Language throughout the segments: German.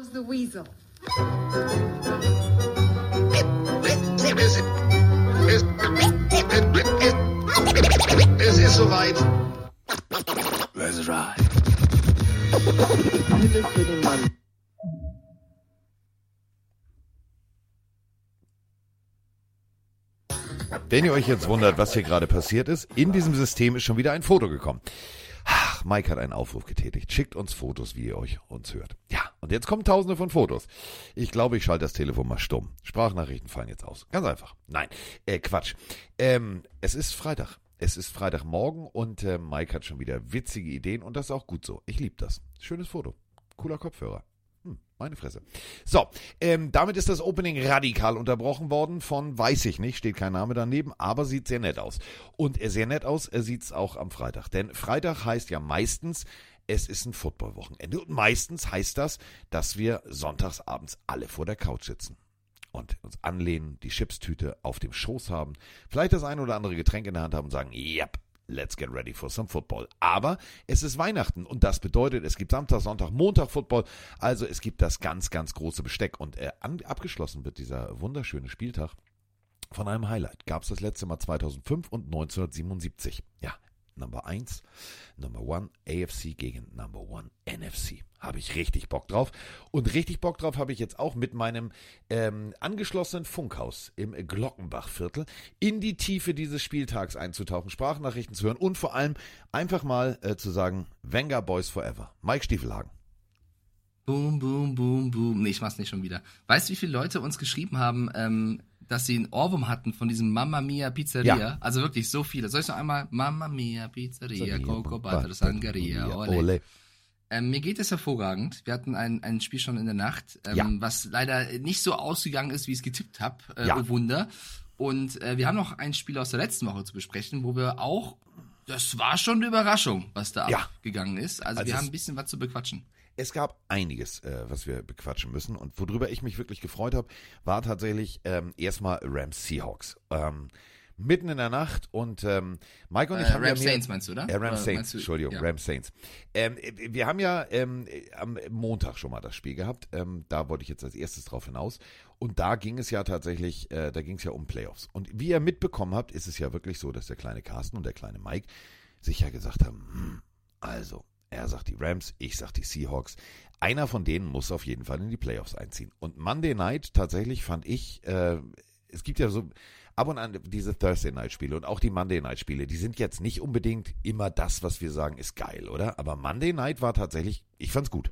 the weasel. Es ist soweit. Let's ride. Bitte für den Mann. Wenn ihr euch jetzt wundert, was hier gerade passiert ist, in diesem System ist schon wieder ein Foto gekommen. Ach, Mike hat einen Aufruf getätigt. Schickt uns Fotos, wie ihr uns hört. Ja, und jetzt kommen tausende von Fotos. Ich glaube, ich schalte das Telefon mal stumm. Sprachnachrichten fallen jetzt aus. Ganz einfach. Nein, Quatsch. Es ist Freitag. Es ist Freitagmorgen und Mike hat schon wieder witzige Ideen und das ist auch gut so. Ich liebe das. Schönes Foto. Cooler Kopfhörer. Meine Fresse. So, damit ist das Opening radikal unterbrochen worden von, weiß ich nicht, steht kein Name daneben, aber sieht sehr nett aus. Und sehr nett aus sieht es auch am Freitag. Denn Freitag heißt ja meistens, es ist ein Footballwochenende. Und meistens heißt das, dass wir sonntagsabends alle vor der Couch sitzen. Und uns anlehnen, die Chipstüte auf dem Schoß haben, vielleicht das ein oder andere Getränk in der Hand haben und sagen, yep. Let's get ready for some football. Aber es ist Weihnachten und das bedeutet, es gibt Samstag, Sonntag, Montag Football. Also es gibt das ganz, ganz große Besteck. Und abgeschlossen wird dieser wunderschöne Spieltag von einem Highlight. Gab es das letzte Mal 2005 und 1977. Ja, Number 1, Number 1 AFC gegen Number 1 NFC. Habe ich richtig Bock drauf. Und richtig Bock drauf habe ich jetzt auch mit meinem angeschlossenen Funkhaus im Glockenbachviertel in die Tiefe dieses Spieltags einzutauchen, Sprachnachrichten zu hören und vor allem einfach mal zu sagen, Wenger Boys Forever. Mike Stiefelhagen. Boom, boom, boom, boom. Nee, ich mach's nicht schon wieder. Weißt du, wie viele Leute uns geschrieben haben, dass sie einen Ohrwurm hatten von diesem Mamma Mia Pizzeria? Ja. Also wirklich so viele. Soll ich noch einmal? Mamma Mia Pizzeria, Coco Butter, Sangaria, ole. Mir geht es hervorragend. Wir hatten ein Spiel schon in der Nacht, was leider nicht so ausgegangen ist, wie ich es getippt habe. Oh Wunder. Und wir haben noch ein Spiel aus der letzten Woche zu besprechen, wo wir auch, das war schon eine Überraschung, was da abgegangen ist. Also wir haben ein bisschen was zu bequatschen. Es gab einiges, was wir bequatschen müssen und worüber ich mich wirklich gefreut habe, war tatsächlich erstmal Rams Seahawks. Mitten in der Nacht und Mike und ich haben Rams Saints meinst du, oder? Rams Saints, Entschuldigung, ja. Rams Saints. Wir haben ja am Montag schon mal das Spiel gehabt, da wollte ich jetzt als erstes drauf hinaus und da ging es ja tatsächlich, um Playoffs. Und wie ihr mitbekommen habt, ist es ja wirklich so, dass der kleine Carsten und der kleine Mike sich ja gesagt haben, also, er sagt die Rams, ich sag die Seahawks. Einer von denen muss auf jeden Fall in die Playoffs einziehen. Und Monday Night tatsächlich fand ich, es gibt ja so ab und an diese Thursday Night Spiele und auch die Monday Night Spiele, die sind jetzt nicht unbedingt immer das, was wir sagen, ist geil, oder? Aber Monday Night war tatsächlich, ich fand's gut.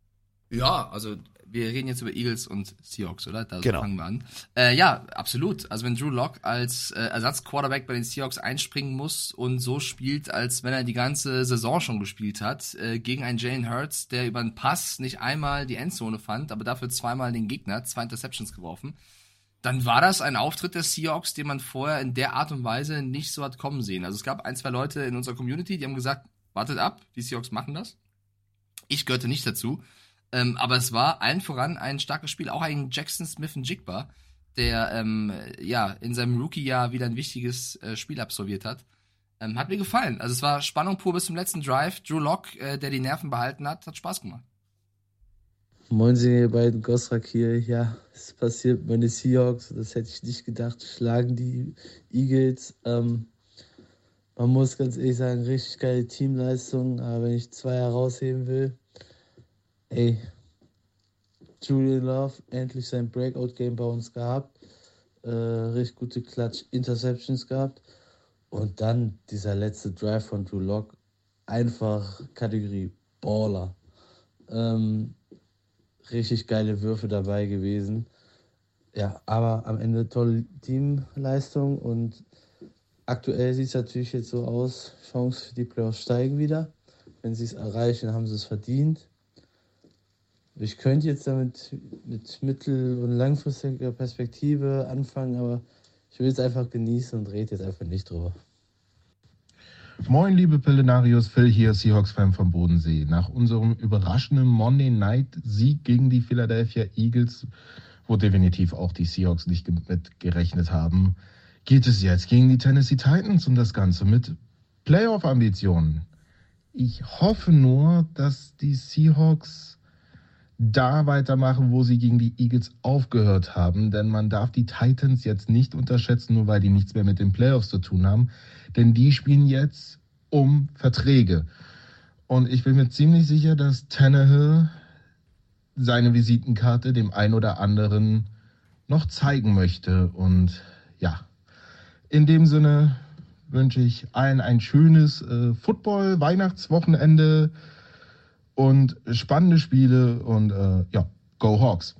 Ja, also wir reden jetzt über Eagles und Seahawks, oder? Da genau. Fangen wir an. Ja, absolut. Also wenn Drew Lock als Ersatzquarterback bei den Seahawks einspringen muss und so spielt, als wenn er die ganze Saison schon gespielt hat, gegen einen Jalen Hurts, der über einen Pass nicht einmal die Endzone fand, aber dafür zweimal den Gegner, 2 Interceptions geworfen, dann war das ein Auftritt der Seahawks, den man vorher in der Art und Weise nicht so hat kommen sehen. Also es gab 1, 2 Leute in unserer Community, die haben gesagt, wartet ab, die Seahawks machen das. Ich gehörte nicht dazu. Aber es war allen voran ein starkes Spiel. Auch ein Jackson Smith-Njigba, der in seinem Rookie-Jahr wieder ein wichtiges Spiel absolviert hat. Hat mir gefallen. Also es war Spannung pur bis zum letzten Drive. Drew Lock, der die Nerven behalten hat Spaß gemacht. Moin, ihr beiden, Gosrak hier. Ja, es passiert, meine Seahawks, das hätte ich nicht gedacht, schlagen die Eagles. Man muss ganz ehrlich sagen, richtig geile Teamleistung. Aber wenn ich 2 herausheben will, Julian Love, endlich sein Breakout-Game bei uns gehabt. Richtig gute Clutch-Interceptions gehabt. Und dann dieser letzte Drive von Drew Lock. Einfach Kategorie Baller. Richtig geile Würfe dabei gewesen. Ja, aber am Ende tolle Teamleistung. Und aktuell sieht es natürlich jetzt so aus, Chance für die Playoffs steigen wieder. Wenn sie es erreichen, haben sie es verdient. Ich könnte jetzt damit mit mittel- und langfristiger Perspektive anfangen, aber ich will es einfach genießen und rede jetzt einfach nicht drüber. Moin, liebe Pillenarios, Phil hier, Seahawks-Fan vom Bodensee. Nach unserem überraschenden Monday Night-Sieg gegen die Philadelphia Eagles, wo definitiv auch die Seahawks nicht mit gerechnet haben, geht es jetzt gegen die Tennessee Titans und das Ganze mit Playoff-Ambitionen. Ich hoffe nur, dass die Seahawks da weitermachen, wo sie gegen die Eagles aufgehört haben. Denn man darf die Titans jetzt nicht unterschätzen, nur weil die nichts mehr mit den Playoffs zu tun haben. Denn die spielen jetzt um Verträge. Und ich bin mir ziemlich sicher, dass Tannehill seine Visitenkarte dem einen oder anderen noch zeigen möchte. Und ja, in dem Sinne wünsche ich allen ein schönes Football-Weihnachtswochenende und spannende Spiele und Go Hawks.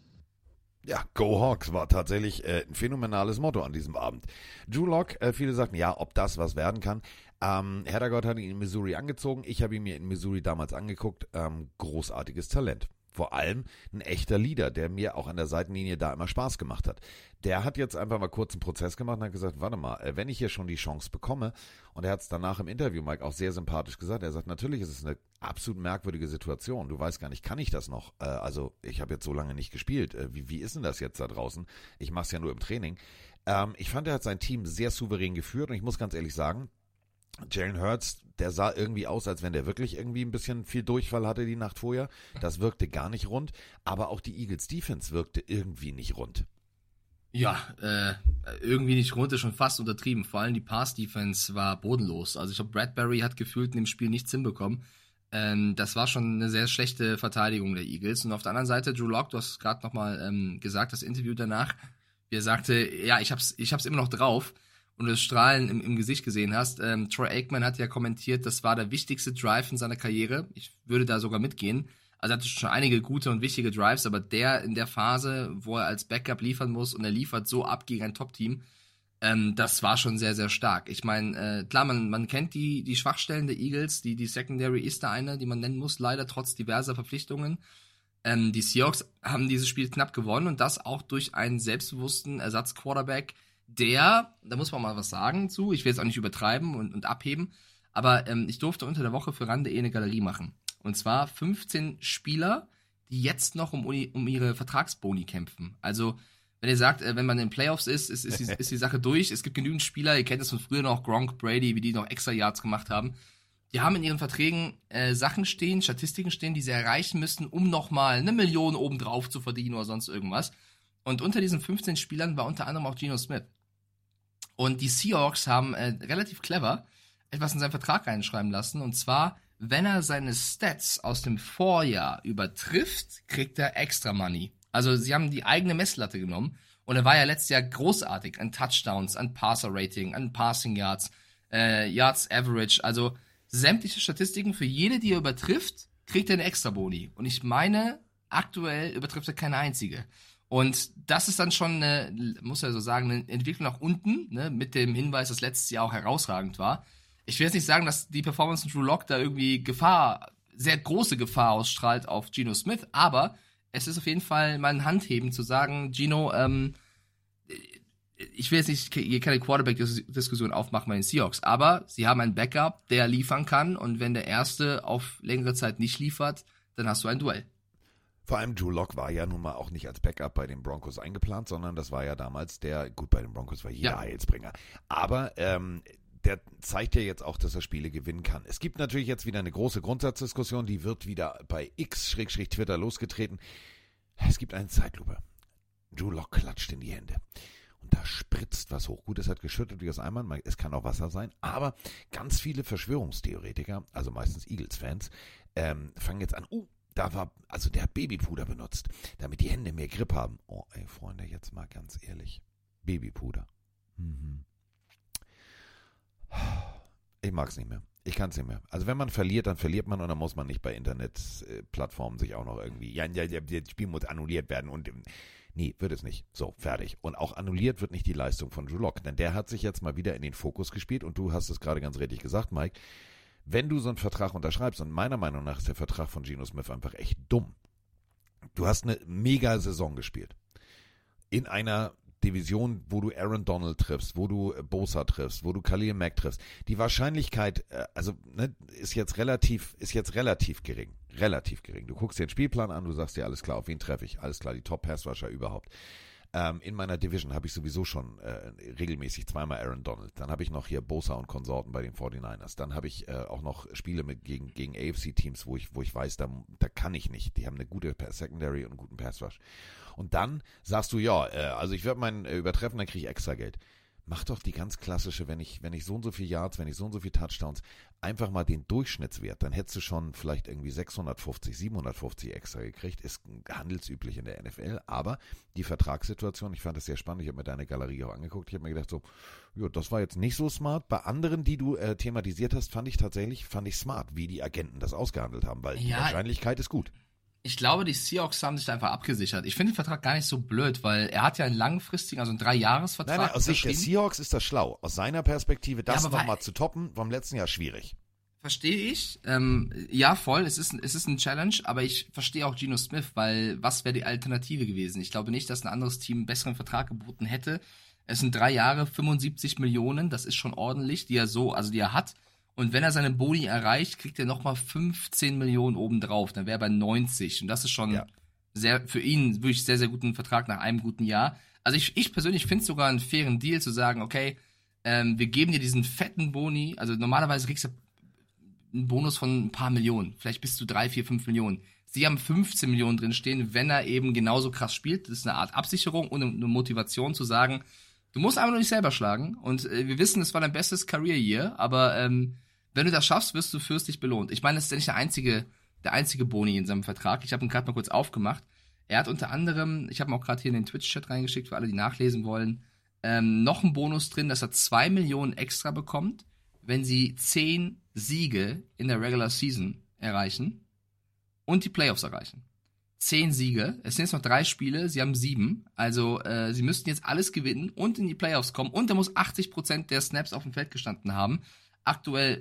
Ja, Go Hawks war tatsächlich ein phänomenales Motto an diesem Abend. Drew Lock, viele sagten, ja, ob das was werden kann. Herdergott hat ihn in Missouri angezogen. Ich habe ihn mir in Missouri damals angeguckt. Großartiges Talent. Vor allem ein echter Leader, der mir auch an der Seitenlinie da immer Spaß gemacht hat. Der hat jetzt einfach mal kurz einen Prozess gemacht und hat gesagt, warte mal, wenn ich hier schon die Chance bekomme, und er hat es danach im Interview, Mike, auch sehr sympathisch gesagt, er sagt, natürlich ist es eine absolut merkwürdige Situation, du weißt gar nicht, kann ich das noch? Also ich habe jetzt so lange nicht gespielt, wie ist denn das jetzt da draußen? Ich mache es ja nur im Training. Ich fand, er hat sein Team sehr souverän geführt und ich muss ganz ehrlich sagen, Jalen Hurts, der sah irgendwie aus, als wenn der wirklich irgendwie ein bisschen viel Durchfall hatte die Nacht vorher. Das wirkte gar nicht rund. Aber auch die Eagles Defense wirkte irgendwie nicht rund. Ja, irgendwie nicht rund ist schon fast untertrieben. Vor allem die Pass-Defense war bodenlos. Also ich glaube, Bradbury hat gefühlt in dem Spiel nichts hinbekommen. Das war schon eine sehr schlechte Verteidigung der Eagles. Und auf der anderen Seite, Drew Lock, du hast gerade nochmal gesagt, das Interview danach, wie er sagte, ja, ich hab's immer noch drauf. Und du das Strahlen im Gesicht gesehen hast. Troy Aikman hat ja kommentiert, das war der wichtigste Drive in seiner Karriere. Ich würde da sogar mitgehen. Also er hatte schon einige gute und wichtige Drives, aber der in der Phase, wo er als Backup liefern muss und er liefert so ab gegen ein Top-Team, das war schon sehr, sehr stark. Ich meine, klar, man kennt die Schwachstellen der Eagles, die Secondary ist da eine, die man nennen muss, leider trotz diverser Verpflichtungen. Die Seahawks haben dieses Spiel knapp gewonnen und das auch durch einen selbstbewussten Ersatzquarterback, da muss man mal was sagen zu, ich will jetzt auch nicht übertreiben und abheben, aber ich durfte unter der Woche für RAN.de eine Galerie machen. Und zwar 15 Spieler, die jetzt noch um ihre Vertragsboni kämpfen. Also, wenn ihr sagt, wenn man in den Playoffs ist die Sache durch. Es gibt genügend Spieler, ihr kennt das von früher noch, Gronk, Brady, wie die noch extra Yards gemacht haben. Die haben in ihren Verträgen Sachen stehen, Statistiken stehen, die sie erreichen müssen, um nochmal 1 Million obendrauf zu verdienen oder sonst irgendwas. Und unter diesen 15 Spielern war unter anderem auch Geno Smith. Und die Seahawks haben relativ clever etwas in seinen Vertrag reinschreiben lassen. Und zwar, wenn er seine Stats aus dem Vorjahr übertrifft, kriegt er extra Money. Also sie haben die eigene Messlatte genommen. Und er war ja letztes Jahr großartig an Touchdowns, an Passer-Rating, an Passing Yards, Yards Average. Also sämtliche Statistiken für jede, die er übertrifft, kriegt er eine extra Boni. Und ich meine, aktuell übertrifft er keine einzige. Und das ist dann schon muss ja so sagen, eine Entwicklung nach unten, ne, mit dem Hinweis, dass letztes Jahr auch herausragend war. Ich will jetzt nicht sagen, dass die Performance von Drew Lock da irgendwie sehr große Gefahr ausstrahlt auf Geno Smith, aber es ist auf jeden Fall mal ein Handheben zu sagen, Geno, ich will jetzt nicht hier keine Quarterback-Diskussion aufmachen bei den Seahawks, aber sie haben einen Backup, der liefern kann und wenn der Erste auf längere Zeit nicht liefert, dann hast du ein Duell. Vor allem Drew Lock war ja nun mal auch nicht als Backup bei den Broncos eingeplant, sondern das war ja damals bei den Broncos war jeder Heilsbringer. Aber der zeigt ja jetzt auch, dass er Spiele gewinnen kann. Es gibt natürlich jetzt wieder eine große Grundsatzdiskussion, die wird wieder bei X/Twitter losgetreten. Es gibt eine Zeitlupe. Drew Lock klatscht in die Hände. Und da spritzt was hoch. Gut, es hat geschüttet wie aus Eimern, es kann auch Wasser sein, aber ganz viele Verschwörungstheoretiker, also meistens Eagles-Fans, fangen jetzt an, der hat Babypuder benutzt, damit die Hände mehr Grip haben. Oh, ey, Freunde, jetzt mal ganz ehrlich. Babypuder. Ich mag's nicht mehr. Ich kann's nicht mehr. Also wenn man verliert, dann verliert man und dann muss man nicht bei Internetplattformen sich auch noch irgendwie, das Spiel muss annulliert werden und nee, wird es nicht. So, fertig. Und auch annulliert wird nicht die Leistung von Drew Lock, denn der hat sich jetzt mal wieder in den Fokus gespielt und du hast es gerade ganz richtig gesagt, Mike. Wenn du so einen Vertrag unterschreibst, und meiner Meinung nach ist der Vertrag von Geno Smith einfach echt dumm. Du hast eine mega Saison gespielt. In einer Division, wo du Aaron Donald triffst, wo du Bosa triffst, wo du Khalil Mack triffst. Die Wahrscheinlichkeit, ist jetzt relativ gering. Relativ gering. Du guckst dir den Spielplan an, du sagst dir, alles klar, auf wen treffe ich? Alles klar, die Top-Pass-Rusher überhaupt. In meiner Division habe ich sowieso schon regelmäßig zweimal Aaron Donald. Dann habe ich noch hier Bosa und Konsorten bei den 49ers. Dann habe ich auch noch Spiele gegen AFC-Teams, wo ich weiß, da kann ich nicht. Die haben eine gute Secondary und einen guten Pass-Rush. Und dann sagst du, also ich werde meinen übertreffen, dann kriege ich extra Geld. Mach doch die ganz klassische, wenn ich so und so viel Yards, wenn ich so und so viel Touchdowns, einfach mal den Durchschnittswert, dann hättest du schon vielleicht irgendwie 650, 750 extra gekriegt, ist handelsüblich in der NFL, aber die Vertragssituation, ich fand das sehr spannend, ich habe mir deine Galerie auch angeguckt, ich habe mir gedacht so, ja, das war jetzt nicht so smart, bei anderen, die du thematisiert hast, fand ich smart, wie die Agenten das ausgehandelt haben, weil die Wahrscheinlichkeit ist gut. Ich glaube, die Seahawks haben sich da einfach abgesichert. Ich finde den Vertrag gar nicht so blöd, weil er hat ja einen langfristigen, also einen 3-Jahres-Vertrag. Nein, aus Sicht der Seahawks ist das schlau. Aus seiner Perspektive, das nochmal zu toppen, vom letzten Jahr schwierig. Verstehe ich. Ja, voll. Es ist ein Challenge, aber ich verstehe auch Geno Smith, weil was wäre die Alternative gewesen? Ich glaube nicht, dass ein anderes Team einen besseren Vertrag geboten hätte. Es sind 3 Jahre, 75 Millionen, das ist schon ordentlich, die er hat. Und wenn er seine Boni erreicht, kriegt er nochmal 15 Millionen obendrauf. Dann wäre er bei 90. Und das ist schon für ihn wirklich sehr, sehr guten Vertrag nach einem guten Jahr. Also ich persönlich finde es sogar einen fairen Deal zu sagen, okay, wir geben dir diesen fetten Boni. Also normalerweise kriegst du einen Bonus von ein paar Millionen. Vielleicht bis zu 3, 4, 5 Millionen. Sie haben 15 Millionen drin stehen, wenn er eben genauso krass spielt. Das ist eine Art Absicherung und eine Motivation zu sagen, du musst einfach nur nicht selber schlagen. Und wir wissen, es war dein bestes Career Year, aber wenn du das schaffst, wirst du fürstlich belohnt. Ich meine, das ist ja nicht der einzige Boni in seinem Vertrag. Ich habe ihn gerade mal kurz aufgemacht. Er hat unter anderem, ich habe ihn auch gerade hier in den Twitch-Chat reingeschickt, für alle, die nachlesen wollen, noch einen Bonus drin, dass er 2 Millionen extra bekommt, wenn sie 10 Siege in der Regular Season erreichen und die Playoffs erreichen. 10 Siege, es sind jetzt noch 3 Spiele, sie haben 7, also sie müssten jetzt alles gewinnen und in die Playoffs kommen und er muss 80% der Snaps auf dem Feld gestanden haben. Aktuell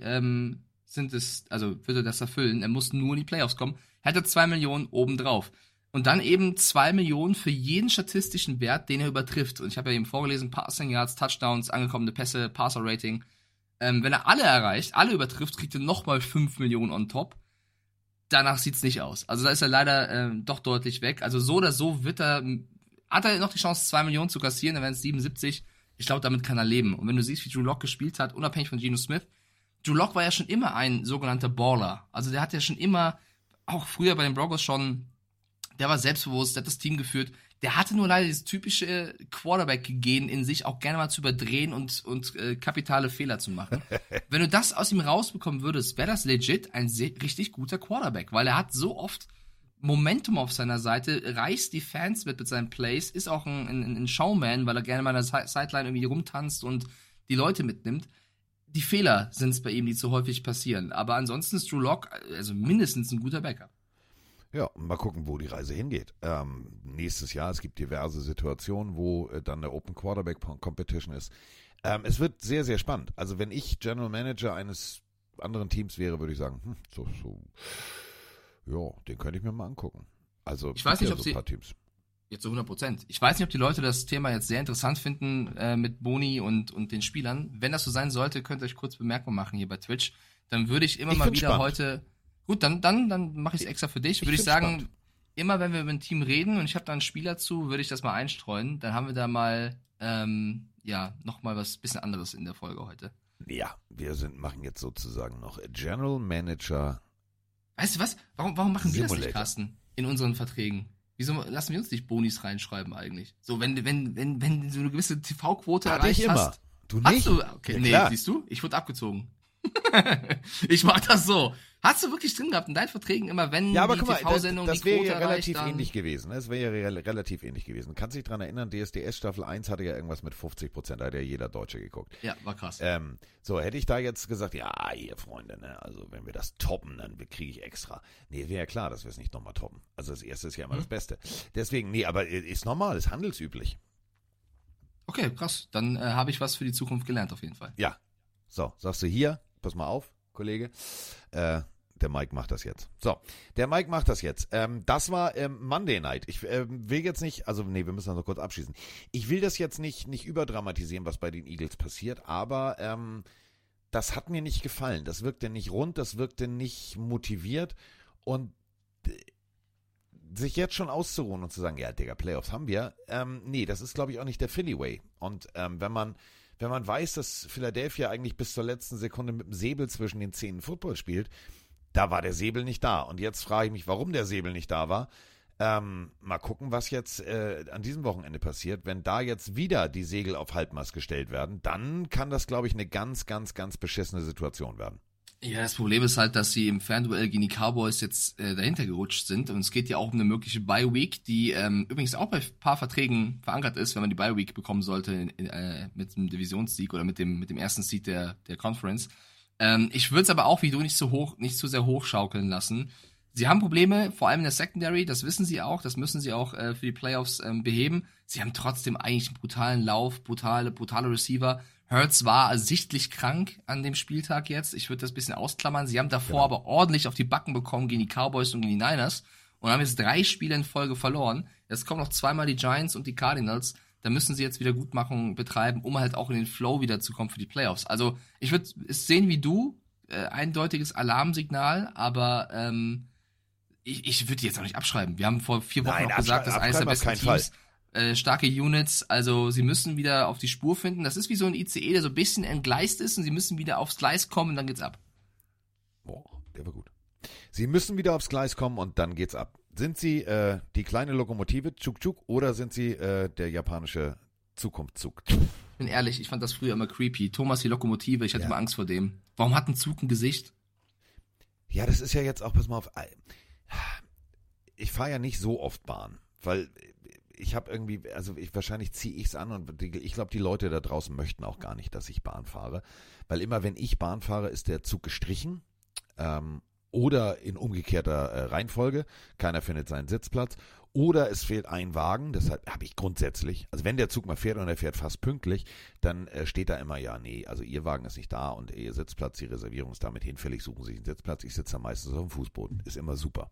wird er das erfüllen. Er muss nur in die Playoffs kommen. Er hat 2 Millionen obendrauf. Und dann eben 2 Millionen für jeden statistischen Wert, den er übertrifft. Und ich habe ja eben vorgelesen, Passing Yards, Touchdowns, angekommene Pässe, Passer Rating. Wenn er alle erreicht, alle übertrifft, kriegt er nochmal 5 Millionen on top. Danach sieht's nicht aus. Also da ist er leider doch deutlich weg. Also so oder so hat er noch die Chance, 2 Millionen zu kassieren, dann wären es 77. Ich glaube, damit kann er leben. Und wenn du siehst, wie Drew Lock gespielt hat, unabhängig von Geno Smith, Drew Lock war ja schon immer ein sogenannter Baller. Also der hat ja schon immer, auch früher bei den Broncos schon, der war selbstbewusst, der hat das Team geführt. Der hatte nur leider dieses typische Quarterback-Gen in sich, auch gerne mal zu überdrehen und kapitale Fehler zu machen. Wenn du das aus ihm rausbekommen würdest, wäre das legit ein richtig guter Quarterback, weil er hat so oft Momentum auf seiner Seite, reißt die Fans mit seinen Plays, ist auch ein Showman, weil er gerne mal an der Sideline irgendwie rumtanzt und die Leute mitnimmt. Die Fehler sind es bei ihm, die zu häufig passieren. Aber ansonsten ist Drew Lock also mindestens ein guter Backup. Ja, mal gucken, wo die Reise hingeht. Nächstes Jahr, es gibt diverse Situationen, wo dann der Open Quarterback Competition ist. Es wird sehr, sehr spannend. Also wenn ich General Manager eines anderen Teams wäre, würde ich sagen, ja, den könnte ich mir mal angucken. Also ich weiß nicht, ob so ein paar Teams. Jetzt zu 100%. Ich weiß nicht, ob die Leute das Thema jetzt sehr interessant finden mit Boni und den Spielern. Wenn das so sein sollte, könnt ihr euch kurz Bemerkung machen hier bei Twitch. Dann würde ich immer mal wieder spannend. Heute... Gut, dann mache ich es extra für dich. Würde ich sagen, spannend. Immer wenn wir über ein Team reden und ich habe da einen Spieler zu, würde ich das mal einstreuen. Dann haben wir da mal nochmal was bisschen anderes in der Folge heute. Ja, machen jetzt sozusagen noch General Manager. Weißt du was? Warum machen wir das nicht, Carsten, in unseren Verträgen? Wieso lassen wir uns nicht Bonis reinschreiben eigentlich? So, wenn du so eine gewisse TV-Quote erreicht hast. Du nicht? Hast du? Okay, ja, nee, siehst du? Ich wurde abgezogen. Ich mach das so. Hast du wirklich drin gehabt in deinen Verträgen immer, wenn die TV-Sendung die Quote ja erreicht? Das wäre ja relativ ähnlich gewesen. Du kannst dich daran erinnern, DSDS Staffel 1 hatte ja irgendwas mit 50%, da hat ja jeder Deutsche geguckt. Ja, war krass. So, hätte ich da jetzt gesagt, ja, ihr Freunde, ne, also wenn wir das toppen, dann kriege ich extra. Nee, wäre ja klar, dass wir es nicht nochmal toppen. Also das erste ist ja immer das Beste. Deswegen, nee, aber ist normal, ist handelsüblich. Okay, krass. Dann habe ich was für die Zukunft gelernt auf jeden Fall. Ja. So, sagst du hier, pass mal auf, Kollege, der Mike macht das jetzt. So, der Mike macht das jetzt. Das war Monday Night. Ich will jetzt nicht, wir müssen das noch kurz abschließen. Ich will das jetzt nicht überdramatisieren, was bei den Eagles passiert, aber das hat mir nicht gefallen. Das wirkte nicht rund, das wirkte nicht motiviert und sich jetzt schon auszuruhen und zu sagen, ja, Digga, Playoffs haben wir, nee, das ist, glaube ich, auch nicht der Philly Way. Und wenn man weiß, dass Philadelphia eigentlich bis zur letzten Sekunde mit dem Säbel zwischen den Zähnen Football spielt, da war der Säbel nicht da. Und jetzt frage ich mich, warum der Säbel nicht da war. Mal gucken, was jetzt an diesem Wochenende passiert. Wenn da jetzt wieder die Segel auf Halbmast gestellt werden, dann kann das, glaube ich, eine ganz, ganz, ganz beschissene Situation werden. Ja, das Problem ist halt, dass sie im Fernduell gegen die Cowboys jetzt dahinter gerutscht sind. Und es geht ja auch um eine mögliche Bye-Week, die übrigens auch bei ein paar Verträgen verankert ist, wenn man die Bye-Week bekommen sollte mit dem Divisionssieg oder mit dem ersten Seed der Conference. Ich würde es aber auch wie du nicht zu sehr hochschaukeln lassen. Sie haben Probleme, vor allem in der Secondary, das wissen sie auch, das müssen sie auch für die Playoffs beheben. Sie haben trotzdem eigentlich einen brutalen Lauf, brutale Receiver. Hurts war sichtlich krank an dem Spieltag jetzt. Ich würde das ein bisschen ausklammern. Sie haben davor aber ordentlich auf die Backen bekommen gegen die Cowboys und gegen die Niners und haben jetzt 3 Spiele in Folge verloren. Jetzt kommen noch zweimal die Giants und die Cardinals. Da müssen sie jetzt wieder Gutmachung betreiben, um halt auch in den Flow wiederzukommen für die Playoffs. Also ich würde es sehen wie du, eindeutiges Alarmsignal, aber ich würde die jetzt auch nicht abschreiben. Wir haben vor 4 Wochen noch gesagt, das ist eines der besten Teams. Starke Units, also sie müssen wieder auf die Spur finden. Das ist wie so ein ICE, der so ein bisschen entgleist ist und sie müssen wieder aufs Gleis kommen und dann geht's ab. Boah, der war gut. Sie müssen wieder aufs Gleis kommen und dann geht's ab. Sind sie die kleine Lokomotive, Tschuk-Tschuk, oder sind sie der japanische Zukunftszug? Ich bin ehrlich, ich fand das früher immer creepy. Thomas die Lokomotive, ich hatte immer Angst vor dem. Warum hat ein Zug ein Gesicht? Ja, das ist ja jetzt auch, pass mal auf, ich fahre ja nicht so oft Bahn, weil ich habe irgendwie, wahrscheinlich ziehe ich es an und ich glaube, die Leute da draußen möchten auch gar nicht, dass ich Bahn fahre, weil immer, wenn ich Bahn fahre, ist der Zug gestrichen oder in umgekehrter Reihenfolge, keiner findet seinen Sitzplatz oder es fehlt ein Wagen, deshalb habe ich grundsätzlich, also wenn der Zug mal fährt und er fährt fast pünktlich, dann steht da immer, ja, nee, also Ihr Wagen ist nicht da und Ihr Sitzplatz, die Reservierung ist damit hinfällig, suchen Sie sich einen Sitzplatz, ich sitze da meistens auf dem Fußboden, ist immer super.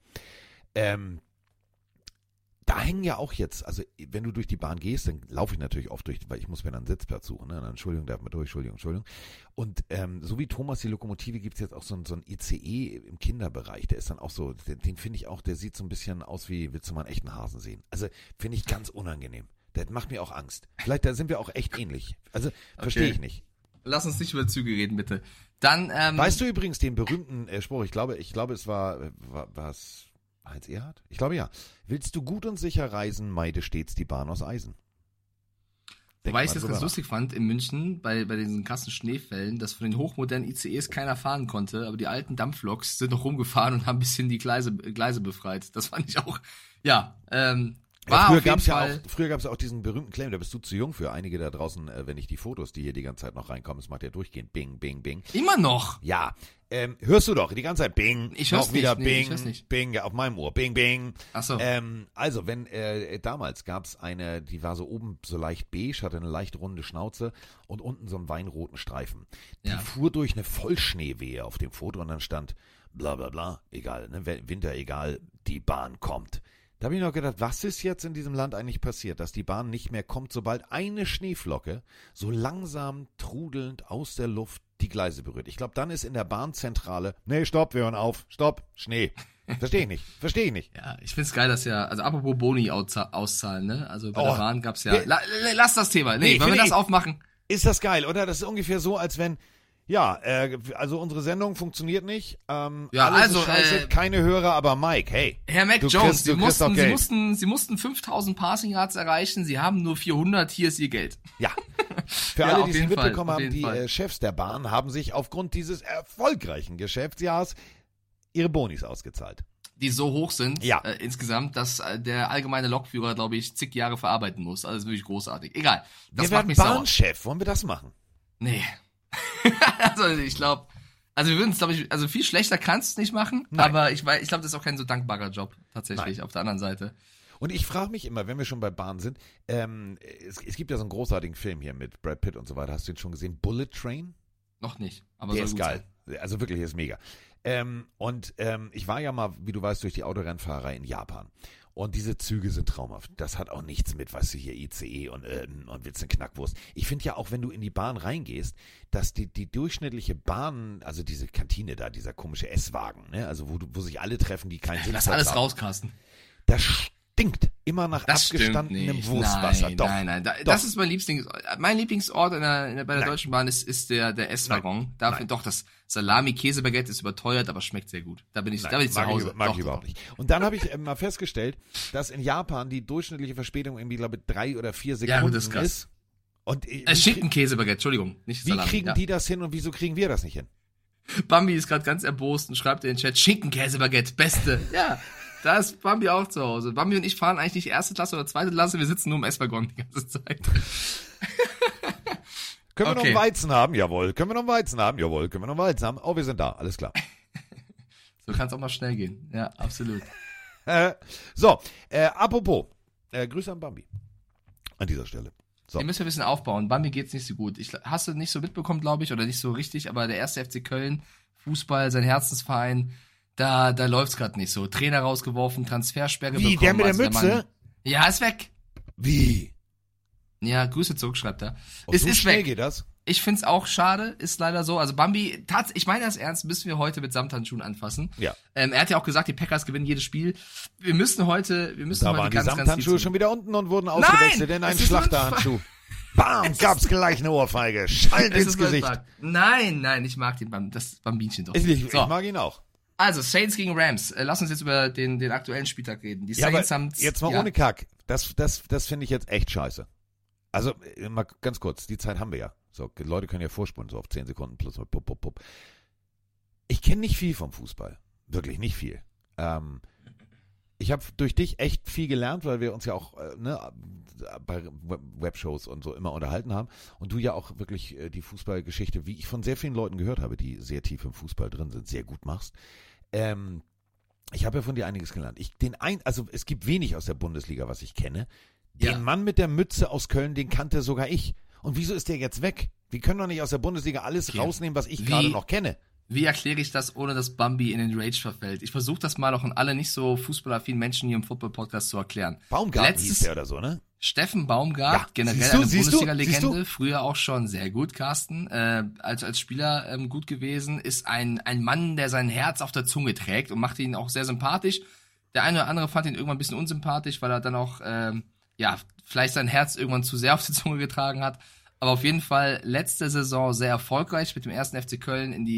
Da hängen ja auch jetzt, also wenn du durch die Bahn gehst, dann laufe ich natürlich oft durch, weil ich muss mir dann einen Sitzplatz suchen. Ne? Dann, Entschuldigung, darf man durch, Entschuldigung. Und so wie Thomas die Lokomotive gibt es jetzt auch so ein ICE im Kinderbereich. Der ist dann auch so, den finde ich auch, der sieht so ein bisschen aus wie, willst du mal einen echten Hasen sehen? Also finde ich ganz unangenehm. Der macht mir auch Angst. Vielleicht da sind wir auch echt ähnlich. Also verstehe ich nicht. Lass uns nicht über Züge reden, bitte. Dann, weißt du übrigens den berühmten Spruch, ich glaube, es war es Heinz Erhardt? Ich glaube ja. Willst du gut und sicher reisen, meide stets die Bahn aus Eisen. Wobei ich das ganz lustig fand in München, bei diesen krassen Schneefällen, dass von den hochmodernen ICEs keiner fahren konnte, aber die alten Dampfloks sind noch rumgefahren und haben ein bisschen die Gleise befreit. Das fand ich auch, früher gab es ja auch diesen berühmten Claim, da bist du zu jung für. Einige da draußen, wenn ich die Fotos, die hier die ganze Zeit noch reinkommen, das macht ja durchgehend Bing, Bing, Bing. Immer noch? Ja. Hörst du doch die ganze Zeit Bing, ich hör's noch wieder nicht, Bing, ich hör's nicht. Bing, ja, auf meinem Ohr, Bing, Bing. Ach so. Also, wenn damals gab es eine, die war so oben so leicht beige, hatte eine leicht runde Schnauze und unten so einen weinroten Streifen. Die fuhr durch eine Vollschneewehe auf dem Foto und dann stand bla bla bla, egal, ne, Winter egal, die Bahn kommt. Da habe ich noch gedacht, was ist jetzt in diesem Land eigentlich passiert, dass die Bahn nicht mehr kommt, sobald eine Schneeflocke so langsam trudelnd aus der Luft die Gleise berührt. Ich glaube, dann ist in der Bahnzentrale, nee, stopp, wir hören auf, stopp, Schnee. Verstehe ich nicht. Ja, ich find's geil, dass also apropos Boni auszahlen, ne? Also bei der Bahn gab's ja, lass das Thema, wollen wir das aufmachen? Ist das geil, oder? Das ist ungefähr so, als wenn, also unsere Sendung funktioniert nicht. Alles ist scheiße, keine Hörer, aber Mike, hey. Herr Mac Jones, Sie mussten 5000 Passing Yards erreichen, Sie haben nur 400, hier ist Ihr Geld. Ja. Für alle, die es nicht mitbekommen haben, die Chefs der Bahn haben sich aufgrund dieses erfolgreichen Geschäftsjahres ihre Bonis ausgezahlt. Die so hoch sind, insgesamt, dass der allgemeine Lokführer, glaube ich, zig Jahre verarbeiten muss. Also wirklich großartig. Egal. Das wir macht mich Bahnchef, wollen wir das machen? Nee. Also ich glaube, wir würden es, glaube ich, also viel schlechter kannst du es nicht machen, Nein. aber ich glaube, das ist auch kein so dankbarer Job, tatsächlich, auf der anderen Seite. Und ich frage mich immer, wenn wir schon bei Bahn sind, es gibt ja so einen großartigen Film hier mit Brad Pitt und so weiter, hast du den schon gesehen? Bullet Train? Noch nicht, aber der soll ist gut geil. sein. Also wirklich, ist mega. Ich war ja mal, wie du weißt, durch die Autorennfahrerei in Japan. Und diese Züge sind traumhaft. Das hat auch nichts mit, weißt du, hier ICE und willst eine Knackwurst. Ich finde ja auch, wenn du in die Bahn reingehst, dass die durchschnittliche Bahn, also diese Kantine da, dieser komische S-Wagen, ne, also wo sich alle treffen, die keinen Sitzplatz haben. Lass alles raus, Carsten. Das stinkt immer nach Das stimmt abgestandenem nicht. Wurstwasser. Nein, Doch. nein. Doch. Das ist mein Lieblingsort bei der Nein. Deutschen Bahn ist der Esswaggon. Dafür, doch, das Salami-Käse-Baguette ist überteuert, aber schmeckt sehr gut. Da bin ich zu Hause. Mag Doch, ich überhaupt doch. nicht. Und dann habe ich mal festgestellt, dass in Japan die durchschnittliche Verspätung irgendwie, glaube ich, 3 oder 4 Sekunden gut, das ist krass. ist. Und Schinken-Käse-Baguette, Entschuldigung, nicht wie Salami. kriegen ja. die das hin und wieso kriegen wir das nicht hin? Bambi ist gerade ganz erbost und schreibt in den Chat, Schinken-Käse-Baguette, beste. Ja, da ist Bambi auch zu Hause. Bambi und ich fahren eigentlich nicht erste Klasse oder zweite Klasse, wir sitzen nur im Esswaggon die ganze Zeit. Können wir noch Okay. einen Weizen haben? Jawohl. Können wir noch einen Weizen haben? Jawohl. Können wir noch einen Weizen haben? Oh, wir sind da. Alles klar. So kann es auch mal schnell gehen. Ja, absolut. Apropos. Grüße an Bambi. An dieser Stelle. So. Hier müssen wir ein bisschen aufbauen. Bambi geht's nicht so gut. Hast du nicht so mitbekommen, glaube ich, oder nicht so richtig, aber der erste FC Köln, Fußball, sein Herzensverein, da läuft's gerade nicht so. Trainer rausgeworfen, Transfersperre Wie, bekommen. der mit der also Mütze? Mann, ja, ist weg. Wie? Ja, Grüße zurück, schreibt er. Und Es so ist schnell weg. geht das? Ich find's auch schade, ist leider so. Also Bambi, ich meine das ernst, müssen wir heute mit Samthandschuhen anfassen. Ja. Er hat ja auch gesagt, die Packers gewinnen jedes Spiel. Wir müssen heute Da waren die ganz Samthandschuhe viel schon wieder unten und wurden ausgewechselt in einen es ist nur ein Schlachterhandschuh. Bam, gab's gleich eine Ohrfeige. Schalt Es ins ist nur ein Gesicht. Tag. Nein, ich mag das Bambinchen doch. Ich So. mag ihn auch. Also, Saints gegen Rams. Lass uns jetzt über den aktuellen Spieltag reden. Die Ja, aber Saints haben jetzt mal ohne Kack. Das finde ich jetzt echt scheiße. Also, mal ganz kurz, die Zeit haben wir ja. So, Leute können ja vorspulen, so auf 10 Sekunden plus pup, pup, pup. Ich kenne nicht viel vom Fußball. Wirklich nicht viel. Ich habe durch dich echt viel gelernt, weil wir uns ja auch bei Webshows und so immer unterhalten haben. Und du ja auch wirklich die Fußballgeschichte, wie ich von sehr vielen Leuten gehört habe, die sehr tief im Fußball drin sind, sehr gut machst. Ich habe ja von dir einiges gelernt. Also es gibt wenig aus der Bundesliga, was ich kenne. Ja. Den Mann mit der Mütze aus Köln, den kannte sogar ich. Und wieso ist der jetzt weg? Wir können doch nicht aus der Bundesliga alles Okay. rausnehmen, was ich gerade noch kenne. Wie erkläre ich das, ohne dass Bambi in den Rage verfällt? Ich versuche das mal auch an alle nicht so fußballaffinen Menschen hier im Football-Podcast zu erklären. Baumgarten hieß der oder so, ne? Steffen Baumgart, Ja, generell siehst du, eine siehst du, Bundesliga-Legende, siehst du? früher auch schon sehr gut, Carsten, als Spieler gut gewesen, ist ein Mann, der sein Herz auf der Zunge trägt und macht ihn auch sehr sympathisch. Der eine oder andere fand ihn irgendwann ein bisschen unsympathisch, weil er dann auch, vielleicht sein Herz irgendwann zu sehr auf die Zunge getragen hat. Aber auf jeden Fall letzte Saison sehr erfolgreich mit dem ersten FC Köln in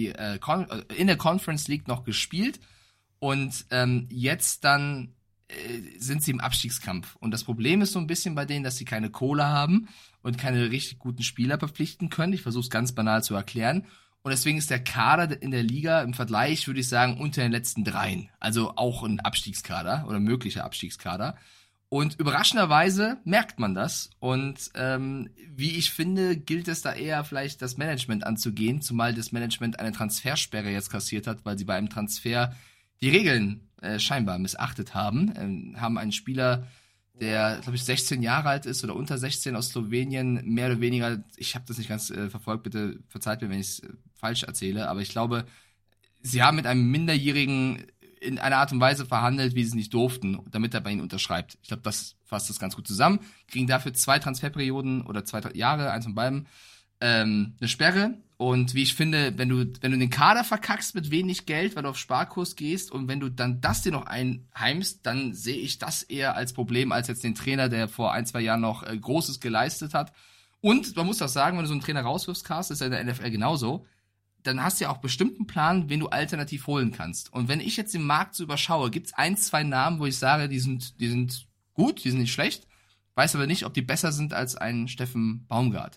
der Conference League noch gespielt. Und jetzt dann sind sie im Abstiegskampf. Und das Problem ist so ein bisschen bei denen, dass sie keine Kohle haben und keine richtig guten Spieler verpflichten können. Ich versuche es ganz banal zu erklären. Und deswegen ist der Kader in der Liga im Vergleich, würde ich sagen, unter den letzten dreien. Also auch ein Abstiegskader oder möglicher Abstiegskader. Und überraschenderweise merkt man das. Und wie ich finde, gilt es da eher vielleicht das Management anzugehen, zumal das Management eine Transfersperre jetzt kassiert hat, weil sie bei einem Transfer die Regeln scheinbar missachtet haben. Haben einen Spieler, der, glaube ich, 16 Jahre alt ist oder unter 16 aus Slowenien, mehr oder weniger, ich habe das nicht ganz verfolgt, bitte verzeiht mir, wenn ich es falsch erzähle, aber ich glaube, sie haben mit einem Minderjährigen in einer Art und Weise verhandelt, wie sie es nicht durften, damit er bei ihnen unterschreibt. Ich glaube, das fasst das ganz gut zusammen. Kriegen dafür 2 Transferperioden oder 2 Jahre, eins von beiden, eine Sperre. Und wie ich finde, wenn du den Kader verkackst mit wenig Geld, weil du auf Sparkurs gehst und wenn du dann das dir noch einheimst, dann sehe ich das eher als Problem, als jetzt den Trainer, der vor 1-2 Jahren noch Großes geleistet hat. Und man muss auch sagen, wenn du so einen Trainer rauswirfst, Carsten, ist ja in der NFL genauso, dann hast du ja auch bestimmten Plan, wen du alternativ holen kannst. Und wenn ich jetzt den Markt so überschaue, gibt's 1-2 Namen, wo ich sage, die sind gut, die sind nicht schlecht, weiß aber nicht, ob die besser sind als ein Steffen Baumgart.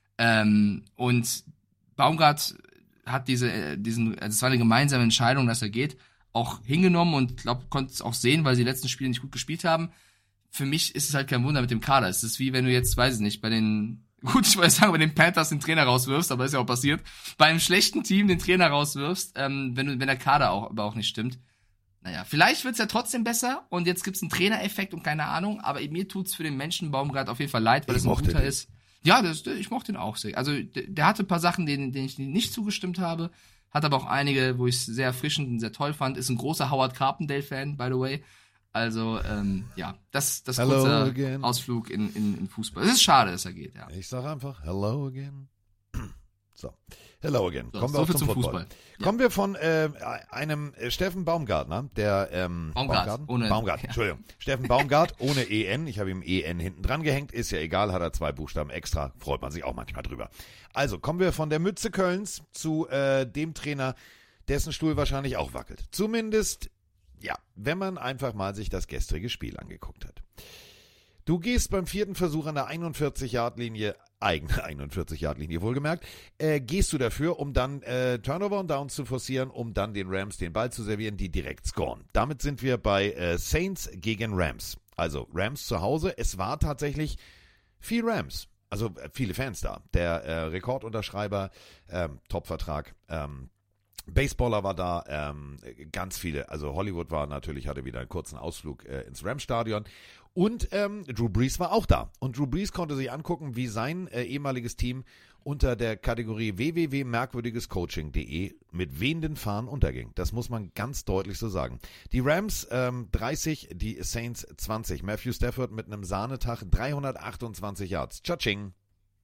Und Baumgart hat also es war eine gemeinsame Entscheidung, dass er geht, auch hingenommen und glaube, konnte es auch sehen, weil sie die letzten Spiele nicht gut gespielt haben. Für mich ist es halt kein Wunder mit dem Kader. Es ist wie wenn du jetzt, weiß ich nicht, bei den Panthers den Trainer rauswirfst, aber ist ja auch passiert. Bei einem schlechten Team den Trainer rauswirfst, wenn der Kader aber auch nicht stimmt. Naja, vielleicht wird's ja trotzdem besser und jetzt gibt's einen Trainereffekt und keine Ahnung, aber mir tut's für den Menschen Baumgart auf jeden Fall leid, weil es ein guter ist. Ja, ich mochte ihn auch sehr. Also der hatte ein paar Sachen, denen ich nicht zugestimmt habe, hat aber auch einige, wo ich es sehr erfrischend und sehr toll fand. Ist ein großer Howard Carpendale-Fan, by the way. Also, das kurze Ausflug in Fußball. Es ist schade, dass er geht, ja. Ich sag einfach, hello again. So, hello again. So, Kommen wir auch soviel zum zum Football. Fußball. Kommen wir von Steffen Baumgartner, der Baumgart, Entschuldigung. Steffen Baumgart ohne EN. Ich habe ihm EN hinten dran gehängt. Ist ja egal, hat er 2 Buchstaben extra. Freut man sich auch manchmal drüber. Also kommen wir von der Mütze Kölns zu dem Trainer, dessen Stuhl wahrscheinlich auch wackelt. Zumindest, ja, wenn man einfach mal sich das gestrige Spiel angeguckt hat. Du gehst beim 4. Versuch an der 41-Yard-Linie, eigene 41-Yard-Linie wohlgemerkt, gehst du dafür, um dann Turnover und Downs zu forcieren, um dann den Rams den Ball zu servieren, die direkt scoren. Damit sind wir bei Saints gegen Rams. Also Rams zu Hause. Es war tatsächlich viel Rams. Also viele Fans da. Der Rekordunterschreiber, Top-Vertrag, Baseballer war da, ganz viele. Also Hollywood hatte wieder einen kurzen Ausflug ins Rams-Stadion. Und Drew Brees war auch da. Und Drew Brees konnte sich angucken, wie sein ehemaliges Team unter der Kategorie www.merkwürdigescoaching.de mit wehenden Fahnen unterging. Das muss man ganz deutlich so sagen. Die Rams 30, die Saints 20. Matthew Stafford mit einem Sahnetag 328 Yards. Tschatsching.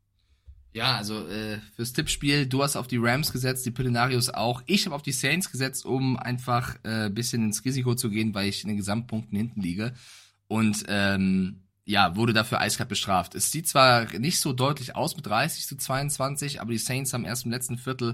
Ja, also fürs Tippspiel, du hast auf die Rams gesetzt, die Pillenarios auch. Ich habe auf die Saints gesetzt, um einfach ein bisschen ins Risiko zu gehen, weil ich in den Gesamtpunkten hinten liege. Und wurde dafür eiskalt bestraft. Es sieht zwar nicht so deutlich aus mit 30-22, aber die Saints haben erst im letzten Viertel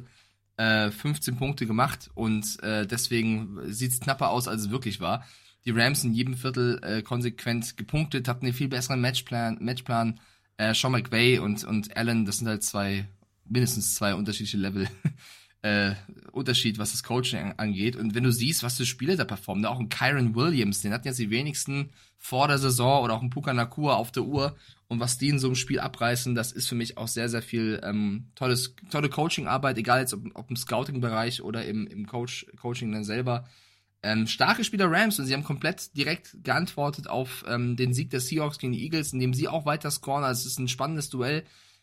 15 Punkte gemacht und deswegen sieht es knapper aus, als es wirklich war. Die Rams in jedem Viertel konsequent gepunktet, hatten einen viel besseren Matchplan. Sean McVay und Allen, das sind halt mindestens zwei unterschiedliche Level Unterschied, was das Coaching angeht. Und wenn du siehst, was für Spieler da performen, auch ein Kyron Williams, den hatten jetzt die wenigsten vor der Saison, oder auch ein Puka Nacua auf der Uhr, und was die in so einem Spiel abreißen, das ist für mich auch sehr, sehr viel tolle Coaching-Arbeit, egal jetzt ob im Scouting-Bereich oder im Coaching dann selber. Starke Spieler Rams, und sie haben komplett direkt geantwortet auf den Sieg der Seahawks gegen die Eagles, indem sie auch weiter scoren. Also es ist ein spannendes Duell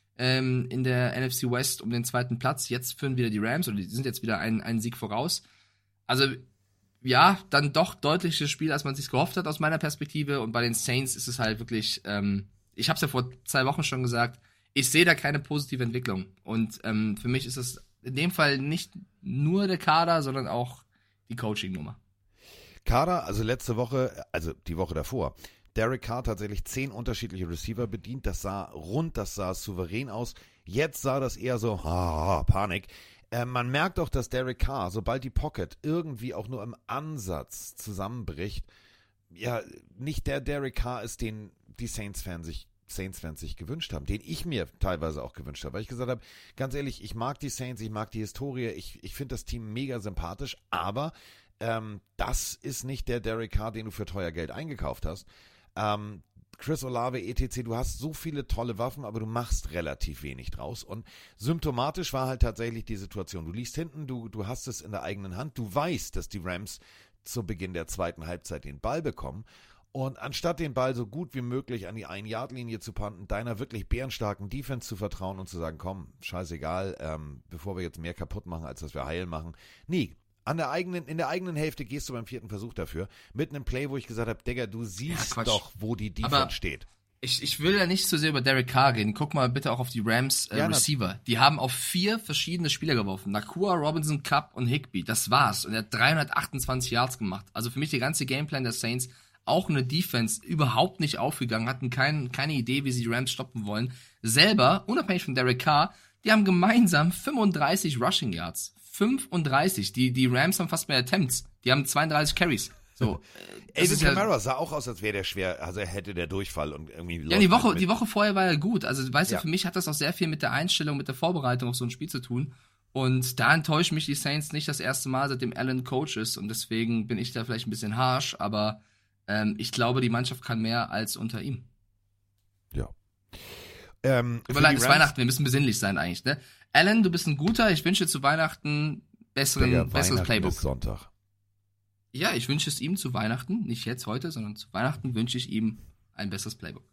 in der NFC West um den 2. Platz. Jetzt führen wieder die Rams, oder die sind jetzt wieder einen Sieg voraus. Also ja, dann doch deutliches Spiel, als man sich gehofft hat aus meiner Perspektive. Und bei den Saints ist es halt wirklich, ich habe es ja vor 2 Wochen schon gesagt, ich sehe da keine positive Entwicklung. Und für mich ist es in dem Fall nicht nur der Kader, sondern auch die Coaching-Nummer. Kader, also letzte Woche, also die Woche davor, Derek Carr tatsächlich 10 unterschiedliche Receiver bedient. Das sah rund, das sah souverän aus. Jetzt sah das eher so, Panik. Man merkt auch, dass Derek Carr, sobald die Pocket irgendwie auch nur im Ansatz zusammenbricht, ja, nicht der Derek Carr ist, den die Saints-Fans sich gewünscht haben, den ich mir teilweise auch gewünscht habe. Weil ich gesagt habe, ganz ehrlich, ich mag die Saints, ich mag die Historie, ich finde das Team mega sympathisch, aber das ist nicht der Derek Carr, den du für teuer Geld eingekauft hast. Chris Olave, etc., du hast so viele tolle Waffen, aber du machst relativ wenig draus. Und symptomatisch war halt tatsächlich die Situation. Du liegst hinten, du hast es in der eigenen Hand, du weißt, dass die Rams zu Beginn der zweiten Halbzeit den Ball bekommen. Und anstatt den Ball so gut wie möglich an die 1-Yard-Linie zu punten, deiner wirklich bärenstarken Defense zu vertrauen und zu sagen, komm, scheißegal, bevor wir jetzt mehr kaputt machen, als dass wir heil machen. Nee. In der eigenen Hälfte gehst du beim 4. Versuch dafür, mit einem Play, wo ich gesagt habe, Digga, du siehst doch, wo die Defense steht. Ich will ja nicht so sehr über Derek Carr reden. Guck mal bitte auch auf die Rams Receiver. Die haben auf 4 verschiedene Spieler geworfen. Nacua, Robinson, Cup und Higbee. Das war's. Und er hat 328 Yards gemacht. Also für mich der ganze Gameplan der Saints, auch eine Defense, überhaupt nicht aufgegangen, hatten keine Idee, wie sie die Rams stoppen wollen. Selber, unabhängig von Derek Carr, die haben gemeinsam 35 Rushing Yards. 35. Die Rams haben fast mehr Attempts. Die haben 32 Carries. So. Alvin Kamara sah auch aus, als wäre der schwer, also hätte der Durchfall und irgendwie. Ja, die Woche vorher war er gut. Also, weißt du, für mich hat das auch sehr viel mit der Einstellung, mit der Vorbereitung auf so ein Spiel zu tun. Und da enttäuschen mich die Saints nicht das erste Mal, seitdem Allen Coach ist. Und deswegen bin ich da vielleicht ein bisschen harsh, aber ich glaube, die Mannschaft kann mehr als unter ihm. Ja. Überleiten, es Weihnachten, wir müssen besinnlich sein eigentlich, ne? Allen, du bist ein guter, ich wünsche dir zu Weihnachten besseres Playbook. Ist Sonntag. Ja, ich wünsche es ihm zu Weihnachten, nicht jetzt heute, sondern zu Weihnachten wünsche ich ihm ein besseres Playbook.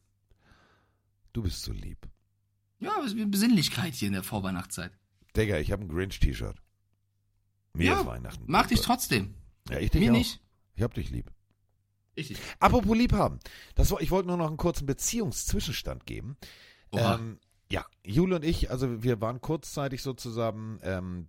Du bist so lieb. Ja, es ist Besinnlichkeit hier in der Vorweihnachtszeit. Digga, ich habe ein Grinch-T-Shirt. Mir ist Weihnachten. Mag dich trotzdem. Ja, ich dich Mir auch. nicht. Ich hab dich lieb. Richtig. Apropos lieb haben. Ich wollte nur noch einen kurzen Beziehungszwischenstand geben. Ja, Jule und ich, also wir waren kurzzeitig so zusammen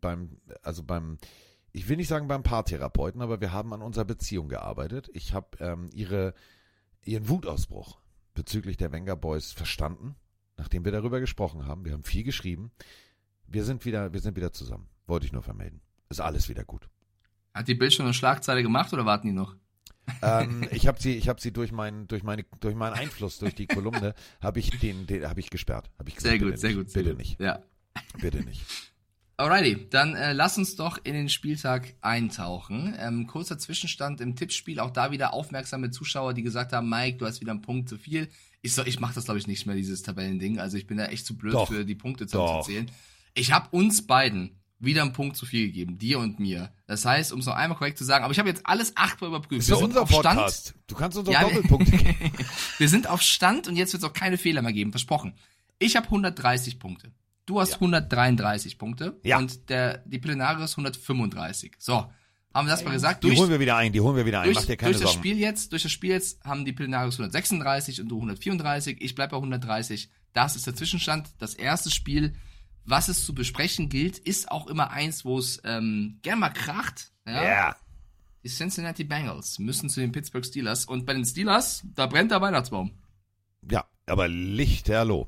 ich will nicht sagen beim Paartherapeuten, aber wir haben an unserer Beziehung gearbeitet. Ich habe ihren Wutausbruch bezüglich der Wenger Boys verstanden, nachdem wir darüber gesprochen haben. Wir haben viel geschrieben. Wir sind wieder zusammen. Wollte ich nur vermelden. Ist alles wieder gut. Hat die Bild schon eine Schlagzeile gemacht oder warten die noch? Ich habe sie durch meinen Einfluss, durch die Kolumne, habe ich gesperrt. Hab ich gesagt, sehr gut. Bitte nicht. Ja. Bitte nicht. Alrighty, dann lass uns doch in den Spieltag eintauchen. Kurzer Zwischenstand im Tippspiel, auch da wieder aufmerksame Zuschauer, die gesagt haben, Mike, du hast wieder einen Punkt zu viel. Ich mache das, glaube ich, nicht mehr, dieses Tabellending. Also ich bin da echt zu blöd für die Punkte zu zählen. Ich habe uns beiden wieder einen Punkt zu viel gegeben, dir und mir. Das heißt, um es noch einmal korrekt zu sagen, aber ich habe jetzt alles 8-mal überprüft. Das ist ja unser Podcast. Stand. Du kannst uns auch Doppelpunkte geben. Wir sind auf Stand und jetzt wird es auch keine Fehler mehr geben, versprochen. Ich habe 130 Punkte. Du hast 133 Punkte und die Plenarius 135. So, haben wir das mal gesagt? Die holen wir wieder ein. Mach dir keine Sorgen. Durch das Spiel jetzt haben die Plenarius 136 und du 134. Ich bleibe bei 130. Das ist der Zwischenstand. Das erste Spiel, was es zu besprechen gilt, ist auch immer eins, wo es gern mal kracht. Ja. Die Cincinnati Bengals müssen zu den Pittsburgh Steelers. Und bei den Steelers, da brennt der Weihnachtsbaum. Ja, aber lichterloh.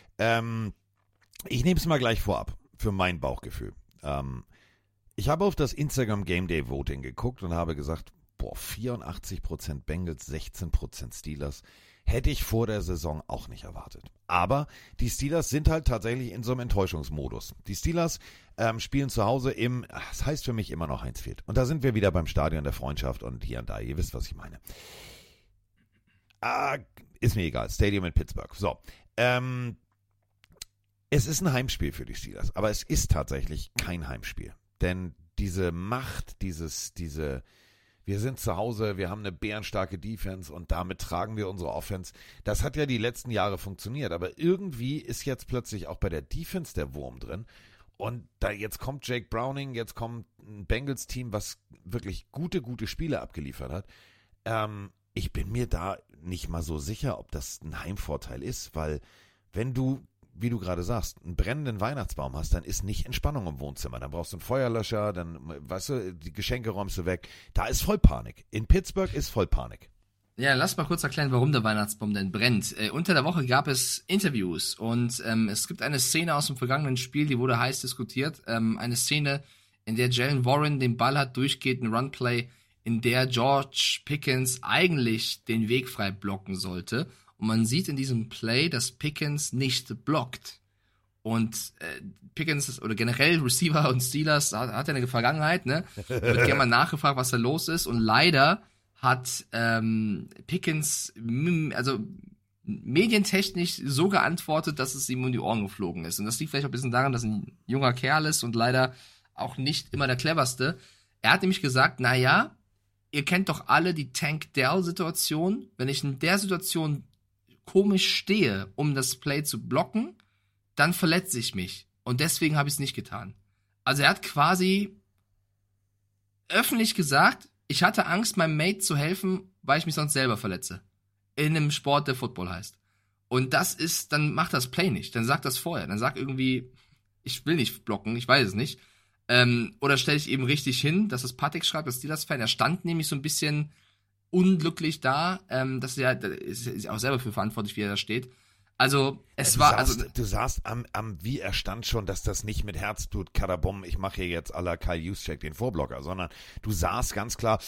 Ich nehme es mal gleich vorab, für mein Bauchgefühl. Ich habe auf das Instagram Game Day Voting geguckt und habe gesagt, 84% Bengals, 16% Steelers. Hätte ich vor der Saison auch nicht erwartet. Aber die Steelers sind halt tatsächlich in so einem Enttäuschungsmodus. Die Steelers spielen zu Hause das heißt für mich immer noch Heinz Field. Und da sind wir wieder beim Stadion der Freundschaft und hier und da. Ihr wisst, was ich meine. Ist mir egal. Stadium in Pittsburgh. So. Es ist ein Heimspiel für die Steelers, aber es ist tatsächlich kein Heimspiel. Denn diese Macht, wir sind zu Hause, wir haben eine bärenstarke Defense und damit tragen wir unsere Offense. Das hat ja die letzten Jahre funktioniert, aber irgendwie ist jetzt plötzlich auch bei der Defense der Wurm drin. Und jetzt kommt Jake Browning, jetzt kommt ein Bengals-Team, was wirklich gute Spiele abgeliefert hat. Ich bin mir da nicht mal so sicher, ob das ein Heimvorteil ist, weil wenn du, wie du gerade sagst, einen brennenden Weihnachtsbaum hast, dann ist nicht Entspannung im Wohnzimmer. Dann brauchst du einen Feuerlöscher, dann, weißt du, die Geschenke räumst du weg. Da ist Vollpanik. In Pittsburgh ist Vollpanik. Ja, lass mal kurz erklären, warum der Weihnachtsbaum denn brennt. Unter der Woche gab es Interviews und es gibt eine Szene aus dem vergangenen Spiel, die wurde heiß diskutiert. Eine Szene, in der Jalen Warren den Ball hat, durchgeht, ein Runplay, in der George Pickens eigentlich den Weg frei blocken sollte. Und man sieht in diesem Play, dass Pickens nicht blockt. Und Pickens oder generell Receiver und Steelers hat ja eine Vergangenheit, ne? Wird gerne mal nachgefragt, was da los ist. Und leider hat Pickens also medientechnisch so geantwortet, dass es ihm um die Ohren geflogen ist. Und das liegt vielleicht auch ein bisschen daran, dass er ein junger Kerl ist und leider auch nicht immer der cleverste. Er hat nämlich gesagt, naja, ihr kennt doch alle die Tank Dell-Situation. Wenn ich in der Situation komisch stehe, um das Play zu blocken, dann verletze ich mich. Und deswegen habe ich es nicht getan. Also er hat quasi öffentlich gesagt, ich hatte Angst, meinem Mate zu helfen, weil ich mich sonst selber verletze. In einem Sport, der Football heißt. Und dann macht das Play nicht. Dann sag das vorher. Dann sag irgendwie, ich will nicht blocken, ich weiß es nicht. Oder stelle ich eben richtig hin, dass das Patek schreibt, das Steelers-Fan. Er stand nämlich so ein bisschen unglücklich da, dass er ist auch selber für verantwortlich, wie er da steht. Also, du sahst wie er stand schon, dass das nicht mit Herz tut, Kadabum, ich mache hier jetzt à la Kyle Juszczyk den Vorblocker, sondern du sahst ganz klar,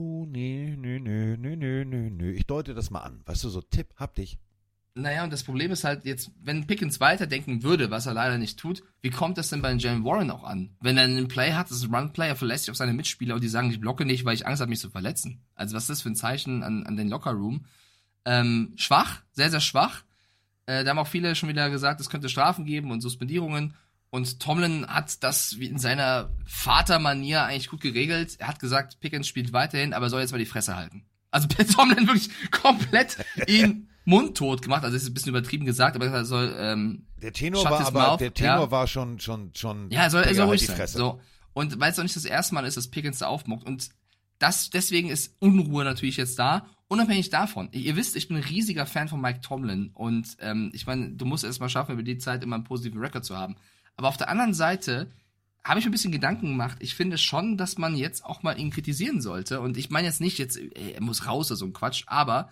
nö, ich deute das mal an. Weißt du, so Tipp, hab dich. Naja, und das Problem ist halt jetzt, wenn Pickens weiterdenken würde, was er leider nicht tut, wie kommt das denn bei Jalen Warren auch an? Wenn er einen Play hat, das ist ein Run-Play, er verlässt sich auf seine Mitspieler und die sagen, ich blocke nicht, weil ich Angst habe, mich zu verletzen. Also was ist das für ein Zeichen an den Locker-Room? Schwach, sehr, sehr schwach. Da haben auch viele schon wieder gesagt, es könnte Strafen geben und Suspendierungen. Und Tomlin hat das wie in seiner Vatermanier eigentlich gut geregelt. Er hat gesagt, Pickens spielt weiterhin, aber soll jetzt mal die Fresse halten. Also Tomlin wirklich komplett ihn mundtot gemacht, also das ist ein bisschen übertrieben gesagt, aber er soll der Tenor war schon ja, er soll halt ruhig sein. So. Und weil es auch nicht das erste Mal ist, dass Pickens da aufmuckt und deswegen ist Unruhe natürlich jetzt da unabhängig davon, ihr wisst, ich bin ein riesiger Fan von Mike Tomlin und ich meine, du musst es mal schaffen, über die Zeit immer einen positiven Rekord zu haben. Aber auf der anderen Seite habe ich mir ein bisschen Gedanken gemacht. Ich finde schon, dass man jetzt auch mal ihn kritisieren sollte. Und ich meine jetzt nicht, er muss raus oder so ein Quatsch, aber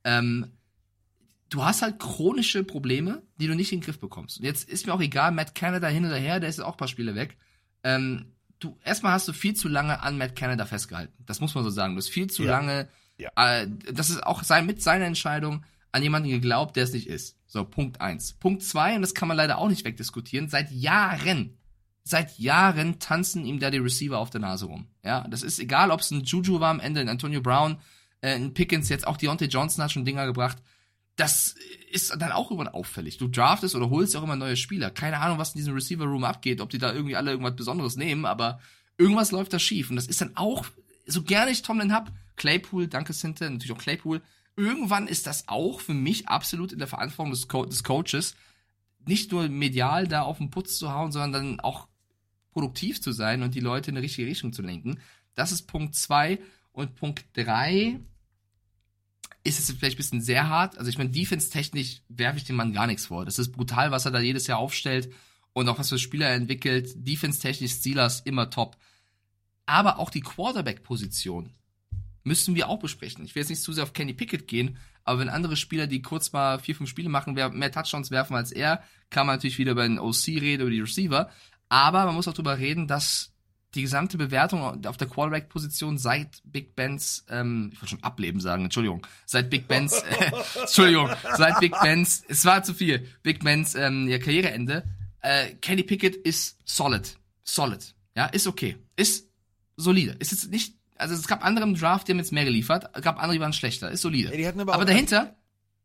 du hast halt chronische Probleme, die du nicht in den Griff bekommst. Und jetzt ist mir auch egal, Matt Canada hin oder her, der ist auch ein paar Spiele weg. Erstmal hast du viel zu lange an Matt Canada festgehalten. Das muss man so sagen. Du hast viel zu lange, das ist auch mit seiner Entscheidung, an jemanden geglaubt, der es nicht ist. So, Punkt 1. Punkt 2, und das kann man leider auch nicht wegdiskutieren, seit Jahren tanzen ihm da die Receiver auf der Nase rum. Ja, das ist egal, ob es ein Juju war am Ende, ein Antonio Brown, ein Pickens, jetzt auch Deontay Johnson hat schon Dinger gebracht. Das ist dann auch irgendwann auffällig. Du draftest oder holst auch immer neue Spieler. Keine Ahnung, was in diesem Receiver-Room abgeht, ob die da irgendwie alle irgendwas Besonderes nehmen, aber irgendwas läuft da schief. Und das ist dann auch, so gerne ich Tomlin hab, Claypool, danke Sinte, natürlich auch Claypool, irgendwann ist das auch für mich absolut in der Verantwortung des Coaches, nicht nur medial da auf den Putz zu hauen, sondern dann auch produktiv zu sein und die Leute in die richtige Richtung zu lenken. Das ist Punkt 2. Und Punkt 3 ist es vielleicht ein bisschen sehr hart. Also ich meine, defense-technisch werfe ich dem Mann gar nichts vor. Das ist brutal, was er da jedes Jahr aufstellt und auch was für Spieler er entwickelt. Defense-technisch Steelers immer top. Aber auch die Quarterback-Position müssen wir auch besprechen. Ich will jetzt nicht zu sehr auf Kenny Pickett gehen, aber wenn andere Spieler, die kurz mal 4-5 Spiele machen, mehr Touchdowns werfen als er, kann man natürlich wieder über den OC reden, über die Receiver. Aber man muss auch drüber reden, dass die gesamte Bewertung auf der Quarterback-Position seit Big Bens, ich wollte schon ableben sagen, seit Big Bens, es war zu viel, Big Bens Karriereende, Kenny Pickett ist solid, ja, ist okay, ist solide, ist jetzt nicht. Also es gab andere im Draft, die haben jetzt mehr geliefert, es gab andere, die waren schlechter, ist solide. Ja, aber dahinter,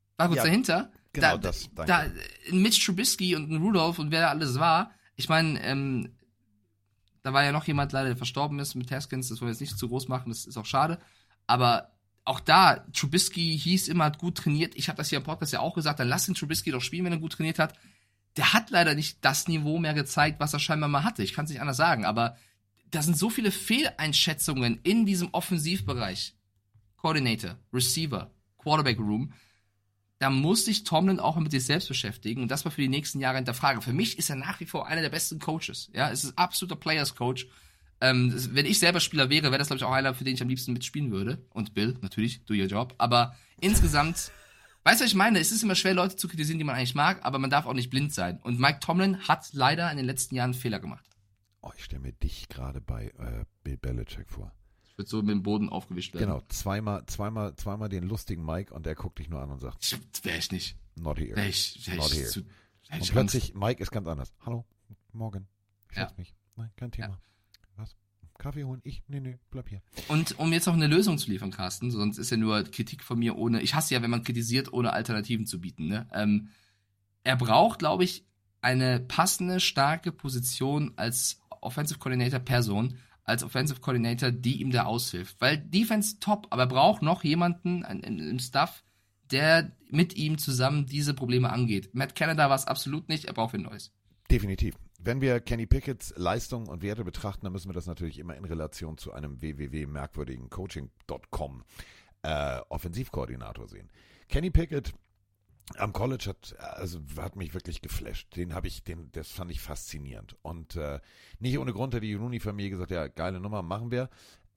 genau da Mitch Trubisky und ein Rudolph und wer da alles war, ich meine, da war ja noch jemand leider, der verstorben ist mit Haskins, das wollen wir jetzt nicht zu groß machen, das ist auch schade, aber auch da, Trubisky hieß immer, hat gut trainiert, ich habe das hier im Podcast ja auch gesagt, dann lass den Trubisky doch spielen, wenn er gut trainiert hat. Der hat leider nicht das Niveau mehr gezeigt, was er scheinbar mal hatte, ich kann es nicht anders sagen, aber da sind so viele Fehleinschätzungen in diesem Offensivbereich. Coordinator, Receiver, Quarterback Room. Da muss sich Tomlin auch mit sich selbst beschäftigen und das mal für die nächsten Jahre hinterfragen. Für mich ist er nach wie vor einer der besten Coaches. Ja, es ist absoluter Players Coach. Wenn ich selber Spieler wäre das, glaube ich, auch einer, für den ich am liebsten mitspielen würde. Und Bill, natürlich, do your job. Aber insgesamt, weißt du, was ich meine? Es ist immer schwer, Leute zu kritisieren, die man eigentlich mag, aber man darf auch nicht blind sein. Und Mike Tomlin hat leider in den letzten Jahren Fehler gemacht. Oh, ich stelle mir dich gerade bei Bill Belichick vor. Ich würde so mit dem Boden aufgewischt werden. Genau, zweimal den lustigen Mike und der guckt dich nur an und sagt, Wäre ich nicht. Not here. Not here. Und plötzlich, Mike ist ganz anders. Hallo, morgen. Ich setz mich. Nein, kein Thema. Ja. Was? Kaffee holen? Nee, bleib hier. Und um jetzt noch eine Lösung zu liefern, Carsten, sonst ist ja nur Kritik von mir ich hasse ja, wenn man kritisiert, ohne Alternativen zu bieten, ne? Er braucht, glaube ich, eine passende, starke Position als Offensive Coordinator Person, als Offensive Coordinator, die ihm da aushilft. Weil Defense top, aber er braucht noch jemanden im Staff, der mit ihm zusammen diese Probleme angeht. Matt Canada war es absolut nicht, er braucht ein neues. Definitiv. Wenn wir Kenny Pickett's Leistung und Werte betrachten, dann müssen wir das natürlich immer in Relation zu einem www.merkwürdigencoaching.com Offensivkoordinator sehen. Kenny Pickett am College hat mich wirklich geflasht. Das fand ich faszinierend. Und nicht ohne Grund hat die Rooney-Familie gesagt, ja, geile Nummer, machen wir.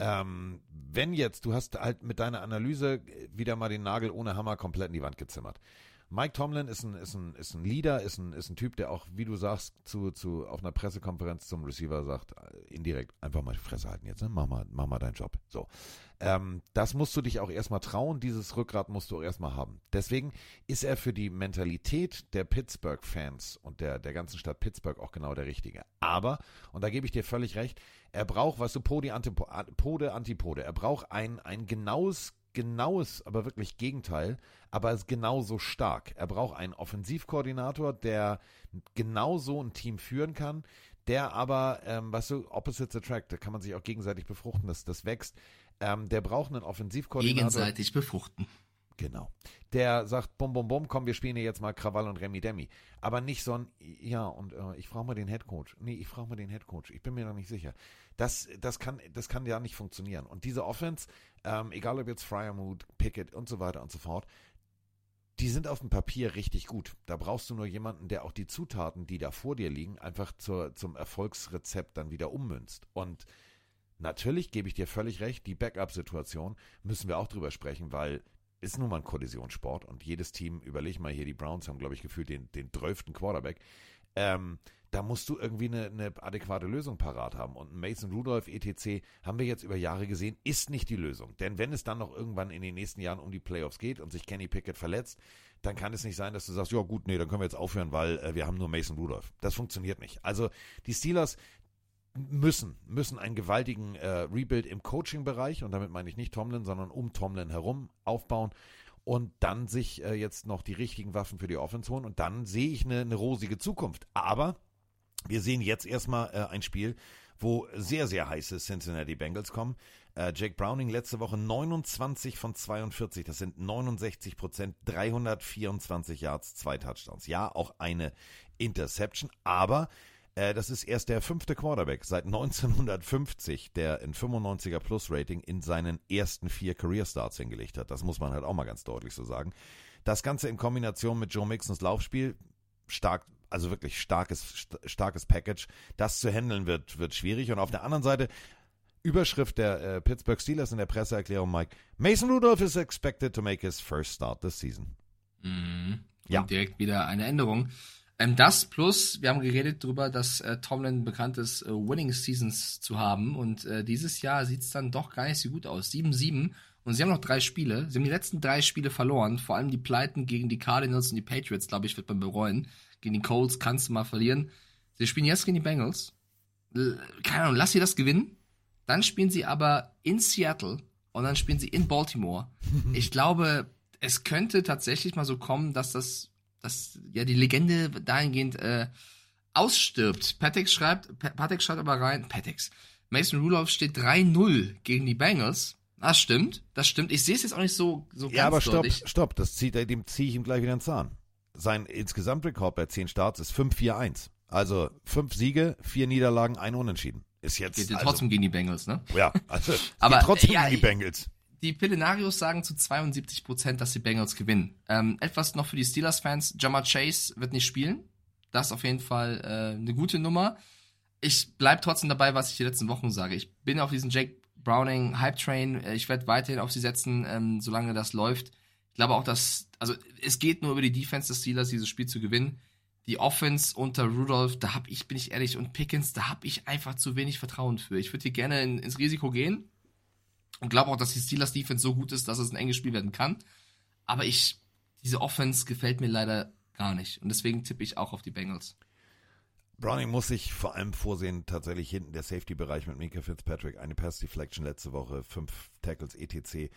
Du hast halt mit deiner Analyse wieder mal den Nagel ohne Hammer komplett in die Wand gezimmert. Mike Tomlin ist ein Leader, ist ein Typ, der auch, wie du sagst, auf einer Pressekonferenz zum Receiver sagt, indirekt, einfach mal die Fresse halten jetzt, ne? Mach mal deinen Job. So. Das musst du dich auch erstmal trauen, dieses Rückgrat musst du auch erstmal haben. Deswegen ist er für die Mentalität der Pittsburgh-Fans und der ganzen Stadt Pittsburgh auch genau der Richtige. Aber, und da gebe ich dir völlig recht, er braucht, weißt du, Pode, Antipode, er braucht ein genaues, aber wirklich Gegenteil, aber ist genauso stark. Er braucht einen Offensivkoordinator, der genauso ein Team führen kann, der aber, weißt du, Opposites attract, da kann man sich auch gegenseitig befruchten, das wächst. Der braucht einen Offensivkoordinator. Gegenseitig befruchten. Genau. Der sagt, bum, bum, bum, komm, wir spielen hier jetzt mal Krawall und Remi Demi. Aber nicht so ein, ich frage mal den Headcoach. Nee, ich frage mal den Headcoach. Ich bin mir noch nicht sicher. Das kann ja nicht funktionieren. Und diese Offense, egal ob jetzt Freiermuth, Pickett und so weiter und so fort, die sind auf dem Papier richtig gut. Da brauchst du nur jemanden, der auch die Zutaten, die da vor dir liegen, einfach zum Erfolgsrezept dann wieder ummünzt. Und natürlich gebe ich dir völlig recht, die Backup-Situation müssen wir auch drüber sprechen, weil ist nun mal ein Kollisionssport und jedes Team, überleg mal hier, die Browns haben, glaube ich, gefühlt den 12. Quarterback. Da musst du irgendwie eine adäquate Lösung parat haben. Und Mason Rudolph, etc., haben wir jetzt über Jahre gesehen, ist nicht die Lösung. Denn wenn es dann noch irgendwann in den nächsten Jahren um die Playoffs geht und sich Kenny Pickett verletzt, dann kann es nicht sein, dass du sagst, ja gut, nee, dann können wir jetzt aufhören, weil wir haben nur Mason Rudolph. Das funktioniert nicht. Also die Steelers müssen einen gewaltigen Rebuild im Coaching-Bereich, und damit meine ich nicht Tomlin, sondern um Tomlin herum aufbauen und dann sich jetzt noch die richtigen Waffen für die Offense holen und dann sehe ich eine rosige Zukunft. Aber wir sehen jetzt erstmal ein Spiel, wo sehr, sehr heiße Cincinnati Bengals kommen. Jake Browning letzte Woche 29 von 42, das sind 69%, 324 Yards, 2 Touchdowns. Ja, auch eine Interception, aber das ist erst der 5. Quarterback seit 1950, der ein 95er-Plus-Rating in seinen ersten 4 Career-Starts hingelegt hat. Das muss man halt auch mal ganz deutlich so sagen. Das Ganze in Kombination mit Joe Mixons Laufspiel, stark, also wirklich starkes Package. Das zu handeln wird schwierig. Und auf der anderen Seite, Überschrift der Pittsburgh Steelers in der Presseerklärung, Mike, Mason Rudolph is expected to make his first start this season. Mhm. Ja. Und direkt wieder eine Änderung. Das plus, wir haben geredet darüber, dass Tomlin bekannt ist, Winning Seasons zu haben. Und dieses Jahr sieht es dann doch gar nicht so gut aus. 7-7. Und sie haben noch 3 Spiele. Sie haben die letzten 3 Spiele verloren. Vor allem die Pleiten gegen die Cardinals und die Patriots, glaube ich, wird man bereuen. Gegen die Colts kannst du mal verlieren. Sie spielen jetzt gegen die Bengals. Keine Ahnung, lass sie das gewinnen. Dann spielen sie aber in Seattle. Und dann spielen sie in Baltimore. Ich glaube, es könnte tatsächlich mal so kommen, dass ja die Legende dahingehend ausstirbt. Patek schreibt aber rein, Mason Rudolph steht 3-0 gegen die Bengals. Das stimmt. Ich sehe es jetzt auch nicht so ganz ja, aber deutlich. Stopp, dem ziehe ich ihm gleich wieder den Zahn. Sein Insgesamtrekord bei 10 Starts ist 5-4-1. Also 5 Siege, 4 Niederlagen, 1 Unentschieden. Ist jetzt Geht trotzdem gegen die Bengals, ne? Ja, also aber geht trotzdem gegen die Bengals. Die Pillenarios sagen zu 72%, dass die Bengals gewinnen. Etwas noch für die Steelers-Fans. Ja'Marr Chase wird nicht spielen. Das ist auf jeden Fall eine gute Nummer. Ich bleibe trotzdem dabei, was ich die letzten Wochen sage. Ich bin auf diesen Jake Browning Hype-Train. Ich werde weiterhin auf sie setzen, solange das läuft. Ich glaube auch, dass, also es geht nur über die Defense des Steelers, dieses Spiel zu gewinnen. Die Offense unter Rudolph, bin ich ehrlich, und Pickens, da habe ich einfach zu wenig Vertrauen für. Ich würde hier gerne ins Risiko gehen. Und glaube auch, dass die Steelers Defense so gut ist, dass es ein enges Spiel werden kann. Aber diese Offense gefällt mir leider gar nicht. Und deswegen tippe ich auch auf die Bengals. Browning muss sich vor allem vorsehen, tatsächlich hinten der Safety-Bereich mit Minkah Fitzpatrick, eine Pass-Deflection letzte Woche, 5 Tackles, etc.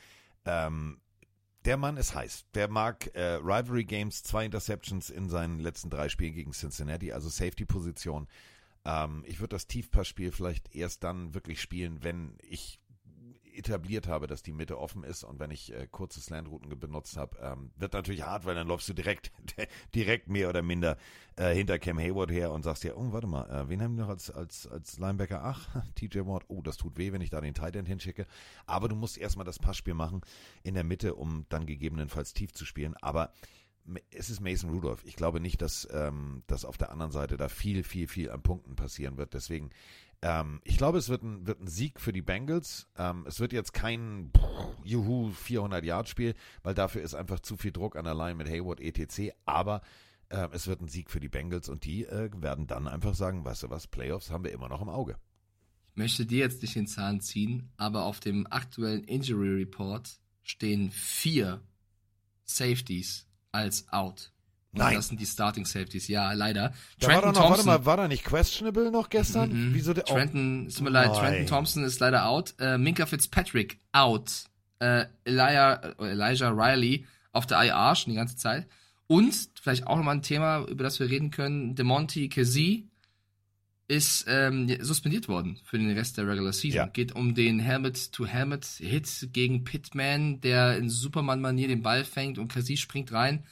Der Mann ist heiß. Der mag Rivalry Games, 2 Interceptions in seinen letzten 3 Spielen gegen Cincinnati, also Safety-Position. Ich würde das Tiefpassspiel vielleicht erst dann wirklich spielen, wenn ich etabliert habe, dass die Mitte offen ist und wenn ich kurze Slant-Routen benutzt habe, wird natürlich hart, weil dann läufst du direkt mehr oder minder hinter Cam Hayward her und sagst dir, warte mal, wen haben wir noch als Linebacker? Ach, TJ Watt, das tut weh, wenn ich da den Tight End hinschicke. Aber du musst erstmal das Passspiel machen in der Mitte, um dann gegebenenfalls tief zu spielen. Aber es ist Mason Rudolph. Ich glaube nicht, dass auf der anderen Seite da viel, viel, viel an Punkten passieren wird. Deswegen ich glaube, es wird ein Sieg für die Bengals. Es wird jetzt kein 400-Yard-Spiel, weil dafür ist einfach zu viel Druck an der Line mit Hayward, etc. Aber es wird ein Sieg für die Bengals und die werden dann einfach sagen, weißt du was, Playoffs haben wir immer noch im Auge. Ich möchte dir jetzt nicht den Zahn ziehen, aber auf dem aktuellen Injury Report stehen 4 Safeties als out. Nein. Das sind die Starting Safeties, ja, leider. Da Trenton Thompson, war da nicht questionable noch gestern? Wieso der? Trenton Thompson ist leider out. Minkah Fitzpatrick out. Elijah Riley auf der IR schon die ganze Zeit. Und vielleicht auch nochmal ein Thema, über das wir reden können. DeMonte Kazee ist suspendiert worden für den Rest der Regular Season. Ja. Geht um den Helmet-to-Helmet-Hit gegen Pittman, der in Superman-Manier den Ball fängt und Kazee springt rein.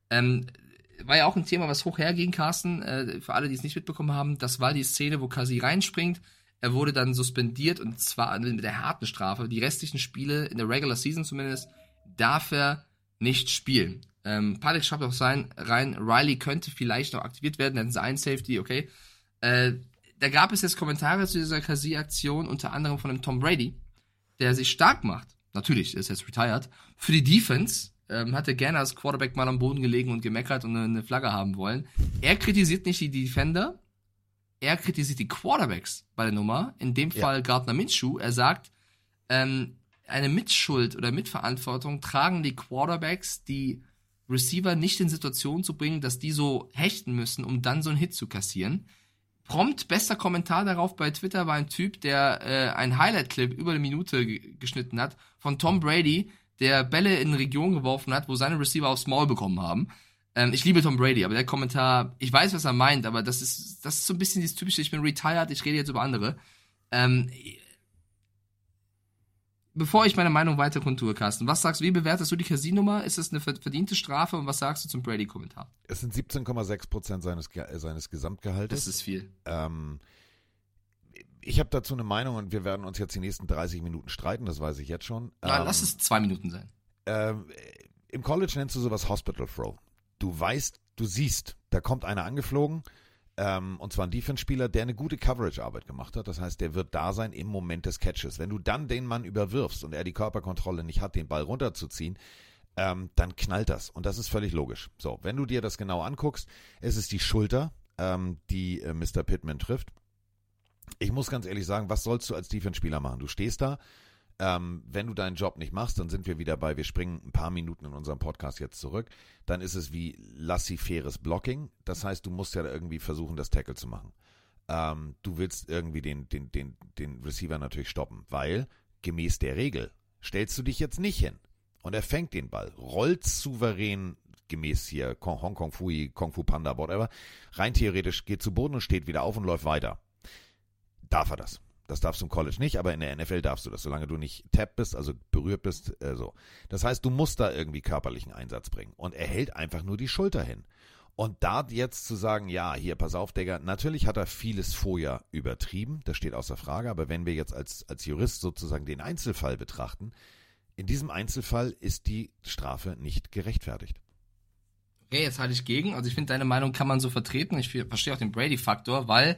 War ja auch ein Thema, was hoch herging, Carsten, für alle, die es nicht mitbekommen haben. Das war die Szene, wo Kazee reinspringt, Er wurde dann suspendiert und zwar mit der harten Strafe. Die restlichen Spiele, in der Regular Season zumindest, darf er nicht spielen. Patrick schreibt auch rein, Riley könnte vielleicht noch aktiviert werden, dann ist ein Safety, okay. Da gab es jetzt Kommentare zu dieser Kassier-Aktion, unter anderem von dem Tom Brady, der sich stark macht. Natürlich, ist jetzt retired. Für die Defense hat er gerne als Quarterback mal am Boden gelegen und gemeckert und eine Flagge haben wollen. Er kritisiert nicht die Defender, er kritisiert die Quarterbacks bei der Nummer, in dem Fall Gardner Minshew. Er sagt, eine Mitschuld oder Mitverantwortung tragen die Quarterbacks, die Receiver nicht in Situationen zu bringen, dass die so hechten müssen, um dann so einen Hit zu kassieren. Prompt bester Kommentar darauf bei Twitter war ein Typ, der ein Highlight-Clip über eine Minute geschnitten hat von Tom Brady, der Bälle in eine Region geworfen hat, wo seine Receiver aufs Maul bekommen haben. Ich liebe Tom Brady, aber der Kommentar, ich weiß, was er meint, aber das ist so ein bisschen dieses typische, ich bin retired, ich rede jetzt über andere. Bevor ich meine Meinung weiter kundtue, Carsten, was sagst du, wie bewertest du die Casino-Nummer? Ist das eine verdiente Strafe und was sagst du zum Brady-Kommentar? Es sind 17,6% seines Gesamtgehaltes. Das ist viel. Ich habe dazu eine Meinung und wir werden uns jetzt die nächsten 30 Minuten streiten, das weiß ich jetzt schon. Ja, lass es 2 Minuten sein. Im College nennst du sowas Hospital Throw. Du siehst, da kommt einer angeflogen, und zwar ein Defense-Spieler, der eine gute Coverage-Arbeit gemacht hat. Das heißt, der wird da sein im Moment des Catches. Wenn du dann den Mann überwirfst und er die Körperkontrolle nicht hat, den Ball runterzuziehen, dann knallt das. Und das ist völlig logisch. So, wenn du dir das genau anguckst, es ist die Schulter, die Mr. Pittman trifft. Ich muss ganz ehrlich sagen, was sollst du als Defense-Spieler machen? Du stehst da, wenn du deinen Job nicht machst, dann sind wir wieder wir springen ein paar Minuten in unserem Podcast jetzt zurück, dann ist es wie laissez-faires Blocking. Das heißt, du musst ja irgendwie versuchen, das Tackle zu machen. Du willst irgendwie den Receiver natürlich stoppen, weil gemäß der Regel stellst du dich jetzt nicht hin und er fängt den Ball, rollt souverän gemäß hier Hong Kong Fui, Kung Fu Panda, whatever, rein theoretisch geht zu Boden und steht wieder auf und läuft weiter. Darf er das? Das darfst du im College nicht, aber in der NFL darfst du das, solange du nicht tapped bist, also berührt bist, so. Das heißt, du musst da irgendwie körperlichen Einsatz bringen. Und er hält einfach nur die Schulter hin. Und da jetzt zu sagen, ja, hier, pass auf, Digga, natürlich hat er vieles vorher übertrieben, das steht außer Frage, aber wenn wir jetzt als Jurist sozusagen den Einzelfall betrachten, in diesem Einzelfall ist die Strafe nicht gerechtfertigt. Okay, jetzt halte ich gegen. Also ich finde, deine Meinung kann man so vertreten. Ich verstehe auch den Brady-Faktor, weil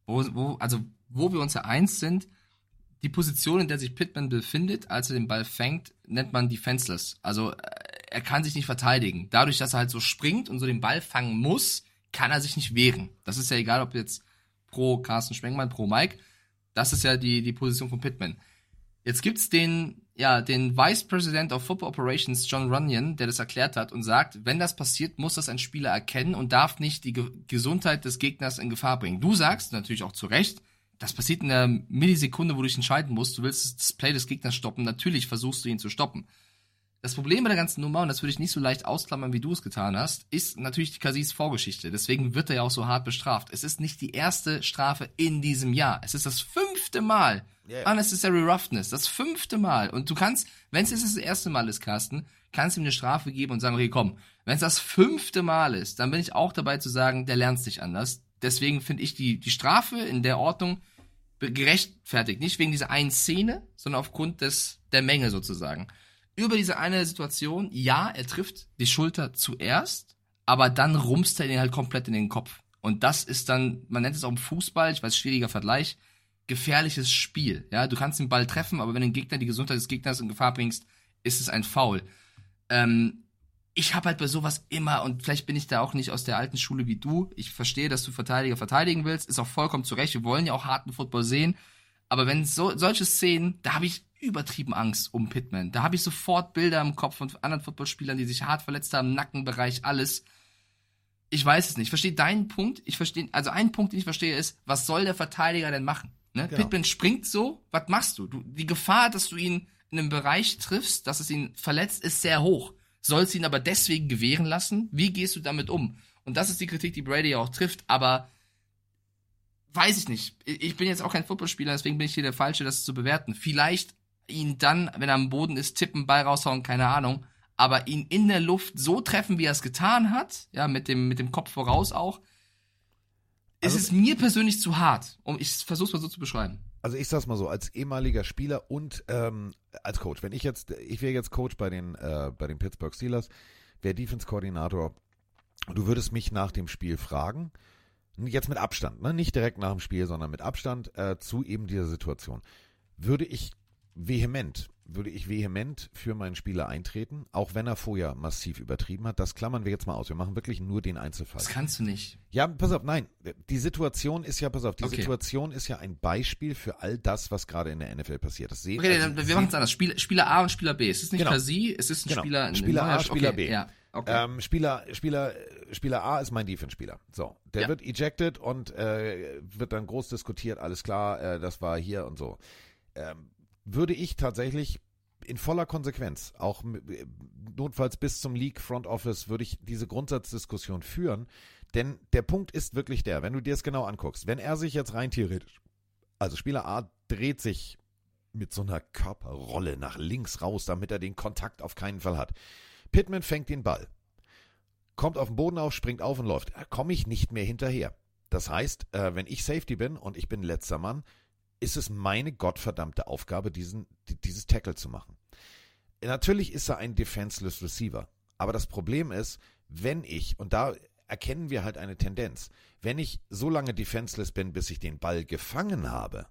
wo wir uns ja eins sind, die Position, in der sich Pittman befindet, als er den Ball fängt, nennt man defenseless. Also er kann sich nicht verteidigen. Dadurch, dass er halt so springt und so den Ball fangen muss, kann er sich nicht wehren. Das ist ja egal, ob jetzt pro Carsten Spengmann, pro Mike. Das ist ja die Position von Pittman. Jetzt gibt's den Vice President of Football Operations, John Runyon, der das erklärt hat und sagt, wenn das passiert, muss das ein Spieler erkennen und darf nicht die Gesundheit des Gegners in Gefahr bringen. Du sagst natürlich auch zu Recht, das passiert in der Millisekunde, wo du dich entscheiden musst. Du willst das Play des Gegners stoppen. Natürlich versuchst du ihn zu stoppen. Das Problem bei der ganzen Nummer, und das würde ich nicht so leicht ausklammern, wie du es getan hast, ist natürlich die Cassis Vorgeschichte. Deswegen wird er ja auch so hart bestraft. Es ist nicht die erste Strafe in diesem Jahr. Es ist das 5. Mal. Yeah. Unnecessary Roughness. Das 5. Mal. Und du kannst, wenn es das erste Mal ist, Carsten, kannst du ihm eine Strafe geben und sagen, okay, komm, wenn es das 5. Mal ist, dann bin ich auch dabei zu sagen, der lernt es nicht anders. Deswegen finde ich die Strafe in der Ordnung gerechtfertigt. Nicht wegen dieser einen Szene, sondern aufgrund der Menge sozusagen. Über diese eine Situation, ja, er trifft die Schulter zuerst, aber dann rumst er ihn halt komplett in den Kopf. Und das ist dann, man nennt es auch im Fußball, ich weiß, schwieriger Vergleich, gefährliches Spiel. Ja, du kannst den Ball treffen, aber wenn du den Gegner, die Gesundheit des Gegners in Gefahr bringst, ist es ein Foul. Ich habe halt bei sowas immer, und vielleicht bin ich da auch nicht aus der alten Schule wie du, ich verstehe, dass du Verteidiger verteidigen willst, ist auch vollkommen zu Recht, wir wollen ja auch harten Football sehen, aber wenn solche Szenen, da habe ich übertrieben Angst um Pittman. Da habe ich sofort Bilder im Kopf von anderen Footballspielern, die sich hart verletzt haben, Nackenbereich, alles. Ich weiß es nicht. Ich verstehe deinen Punkt. Also einen Punkt, den ich verstehe, ist, was soll der Verteidiger denn machen? Ne? Genau. Pittman springt so, was machst du? Die Gefahr, dass du ihn in einem Bereich triffst, dass es ihn verletzt, ist sehr hoch. Sollst ihn aber deswegen gewähren lassen? Wie gehst du damit um? Und das ist die Kritik, die Brady ja auch trifft, aber weiß ich nicht. Ich bin jetzt auch kein Footballspieler, deswegen bin ich hier der Falsche, das zu bewerten. Vielleicht ihn dann, wenn er am Boden ist, tippen, Ball raushauen, keine Ahnung, aber ihn in der Luft so treffen, wie er es getan hat, ja, mit dem Kopf voraus auch, ist es mir persönlich zu hart. Ich versuch's mal so zu beschreiben. Also ich sag's mal so, als ehemaliger Spieler und als Coach. Ich wäre jetzt Coach bei den Pittsburgh Steelers, wäre Defense-Koordinator. Du würdest mich nach dem Spiel fragen, jetzt mit Abstand, ne? Nicht direkt nach dem Spiel, sondern mit Abstand zu eben dieser Situation. Würde ich vehement für meinen Spieler eintreten, auch wenn er vorher massiv übertrieben hat. Das klammern wir jetzt mal aus. Wir machen wirklich nur den Einzelfall. Das kannst du nicht. Ja, pass auf, nein. Die Situation ist ja Okay. Situation ist ja ein Beispiel für all das, was gerade in der NFL passiert. Das sehen, Okay, dann, wir machen es anders. Spieler A und Spieler B. Es ist nicht Genau. Kasi, es ist ein Spieler... Spieler A, Spieler B. Ja, okay. Spieler A ist mein Defense-Spieler. So, der wird ejected und wird dann groß diskutiert. Alles klar, das war hier und so. Würde ich tatsächlich in voller Konsequenz, auch notfalls bis zum League Front Office, würde ich diese Grundsatzdiskussion führen. Denn der Punkt ist wirklich der, wenn du dir es genau anguckst, wenn er sich jetzt rein theoretisch, also Spieler A dreht sich mit so einer Körperrolle nach links raus, damit er den Kontakt auf keinen Fall hat. Pittman fängt den Ball, kommt auf den Boden auf, springt auf und läuft. Da komme ich nicht mehr hinterher. Das heißt, wenn ich Safety bin und ich bin letzter Mann, ist es meine gottverdammte Aufgabe, dieses Tackle zu machen. Natürlich ist er ein defenseless Receiver, aber das Problem ist, und da erkennen wir halt eine Tendenz, wenn ich so lange defenseless bin, bis ich den Ball gefangen habe,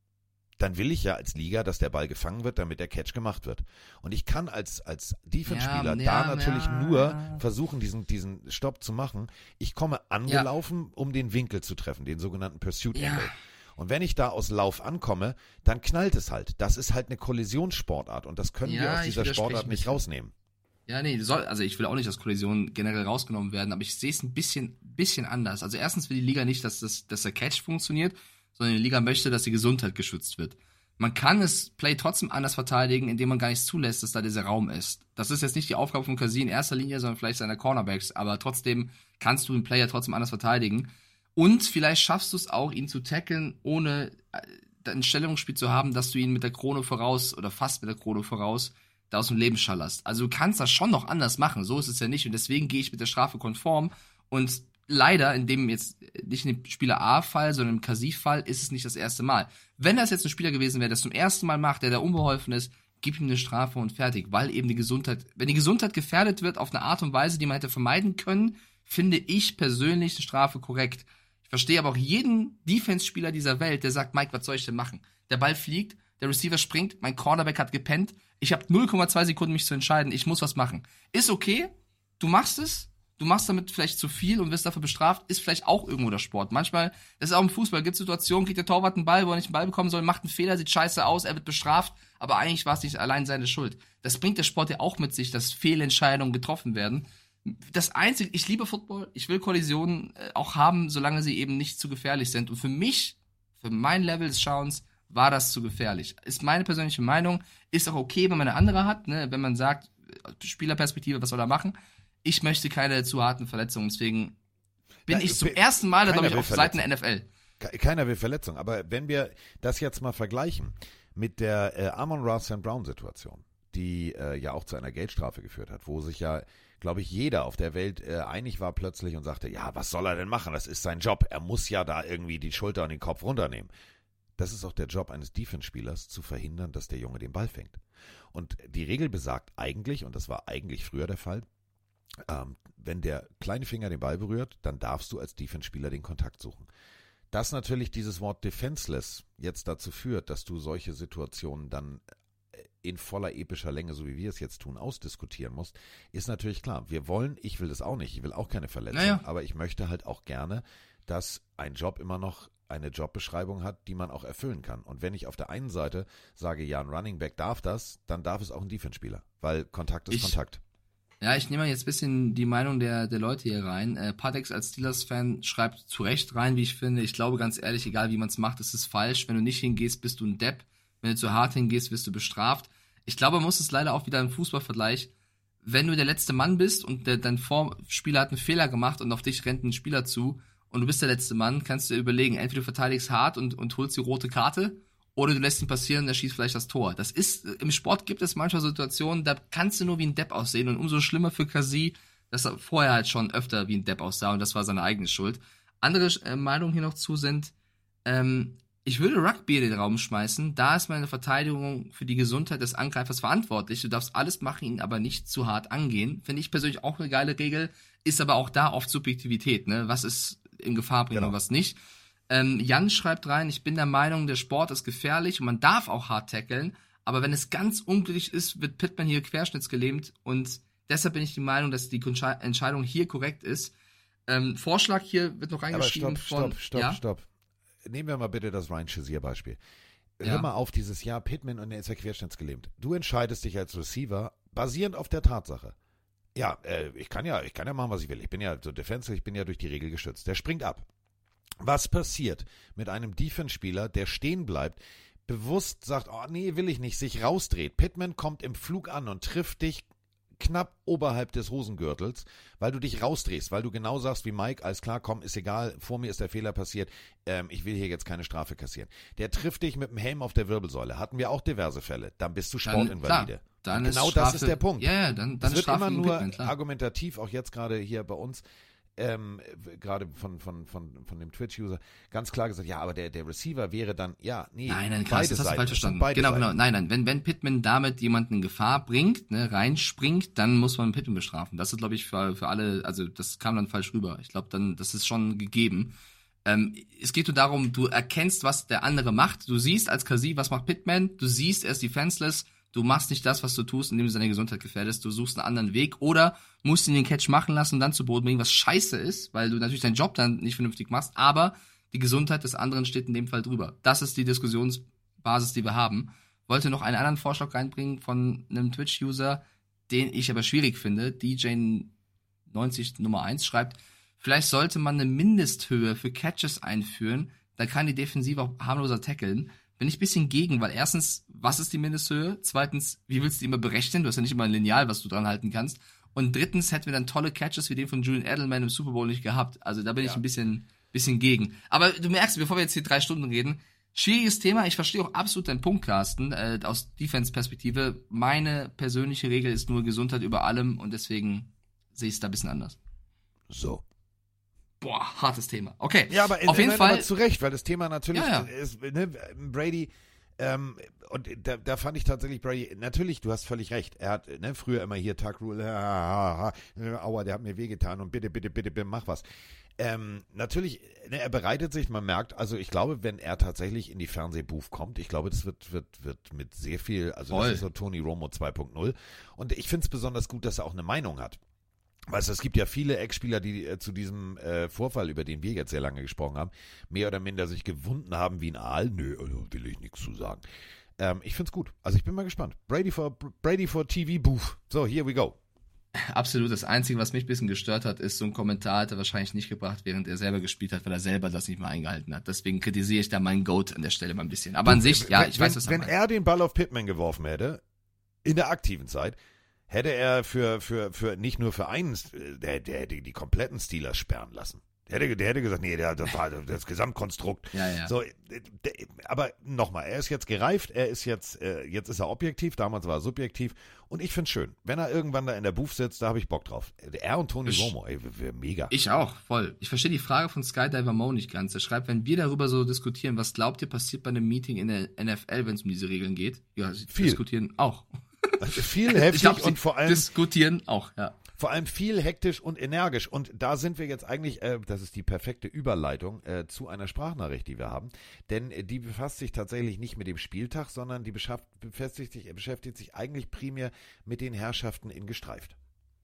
dann will ich ja als Liga, dass der Ball gefangen wird, damit der Catch gemacht wird. Und ich kann als Defense-Spieler natürlich nur versuchen, diesen Stopp zu machen. Ich komme angelaufen, um den Winkel zu treffen, den sogenannten Pursuit Angle. Und wenn ich da aus Lauf ankomme, dann knallt es halt. Das ist halt eine Kollisionssportart und das können wir aus dieser Sportart nicht rausnehmen. Ja, nee, also ich will auch nicht, dass Kollisionen generell rausgenommen werden, aber ich sehe es ein bisschen anders. Also erstens will die Liga nicht, dass der Catch funktioniert, sondern die Liga möchte, dass die Gesundheit geschützt wird. Man kann das Play trotzdem anders verteidigen, indem man gar nicht zulässt, dass da dieser Raum ist. Das ist jetzt nicht die Aufgabe von Kasi in erster Linie, sondern vielleicht seiner Cornerbacks, aber trotzdem kannst du den Player trotzdem anders verteidigen. Und vielleicht schaffst du es auch, ihn zu tackeln, ohne ein Stellungsspiel zu haben, dass du ihn mit der Krone voraus oder fast mit der Krone voraus da aus dem Leben schallerst. Also du kannst das schon noch anders machen, so ist es ja nicht. Und deswegen gehe ich mit der Strafe konform. Und leider, in dem jetzt nicht in dem Spieler A-Fall, sondern im Kasi-Fall, ist es nicht das erste Mal. Wenn das jetzt ein Spieler gewesen wäre, der das zum ersten Mal macht, der da unbeholfen ist, gib ihm eine Strafe und fertig. Weil eben wenn die Gesundheit gefährdet wird auf eine Art und Weise, die man hätte vermeiden können, finde ich persönlich eine Strafe korrekt. Ich verstehe aber auch jeden Defense-Spieler dieser Welt, der sagt, Mike, was soll ich denn machen? Der Ball fliegt, der Receiver springt, mein Cornerback hat gepennt, ich habe 0,2 Sekunden, mich zu entscheiden, ich muss was machen. Ist okay, du machst damit vielleicht zu viel und wirst dafür bestraft, ist vielleicht auch irgendwo der Sport. Manchmal, das ist auch im Fußball, gibt Situationen, kriegt der Torwart einen Ball, wo er nicht einen Ball bekommen soll, macht einen Fehler, sieht scheiße aus, er wird bestraft, aber eigentlich war es nicht allein seine Schuld. Das bringt der Sport ja auch mit sich, dass Fehlentscheidungen getroffen werden. Das Einzige, ich liebe Football, ich will Kollisionen auch haben, solange sie eben nicht zu gefährlich sind. Und für mein Level des Schauens, war das zu gefährlich. Ist meine persönliche Meinung, ist auch okay, wenn man eine andere hat, ne? Wenn man sagt, Spielerperspektive, was soll er machen? Ich möchte keine zu harten Verletzungen, deswegen bin ich zum ersten Mal, glaube ich, auf Seiten der NFL. Keiner will Verletzung, aber wenn wir das jetzt mal vergleichen mit der Amon-Ra St. Brown-Situation, die ja auch zu einer Geldstrafe geführt hat, wo sich ja, glaube ich, jeder auf der Welt einig war plötzlich und sagte, ja, was soll er denn machen? Das ist sein Job. Er muss ja da irgendwie die Schulter und den Kopf runternehmen. Das ist auch der Job eines Defense-Spielers, zu verhindern, dass der Junge den Ball fängt. Und die Regel besagt eigentlich, und das war eigentlich früher der Fall, wenn der kleine Finger den Ball berührt, dann darfst du als Defense-Spieler den Kontakt suchen. Dass natürlich dieses Wort defenseless jetzt dazu führt, dass du solche Situationen dann in voller epischer Länge, so wie wir es jetzt tun, ausdiskutieren musst, ist natürlich klar. Ich will das auch nicht, ich will auch keine Verletzung, aber ich möchte halt auch gerne, dass ein Job immer noch eine Jobbeschreibung hat, die man auch erfüllen kann. Und wenn ich auf der einen Seite sage, ja, ein Running Back darf das, dann darf es auch ein Defense-Spieler, weil Kontakt ist Kontakt. Ja, ich nehme mal jetzt ein bisschen die Meinung der Leute hier rein. Patex als Steelers-Fan schreibt zu Recht rein, wie ich finde. Ich glaube ganz ehrlich, egal wie man es macht, ist es falsch. Wenn du nicht hingehst, bist du ein Depp. Wenn du zu hart hingehst, wirst du bestraft. Ich glaube, man muss es leider auch wieder im Fußballvergleich. Wenn du der letzte Mann bist und dein Vorspieler hat einen Fehler gemacht und auf dich rennt ein Spieler zu und du bist der letzte Mann, kannst du dir überlegen, entweder du verteidigst hart und holst die rote Karte oder du lässt ihn passieren, der schießt vielleicht das Tor. Das ist, im Sport gibt es manchmal Situationen, da kannst du nur wie ein Depp aussehen und umso schlimmer für Kasi, dass er vorher halt schon öfter wie ein Depp aussah und das war seine eigene Schuld. Andere Meinungen hier noch zu sind, Ich würde Rugby in den Raum schmeißen. Da ist meine Verteidigung für die Gesundheit des Angreifers verantwortlich. Du darfst alles machen, ihn aber nicht zu hart angehen. Finde ich persönlich auch eine geile Regel. Ist aber auch da oft Subjektivität, ne? Was ist in Gefahr bringen und was nicht. Jan schreibt rein, ich bin der Meinung, der Sport ist gefährlich und man darf auch hart tackeln. Aber wenn es ganz unglücklich ist, wird Pittman hier querschnittsgelähmt. Und deshalb bin ich die Meinung, dass die Entscheidung hier korrekt ist. Vorschlag hier wird noch reingeschrieben Stopp. Nehmen wir mal bitte das Ryan Shazier-Beispiel. Hör mal auf dieses Jahr Pittman und er ist ja querschnittsgelähmt. Du entscheidest dich als Receiver basierend auf der Tatsache. Ja, ich kann ja machen, was ich will. Ich bin ja so Defensive, ich bin ja durch die Regel geschützt. Der springt ab. Was passiert mit einem Defense-Spieler, der stehen bleibt, bewusst sagt, oh nee, will ich nicht, sich rausdreht. Pittman kommt im Flug an und trifft dich knapp oberhalb des Hosengürtels, weil du dich rausdrehst, weil du genau sagst wie Mike, alles klar, komm, ist egal, vor mir ist der Fehler passiert, ich will hier jetzt keine Strafe kassieren. Der trifft dich mit dem Helm auf der Wirbelsäule, hatten wir auch diverse Fälle, dann bist du Sportinvalide. Dann genau Strafe, das ist der Punkt. Ja, dann das ist wird Strafe immer nur Pittman, argumentativ, auch jetzt gerade hier bei uns, gerade von dem Twitch-User, ganz klar gesagt, ja, aber der Receiver wäre dann, nein, krass, das hast du falsch verstanden. Genau, nein, wenn Pittman damit jemanden in Gefahr bringt, ne, reinspringt, dann muss man Pittman bestrafen. Das ist, glaube ich, für alle, also das kam dann falsch rüber. Ich glaube dann, das ist schon gegeben. Es geht nur darum, du erkennst, was der andere macht. Du siehst als KC, was macht Pittman, du siehst, er ist defenseless. Du machst nicht das, was du tust, indem du seine Gesundheit gefährdest. Du suchst einen anderen Weg oder musst ihn den Catch machen lassen und dann zu Boden bringen, was scheiße ist, weil du natürlich deinen Job dann nicht vernünftig machst, aber die Gesundheit des anderen steht in dem Fall drüber. Das ist die Diskussionsbasis, die wir haben. Wollte noch einen anderen Vorschlag reinbringen von einem Twitch-User, den ich aber schwierig finde. DJ90 Nummer 1 schreibt, vielleicht sollte man eine Mindesthöhe für Catches einführen, da kann die Defensive auch harmloser tackeln. Bin ich ein bisschen gegen, weil erstens, was ist die Mindesthöhe? Zweitens, wie willst du die immer berechnen? Du hast ja nicht immer ein Lineal, was du dran halten kannst. Und drittens hätten wir dann tolle Catches wie den von Julian Edelman im Super Bowl nicht gehabt. Also da bin ich ein bisschen gegen. Aber du merkst, bevor wir jetzt hier 3 Stunden reden, schwieriges Thema. Ich verstehe auch absolut deinen Punkt, Carsten, aus Defense-Perspektive. Meine persönliche Regel ist nur Gesundheit über allem und deswegen sehe ich es da ein bisschen anders. So. Boah, hartes Thema. Okay, ja, aber auf jeden Fall. Aber zu Recht, weil das Thema natürlich ist, ne, Brady, und da fand ich tatsächlich Brady, natürlich, du hast völlig recht, er hat früher immer hier Tuck Rule, aua, der hat mir wehgetan und bitte, mach was. Natürlich, er bereitet sich, man merkt, also ich glaube, wenn er tatsächlich in die Fernsehbooth kommt, ich glaube, das wird mit sehr viel, also das ist so Tony Romo 2.0 und ich finde es besonders gut, dass er auch eine Meinung hat. Weißt du, es gibt ja viele Ex-Spieler, die zu diesem Vorfall, über den wir jetzt sehr lange gesprochen haben, mehr oder minder sich gewunden haben wie ein Aal. Nö, will ich nichts zu sagen. Ich find's gut. Also ich bin mal gespannt. Brady for TV Booth. So, here we go. Absolut. Das Einzige, was mich ein bisschen gestört hat, ist, so ein Kommentar hat er wahrscheinlich nicht gebracht, während er selber gespielt hat, weil er selber das nicht mal eingehalten hat. Deswegen kritisiere ich da meinen Goat an der Stelle mal ein bisschen. Aber an sich, ja, ich weiß, was er meint. Wenn er den Ball auf Pittman geworfen hätte, in der aktiven Zeit, hätte er für nicht nur für einen, der hätte die kompletten Steelers sperren lassen. Der hätte gesagt, nee, das war das Gesamtkonstrukt. Ja. So, aber nochmal, er ist jetzt gereift, jetzt ist er objektiv, damals war er subjektiv und ich find's schön. Wenn er irgendwann da in der Booth sitzt, da habe ich Bock drauf. Er und Tony Romo, wäre mega. Ich auch, voll. Ich verstehe die Frage von Skydiver Mo nicht ganz. Er schreibt, wenn wir darüber so diskutieren, was glaubt ihr passiert bei einem Meeting in der NFL, wenn es um diese Regeln geht? Ja, sie diskutieren auch. Viel heftig und vor allem diskutieren auch, ja. Vor allem viel hektisch und energisch. Und da sind wir jetzt eigentlich, das ist die perfekte Überleitung zu einer Sprachnachricht, die wir haben. Denn die befasst sich tatsächlich nicht mit dem Spieltag, sondern die beschäftigt sich eigentlich primär mit den Herrschaften in Gestreift.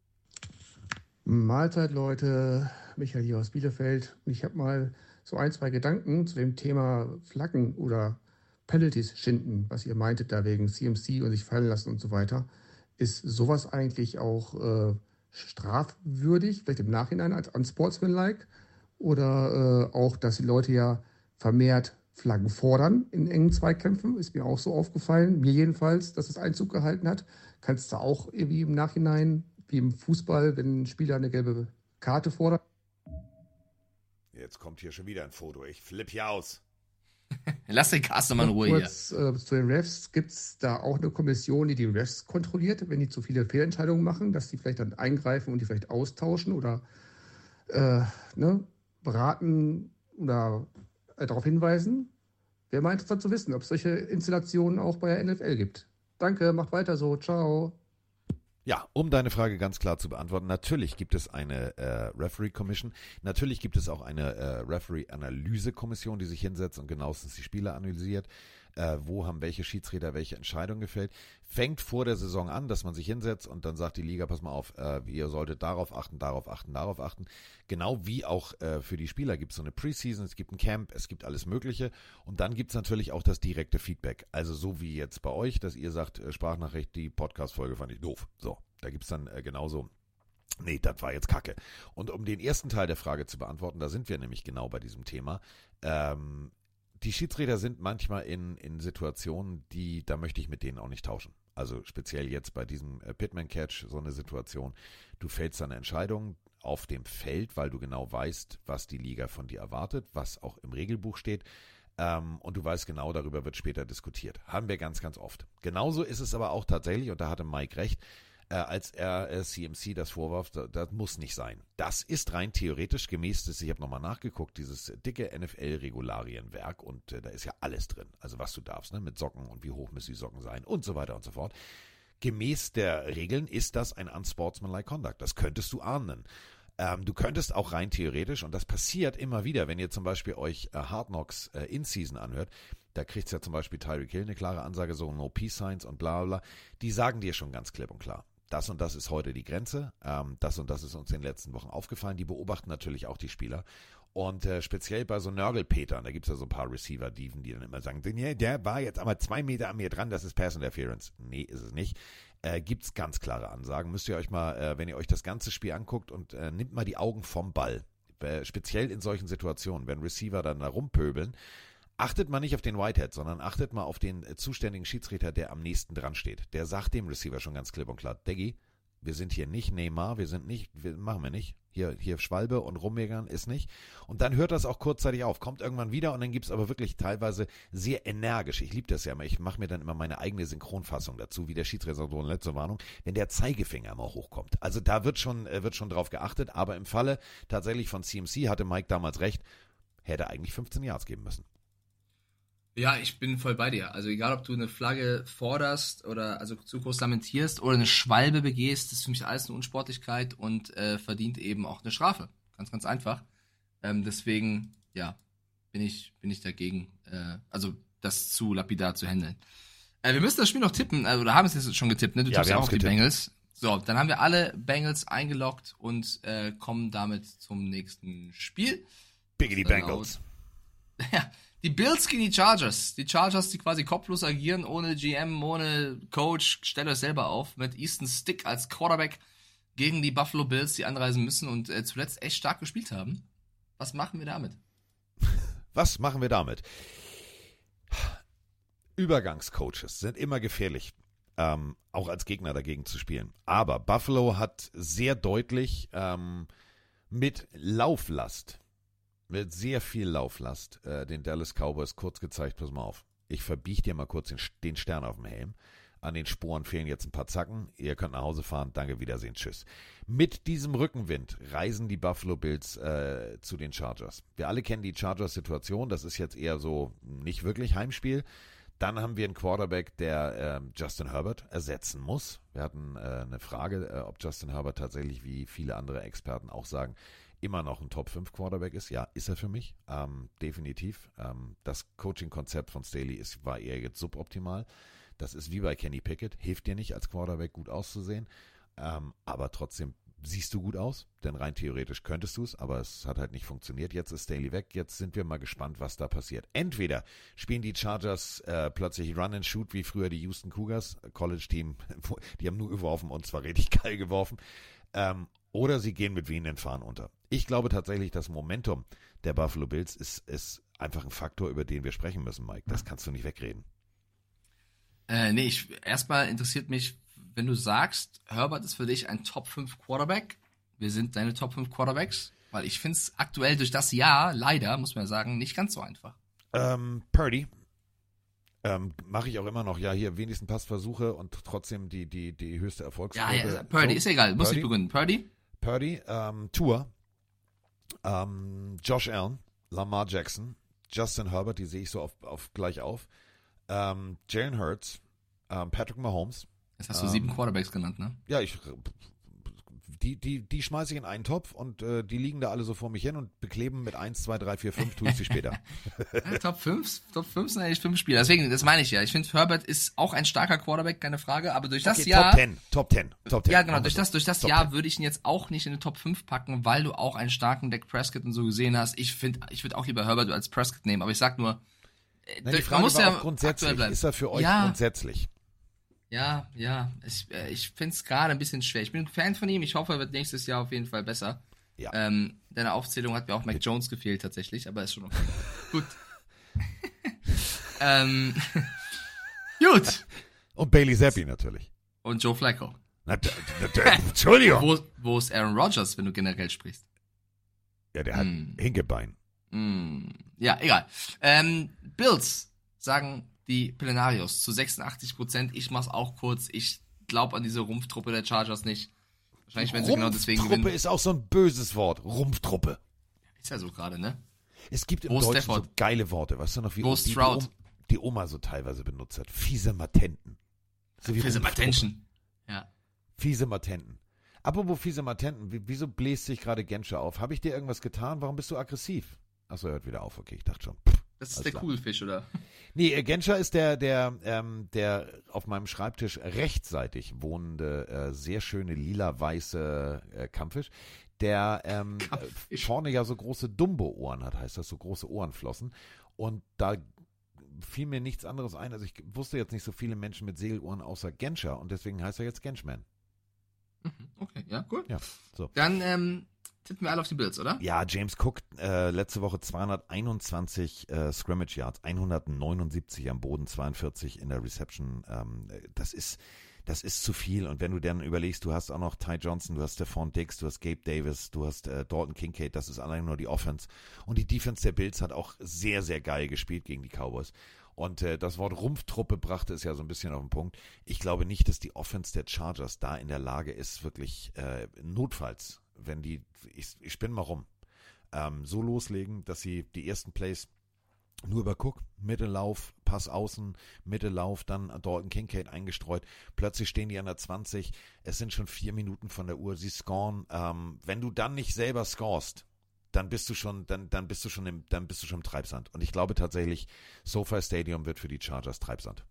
Mahlzeit, Leute. Michael hier aus Bielefeld. Ich habe mal so 1, 2 Gedanken zu dem Thema Flaggen oder Penalties schinden, was ihr meintet da wegen CMC und sich fallen lassen und so weiter. Ist sowas eigentlich auch strafwürdig, vielleicht im Nachhinein als unsportsmanlike? Oder auch, dass die Leute ja vermehrt Flaggen fordern in engen Zweikämpfen, ist mir auch so aufgefallen, mir jedenfalls, dass es Einzug gehalten hat. Kannst du auch irgendwie im Nachhinein, wie im Fußball, wenn ein Spieler eine gelbe Karte fordert? Jetzt kommt hier schon wieder ein Foto, ich flippe hier aus. Lass den Caster mal in Ruhe kurz, hier. Zu den Refs, gibt es da auch eine Kommission, die Refs kontrolliert, wenn die zu viele Fehlentscheidungen machen, dass die vielleicht dann eingreifen und die vielleicht austauschen oder beraten oder darauf hinweisen? Wäre mal interessant zu wissen, ob es solche Installationen auch bei der NFL gibt. Danke, macht weiter so. Ciao. Ja, um deine Frage ganz klar zu beantworten, natürlich gibt es eine Referee Commission, natürlich gibt es auch eine Referee Analyse Kommission, die sich hinsetzt und genauestens die Spiele analysiert, wo haben welche Schiedsrichter welche Entscheidung gefällt. Fängt vor der Saison an, dass man sich hinsetzt und dann sagt die Liga, pass mal auf, ihr solltet darauf achten, darauf achten, darauf achten. Genau wie auch für die Spieler gibt es so eine Preseason, es gibt ein Camp, es gibt alles Mögliche und dann gibt es natürlich auch das direkte Feedback. Also so wie jetzt bei euch, dass ihr sagt, Sprachnachricht, die Podcast-Folge fand ich doof. So, da gibt es dann genauso, nee, das war jetzt Kacke. Und um den ersten Teil der Frage zu beantworten, da sind wir nämlich genau bei diesem Thema. Die Schiedsrichter sind manchmal in Situationen, da möchte ich mit denen auch nicht tauschen. Also speziell jetzt bei diesem Pitman-Catch, so eine Situation, du fällst eine Entscheidung auf dem Feld, weil du genau weißt, was die Liga von dir erwartet, was auch im Regelbuch steht. Und du weißt genau, darüber wird später diskutiert. Haben wir ganz, ganz oft. Genauso ist es aber auch tatsächlich, und da hatte Mike recht, als er CMC das vorwarf, das muss nicht sein. Das ist rein theoretisch gemäß des, ich habe nochmal nachgeguckt, dieses dicke NFL-Regularienwerk und da ist ja alles drin. Also was du darfst, ne, mit Socken und wie hoch müssen die Socken sein und so weiter und so fort. Gemäß der Regeln ist das ein unsportsmanlike conduct. Das könntest du ahnen. Du könntest auch rein theoretisch, und das passiert immer wieder, wenn ihr zum Beispiel euch Hard Knocks In-Season anhört, da kriegt ja zum Beispiel Tyreek Hill eine klare Ansage, so No Peace Signs und bla bla. Die sagen dir schon ganz klipp und klar. Das und das ist heute die Grenze, das und das ist uns in den letzten Wochen aufgefallen. Die beobachten natürlich auch die Spieler. Und speziell bei so Nörgelpetern, da gibt es ja so ein paar Receiver-Dieven, die dann immer sagen, der war jetzt aber 2 Meter an mir dran, das ist Pass Interference. Nee, ist es nicht. Gibt es ganz klare Ansagen. Müsst ihr euch mal, wenn ihr euch das ganze Spiel anguckt und nimmt mal die Augen vom Ball. Speziell in solchen Situationen, wenn Receiver dann da rumpöbeln, achtet mal nicht auf den Whitehead, sondern achtet mal auf den zuständigen Schiedsrichter, der am nächsten dran steht. Der sagt dem Receiver schon ganz klipp und klar, Diggi, wir sind hier nicht Neymar, machen wir nicht. Hier Schwalbe und Rummegern ist nicht. Und dann hört das auch kurzzeitig auf, kommt irgendwann wieder und dann gibt es aber wirklich teilweise sehr energisch. Ich liebe das ja immer, ich mache mir dann immer meine eigene Synchronfassung dazu, wie der Schiedsrichter, so eine letzte Warnung, wenn der Zeigefinger immer hochkommt. Also da wird schon drauf geachtet, aber im Falle tatsächlich von CMC hatte Mike damals recht, hätte eigentlich 15 Yards geben müssen. Ja, ich bin voll bei dir. Also egal, ob du eine Flagge forderst oder also zu groß lamentierst oder eine Schwalbe begehst, das ist für mich alles eine Unsportlichkeit und verdient eben auch eine Strafe. Ganz, ganz einfach. Deswegen, ja, bin ich dagegen, also das zu lapidar zu handeln. Wir müssen das Spiel noch tippen, oder haben es jetzt schon getippt, ne? Du tippst ja auch auf die Bengals. So, dann haben wir alle Bengals eingeloggt und kommen damit zum nächsten Spiel. Biggity Bengals. Ja. Die Bills gegen die Chargers. Die Chargers, die quasi kopflos agieren, ohne GM, ohne Coach. Stellt euch selber auf. Mit Easton Stick als Quarterback gegen die Buffalo Bills, die anreisen müssen und zuletzt echt stark gespielt haben. Was machen wir damit? Was machen wir damit? Übergangscoaches sind immer gefährlich, auch als Gegner dagegen zu spielen. Aber Buffalo hat sehr deutlich mit Lauflast, mit sehr viel Lauflast, den Dallas Cowboys kurz gezeigt, pass mal auf, ich verbiege dir mal kurz den Stern auf dem Helm. An den Sporen fehlen jetzt ein paar Zacken. Ihr könnt nach Hause fahren. Danke, Wiedersehen, tschüss. Mit diesem Rückenwind reisen die Buffalo Bills zu den Chargers. Wir alle kennen die Chargers-Situation. Das ist jetzt eher so nicht wirklich Heimspiel. Dann haben wir einen Quarterback, der Justin Herbert ersetzen muss. Wir hatten eine Frage, ob Justin Herbert tatsächlich, wie viele andere Experten auch sagen, immer noch ein Top-5-Quarterback ist. Ja, ist er für mich. Definitiv. Das Coaching-Konzept von Staley war eher jetzt suboptimal. Das ist wie bei Kenny Pickett. Hilft dir nicht, als Quarterback gut auszusehen. Aber trotzdem siehst du gut aus. Denn rein theoretisch könntest du es, aber es hat halt nicht funktioniert. Jetzt ist Staley weg. Jetzt sind wir mal gespannt, was da passiert. Entweder spielen die Chargers plötzlich Run and Shoot wie früher die Houston Cougars, College-Team, die haben nur geworfen und zwar richtig geil geworfen. Oder sie gehen mit wehenden Fahnen unter. Ich glaube tatsächlich, das Momentum der Buffalo Bills ist einfach ein Faktor, über den wir sprechen müssen, Mike. Das kannst du nicht wegreden. Erstmal interessiert mich, wenn du sagst, Herbert ist für dich ein Top-5 Quarterback. Wir sind deine Top-5 Quarterbacks, weil ich finde es aktuell durch das Jahr, leider, muss man sagen, nicht ganz so einfach. Purdy. Mache ich auch immer noch. Ja, hier wenigsten Passversuche und trotzdem die höchste Erfolgsquote. Ja, Purdy, ist egal, muss ich begründen. Purdy, Tua, Josh Allen, Lamar Jackson, Justin Herbert, die sehe ich so auf gleich auf. Jalen Hurts, Patrick Mahomes. Jetzt hast du 7 Quarterbacks genannt, ne? Ja, die schmeiße ich in einen Topf und die liegen da alle so vor mich hin und bekleben mit 1, 2, 3, 4, 5 tue ich sie später. Top 5 sind eigentlich 5 Spieler. Deswegen, das meine ich ja. Ich finde, Herbert ist auch ein starker Quarterback, keine Frage, aber durch das Jahr... Top 10. Ja, genau, durch das Jahr würde ich ihn jetzt auch nicht in den Top 5 packen, weil du auch einen starken Dak Prescott und so gesehen hast. Ich würde auch lieber Herbert als Prescott nehmen, aber ich sag nur, die Frage man muss war ja auch grundsätzlich, ist er für euch grundsätzlich? Ja, ich finde es gerade ein bisschen schwer. Ich bin ein Fan von ihm, ich hoffe, er wird nächstes Jahr auf jeden Fall besser. Ja. Deine Aufzählung hat mir auch Mac Jones gefehlt tatsächlich, aber ist schon okay. Gut. Gut. Und Bailey Zappi natürlich. Und Joe Flacco. Entschuldigung. Wo ist Aaron Rodgers, wenn du generell sprichst? Ja, der hat Hinkebein. Ja, egal. Bills sagen die Pillenarios zu 86%. Ich mach's auch kurz. Ich glaube an diese Rumpftruppe der Chargers nicht. Wahrscheinlich, wenn sie genau deswegen gewinnen. Rumpftruppe ist auch so ein böses Wort. Rumpftruppe. Ist ja so gerade, ne? Es gibt im Deutschen so geile Worte. Weißt du noch, wie die Oma so teilweise benutzt hat? Fiese Matenten. So Fiese Matenten. Ja. Fiese Matenten. Apropos fiese Matenten, wieso bläst sich gerade Genscher auf? Habe ich dir irgendwas getan? Warum bist du aggressiv? Achso, er hört wieder auf. Okay, ich dachte schon. Das ist der Kugelfisch, oder? Nee, Genscher ist der auf meinem Schreibtisch rechtsseitig wohnende, sehr schöne lila-weiße Kampffisch, der vorne ja so große Dumbo-Ohren hat, heißt das, so große Ohrenflossen. Und da fiel mir nichts anderes ein. Also ich wusste jetzt nicht so viele Menschen mit Segelohren außer Genscher und deswegen heißt er jetzt Genschman. Okay, ja, cool. Ja, so. Dann tippen wir alle auf die Bills, oder? Ja, James Cook, letzte Woche 221 Scrimmage Yards, 179 am Boden, 42 in der Reception. Das ist zu viel. Und wenn du dann überlegst, du hast auch noch Ty Johnson, du hast Stephon Diggs, du hast Gabe Davis, du hast Dalton Kincaid, das ist allein nur die Offense. Und die Defense der Bills hat auch sehr, sehr geil gespielt gegen die Cowboys. Und das Wort Rumpftruppe brachte es ja so ein bisschen auf den Punkt. Ich glaube nicht, dass die Offense der Chargers da in der Lage ist, wirklich notfalls, wenn ich spinne mal rum, so loslegen, dass sie die ersten Plays nur über Cook, Mittellauf, Pass außen, Mittellauf, dann Dalton Kincaid eingestreut. Plötzlich stehen die an der 20. Es sind schon 4 Minuten von der Uhr. Sie scoren. Wenn du dann nicht selber scorest, dann bist du schon im Treibsand. Und ich glaube tatsächlich, SoFi Stadium wird für die Chargers Treibsand.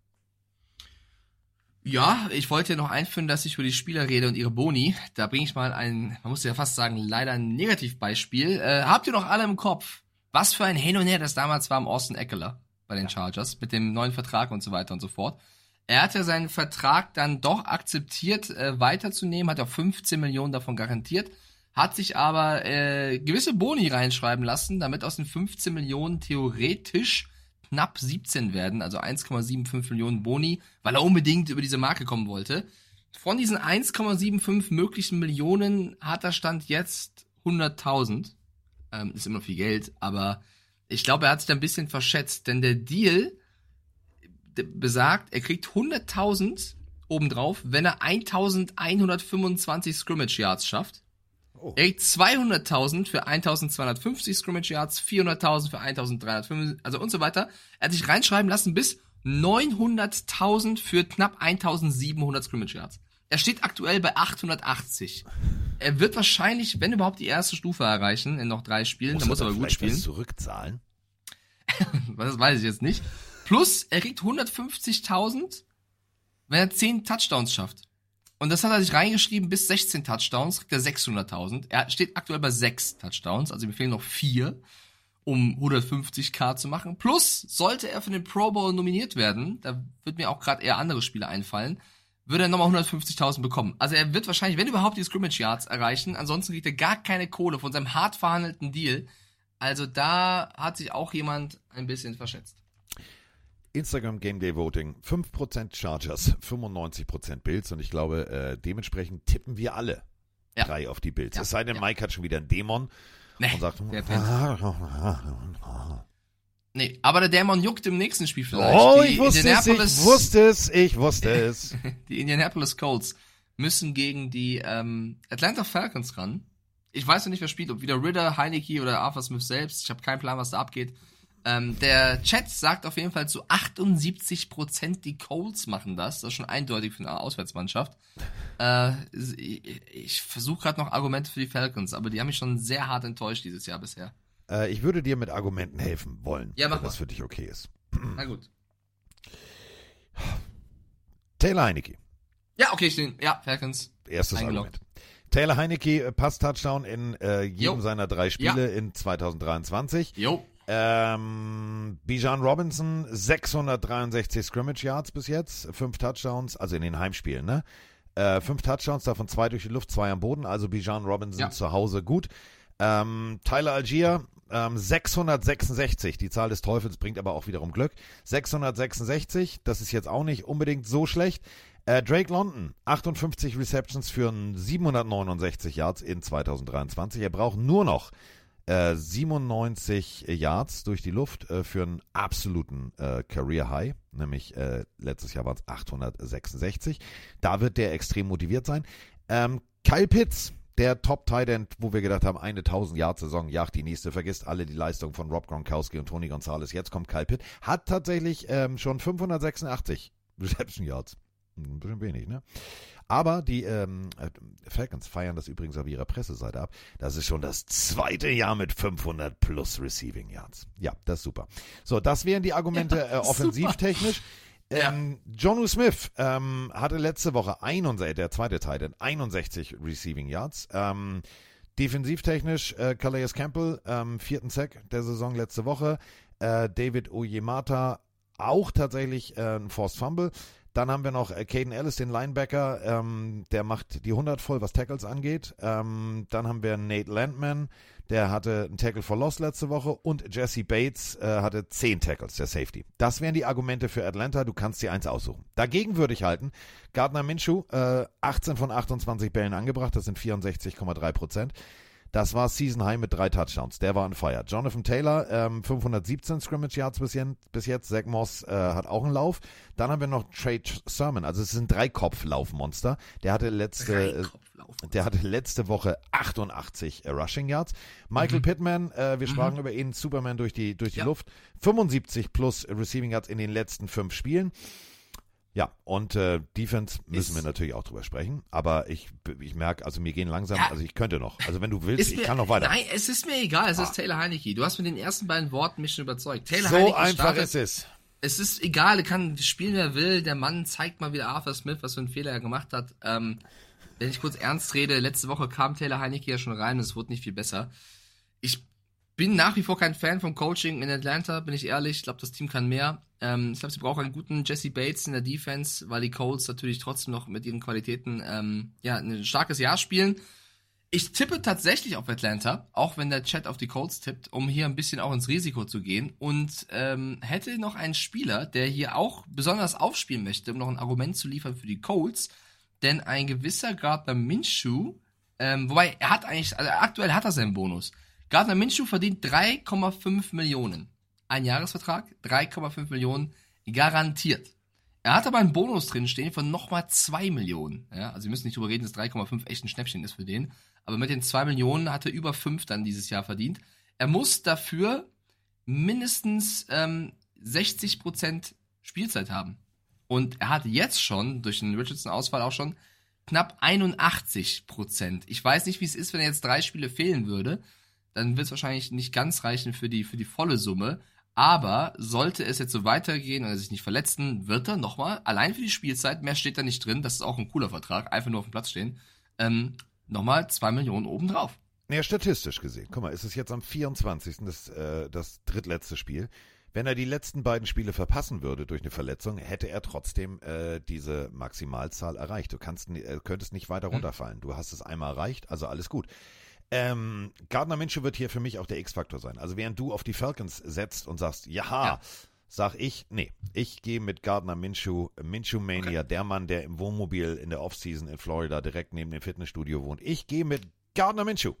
Ja, ich wollte ja noch einführen, dass ich über die Spieler rede und ihre Boni. Da bringe ich mal man muss ja fast sagen, leider ein Negativbeispiel. Habt ihr noch alle im Kopf, was für ein Hin und Her das damals war am Austin Eckler bei den Chargers mit dem neuen Vertrag und so weiter und so fort. Er hatte seinen Vertrag dann doch akzeptiert, weiterzunehmen, hat auch 15 Millionen davon garantiert, hat sich aber gewisse Boni reinschreiben lassen, damit aus den 15 Millionen theoretisch knapp 17 werden, also 1,75 Millionen Boni, weil er unbedingt über diese Marke kommen wollte. Von diesen 1,75 möglichen Millionen hat er Stand jetzt 100.000. Ist immer noch viel Geld, aber ich glaube, er hat sich da ein bisschen verschätzt, denn der Deal besagt, er kriegt 100.000 obendrauf, wenn er 1.125 Scrimmage Yards schafft. Oh. Er kriegt 200.000 für 1.250 Scrimmage Yards, 400.000 für 1.305, also und so weiter. Er hat sich reinschreiben lassen bis 900.000 für knapp 1.700 Scrimmage Yards. Er steht aktuell bei 880. Er wird wahrscheinlich, wenn überhaupt, die erste Stufe erreichen in noch 3 Spielen. Da muss er aber gut spielen. Zurückzahlen? Das weiß ich jetzt nicht. Plus, er kriegt 150.000, wenn er 10 Touchdowns schafft. Und das hat er sich reingeschrieben, bis 16 Touchdowns kriegt er 600.000. Er steht aktuell bei 6 Touchdowns, also mir fehlen noch 4, um 150.000 zu machen. Plus, sollte er für den Pro Bowl nominiert werden, da wird mir auch gerade eher andere Spiele einfallen, würde er nochmal 150.000 bekommen. Also er wird wahrscheinlich, wenn überhaupt, die Scrimmage Yards erreichen. Ansonsten kriegt er gar keine Kohle von seinem hart verhandelten Deal. Also da hat sich auch jemand ein bisschen verschätzt. Instagram Game Day Voting, 5% Chargers, 95% Bills und ich glaube, dementsprechend tippen wir alle 3 auf die Bills. Es sei denn, Mike hat schon wieder einen Dämon und sagt, nee, aber der Dämon juckt im nächsten Spiel vielleicht. Oh, ich wusste es. Die Indianapolis Colts müssen gegen die Atlanta Falcons ran. Ich weiß noch nicht, wer spielt, ob wieder Ridder, Heineke oder Arthur Smith selbst. Ich habe keinen Plan, was da abgeht. Der Chat sagt auf jeden Fall zu 78%, die Colts machen das. Das ist schon eindeutig für eine Auswärtsmannschaft. Ich versuche gerade noch Argumente für die Falcons, aber die haben mich schon sehr hart enttäuscht dieses Jahr bisher. Ich würde dir mit Argumenten helfen wollen, Ja, mach wenn das mal. für dich okay ist. Na gut. Taylor Heineke. Ja, okay, Falcons. Erstes Eingeloggt. Argument. Taylor Heineke, Pass-Touchdown in jedem Jo. seiner 3 Spiele in 2023. Jo. Bijan Robinson, 663 Scrimmage Yards bis jetzt, 5 Touchdowns, also in den Heimspielen, ne? 5 Touchdowns, davon 2 durch die Luft, 2 am Boden, also Bijan Robinson zu Hause gut. Tyler Algier, 666, die Zahl des Teufels bringt aber auch wiederum Glück. 666, das ist jetzt auch nicht unbedingt so schlecht. Drake London, 58 Receptions für 769 Yards in 2023. Er braucht nur noch 97 Yards durch die Luft für einen absoluten Career High, nämlich letztes Jahr waren es 866. Da wird der extrem motiviert sein. Kyle Pitts, der Top-Tight End, wo wir gedacht haben, eine 1000-Yard-Saison, jagt die nächste, vergisst alle die Leistung von Rob Gronkowski und Tony Gonzalez. Jetzt kommt Kyle Pitts, hat tatsächlich schon 586 Reception Yards. Ein bisschen wenig, ne? Aber die Falcons feiern das übrigens auf ihrer Presseseite ab. Das ist schon das 2. Jahr mit 500 plus Receiving Yards. Ja, das ist super. So, das wären die Argumente offensivtechnisch. Jonnu Smith hatte letzte Woche der zweite Tight 61 Receiving Yards. Defensivtechnisch Calais Campbell, 4. Sack der Saison letzte Woche. David Onyemata auch tatsächlich ein Forced Fumble. Dann haben wir noch Caden Ellis, den Linebacker, der macht die 100 voll, was Tackles angeht. Dann haben wir Nate Landman, der hatte einen Tackle for Loss letzte Woche und Jesse Bates hatte 10 Tackles, der Safety. Das wären die Argumente für Atlanta, du kannst dir eins aussuchen. Dagegen würde ich halten, Gardner Minshew, 18 von 28 Bällen angebracht, das sind 64,3%. Das war Season High mit 3 Touchdowns. Der war on fire. Jonathan Taylor, 517 Scrimmage Yards bis jetzt. Zach Moss hat auch einen Lauf. Dann haben wir noch Trey Sermon. Also es sind 3-Kopf-Laufmonster. Der hatte letzte Woche 88 Rushing Yards. Michael Pittman, wir sprachen über ihn, Superman durch die Luft. 75 plus Receiving Yards in den letzten 5 Spielen. Ja, und Defense müssen wir natürlich auch drüber sprechen, aber ich merke, also mir gehen langsam, also ich könnte noch, also wenn du willst, ich kann noch weiter. Nein, es ist mir egal, es ist Taylor Heineke. Du hast mit den ersten beiden Worten mich schon überzeugt. Taylor so Heineke einfach startet, ist es. Es ist egal, er kann spielen, wer will, der Mann zeigt mal wieder Arthur Smith, was für einen Fehler er gemacht hat. Wenn ich kurz ernst rede, letzte Woche kam Taylor Heineke ja schon rein und es wurde nicht viel besser. Ich bin nach wie vor kein Fan vom Coaching in Atlanta, bin ich ehrlich. Ich glaube, das Team kann mehr. Ich glaube, sie brauchen einen guten Jesse Bates in der Defense, weil die Colts natürlich trotzdem noch mit ihren Qualitäten ein starkes Jahr spielen. Ich tippe tatsächlich auf Atlanta, auch wenn der Chat auf die Colts tippt, um hier ein bisschen auch ins Risiko zu gehen. Und hätte noch einen Spieler, der hier auch besonders aufspielen möchte, um noch ein Argument zu liefern für die Colts. Denn ein gewisser Gardner Minshew, wobei er hat eigentlich, also aktuell hat er seinen Bonus. Gardner Minshew verdient 3,5 Millionen. Ein Jahresvertrag, 3,5 Millionen garantiert. Er hat aber einen Bonus drin stehen von nochmal 2 Millionen. Ja, also wir müssen nicht drüber reden, dass 3,5 echt ein Schnäppchen ist für den. Aber mit den 2 Millionen hat er über 5 dann dieses Jahr verdient. Er muss dafür mindestens 60% Spielzeit haben. Und er hat jetzt schon, durch den Richardson-Ausfall auch schon, knapp 81%. Ich weiß nicht, wie es ist, wenn er jetzt 3 Spiele fehlen würde. Dann wird es wahrscheinlich nicht ganz reichen für die volle Summe. Aber sollte es jetzt so weitergehen und er sich nicht verletzen, wird er nochmal, allein für die Spielzeit, mehr steht da nicht drin, das ist auch ein cooler Vertrag, einfach nur auf dem Platz stehen, nochmal 2 Millionen obendrauf. Ja, statistisch gesehen. Guck mal, es ist jetzt am 24. das drittletzte Spiel. Wenn er die letzten beiden Spiele verpassen würde durch eine Verletzung, hätte er trotzdem diese Maximalzahl erreicht. Du könntest nicht weiter runterfallen. Du hast es einmal erreicht, also alles gut. Gardner Minshew wird hier für mich auch der X-Faktor sein. Also während du auf die Falcons setzt und sagst, sag ich, nee, ich gehe mit Gardner Minshew Mania, okay. Der Mann, der im Wohnmobil in der Offseason in Florida direkt neben dem Fitnessstudio wohnt. Ich gehe mit Gardner Minshew.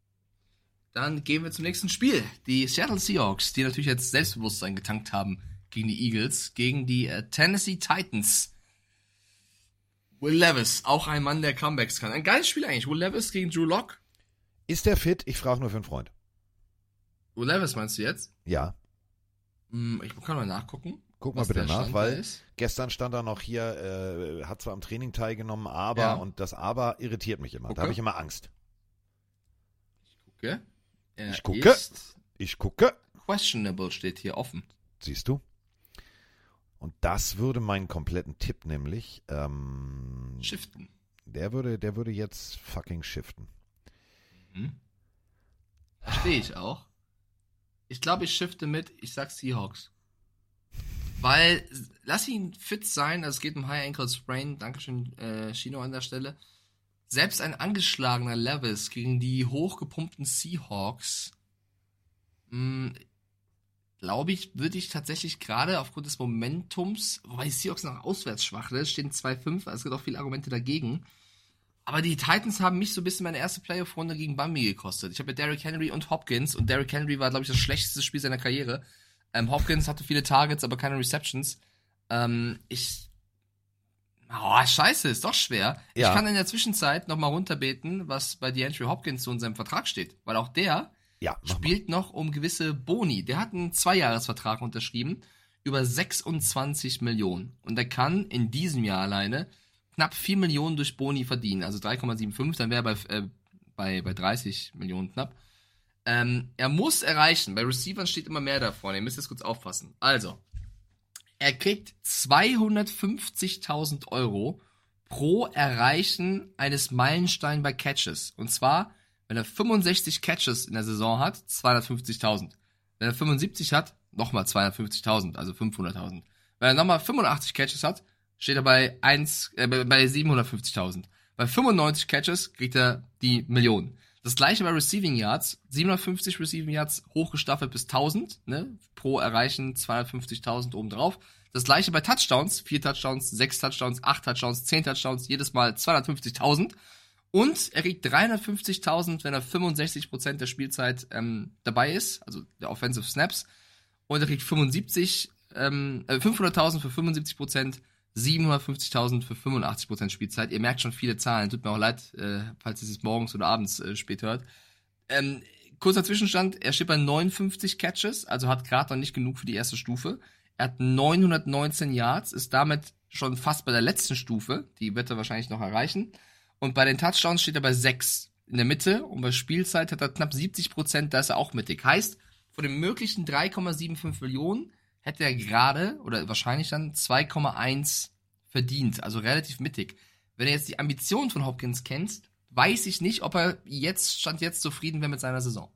Dann gehen wir zum nächsten Spiel. Die Seattle Seahawks, die natürlich jetzt Selbstbewusstsein getankt haben gegen die Eagles, gegen die Tennessee Titans. Will Levis, auch ein Mann, der Comebacks kann. Ein geiles Spiel eigentlich. Will Levis gegen Drew Lock. Ist der fit? Ich frage nur für einen Freund. Will Levis meinst du jetzt? Ja. Ich kann mal nachgucken. Guck mal was bitte der nach, Stand weil da ist. gestern stand er noch hier, hat zwar am Training teilgenommen, aber, Ja. und das Aber irritiert mich immer. Da Gucke. habe ich immer Angst. Gucke. Er Ich gucke. ist Ich gucke, questionable, steht hier offen. siehst du? Und das würde meinen kompletten Tipp nämlich, Shiften. der würde jetzt fucking shiften. Verstehe ich auch. Ich glaube, ich shifte mit, ich sag Seahawks. Weil, lass ihn fit sein, also es geht um High Ankle Sprain, Dankeschön, Chino an der Stelle. Selbst ein angeschlagener Levis gegen die hochgepumpten Seahawks, glaube ich, würde ich tatsächlich gerade aufgrund des Momentums, wobei die Seahawks noch auswärts schwach, ne, stehen 2-5, also es gibt auch viele Argumente dagegen. Aber die Titans haben mich so ein bisschen meine erste Playoff-Runde gegen Bambi gekostet. Ich habe ja Derrick Henry und Hopkins und Derrick Henry war, glaube ich, das schlechteste Spiel seiner Karriere. Hopkins hatte viele Targets, aber keine Receptions. Scheiße, ist doch schwer. Ja. Ich kann in der Zwischenzeit nochmal runterbeten, was bei DeAndre Hopkins so in seinem Vertrag steht. Weil auch der Ja, mach mal. spielt noch um gewisse Boni. Der hat einen 2-Jahres-Vertrag unterschrieben über 26 Millionen. Und der kann in diesem Jahr alleine knapp 4 Millionen durch Boni verdienen. Also 3,75, dann wäre er bei 30 Millionen knapp. Er muss erreichen, bei Receivern steht immer mehr da vorne, ihr müsst jetzt kurz aufpassen. Also, er kriegt 250.000 € pro Erreichen eines Meilenstein bei Catches. Und zwar, wenn er 65 Catches in der Saison hat, 250.000. Wenn er 75 hat, nochmal 250.000, also 500.000. Wenn er nochmal 85 Catches hat, steht er bei 750.000. Bei 95 Catches kriegt er die Million. Das gleiche bei Receiving Yards, 750 Receiving Yards hochgestaffelt bis 1000, ne, pro Erreichen 250.000 obendrauf. Das gleiche bei Touchdowns, 4 Touchdowns, 6 Touchdowns, 8 Touchdowns, 10 Touchdowns, jedes Mal 250.000. Und er kriegt 350.000, wenn er 65% der Spielzeit dabei ist, also der Offensive Snaps. Und er kriegt 500.000 für 75%, 750.000 für 85% Spielzeit. Ihr merkt schon viele Zahlen. Tut mir auch leid, falls ihr es morgens oder abends spät hört. Kurzer Zwischenstand. Er steht bei 59 Catches, also hat gerade noch nicht genug für die erste Stufe. Er hat 919 Yards, ist damit schon fast bei der letzten Stufe. Die wird er wahrscheinlich noch erreichen. Und bei den Touchdowns steht er bei 6 in der Mitte. Und bei Spielzeit hat er knapp 70%, da ist er auch mittig. Heißt, von den möglichen 3,75 Millionen hätte er gerade oder wahrscheinlich dann 2,1 verdient, also relativ mittig. Wenn er jetzt die Ambitionen von Hopkins kennt, weiß ich nicht, ob er Stand jetzt zufrieden wäre mit seiner Saison.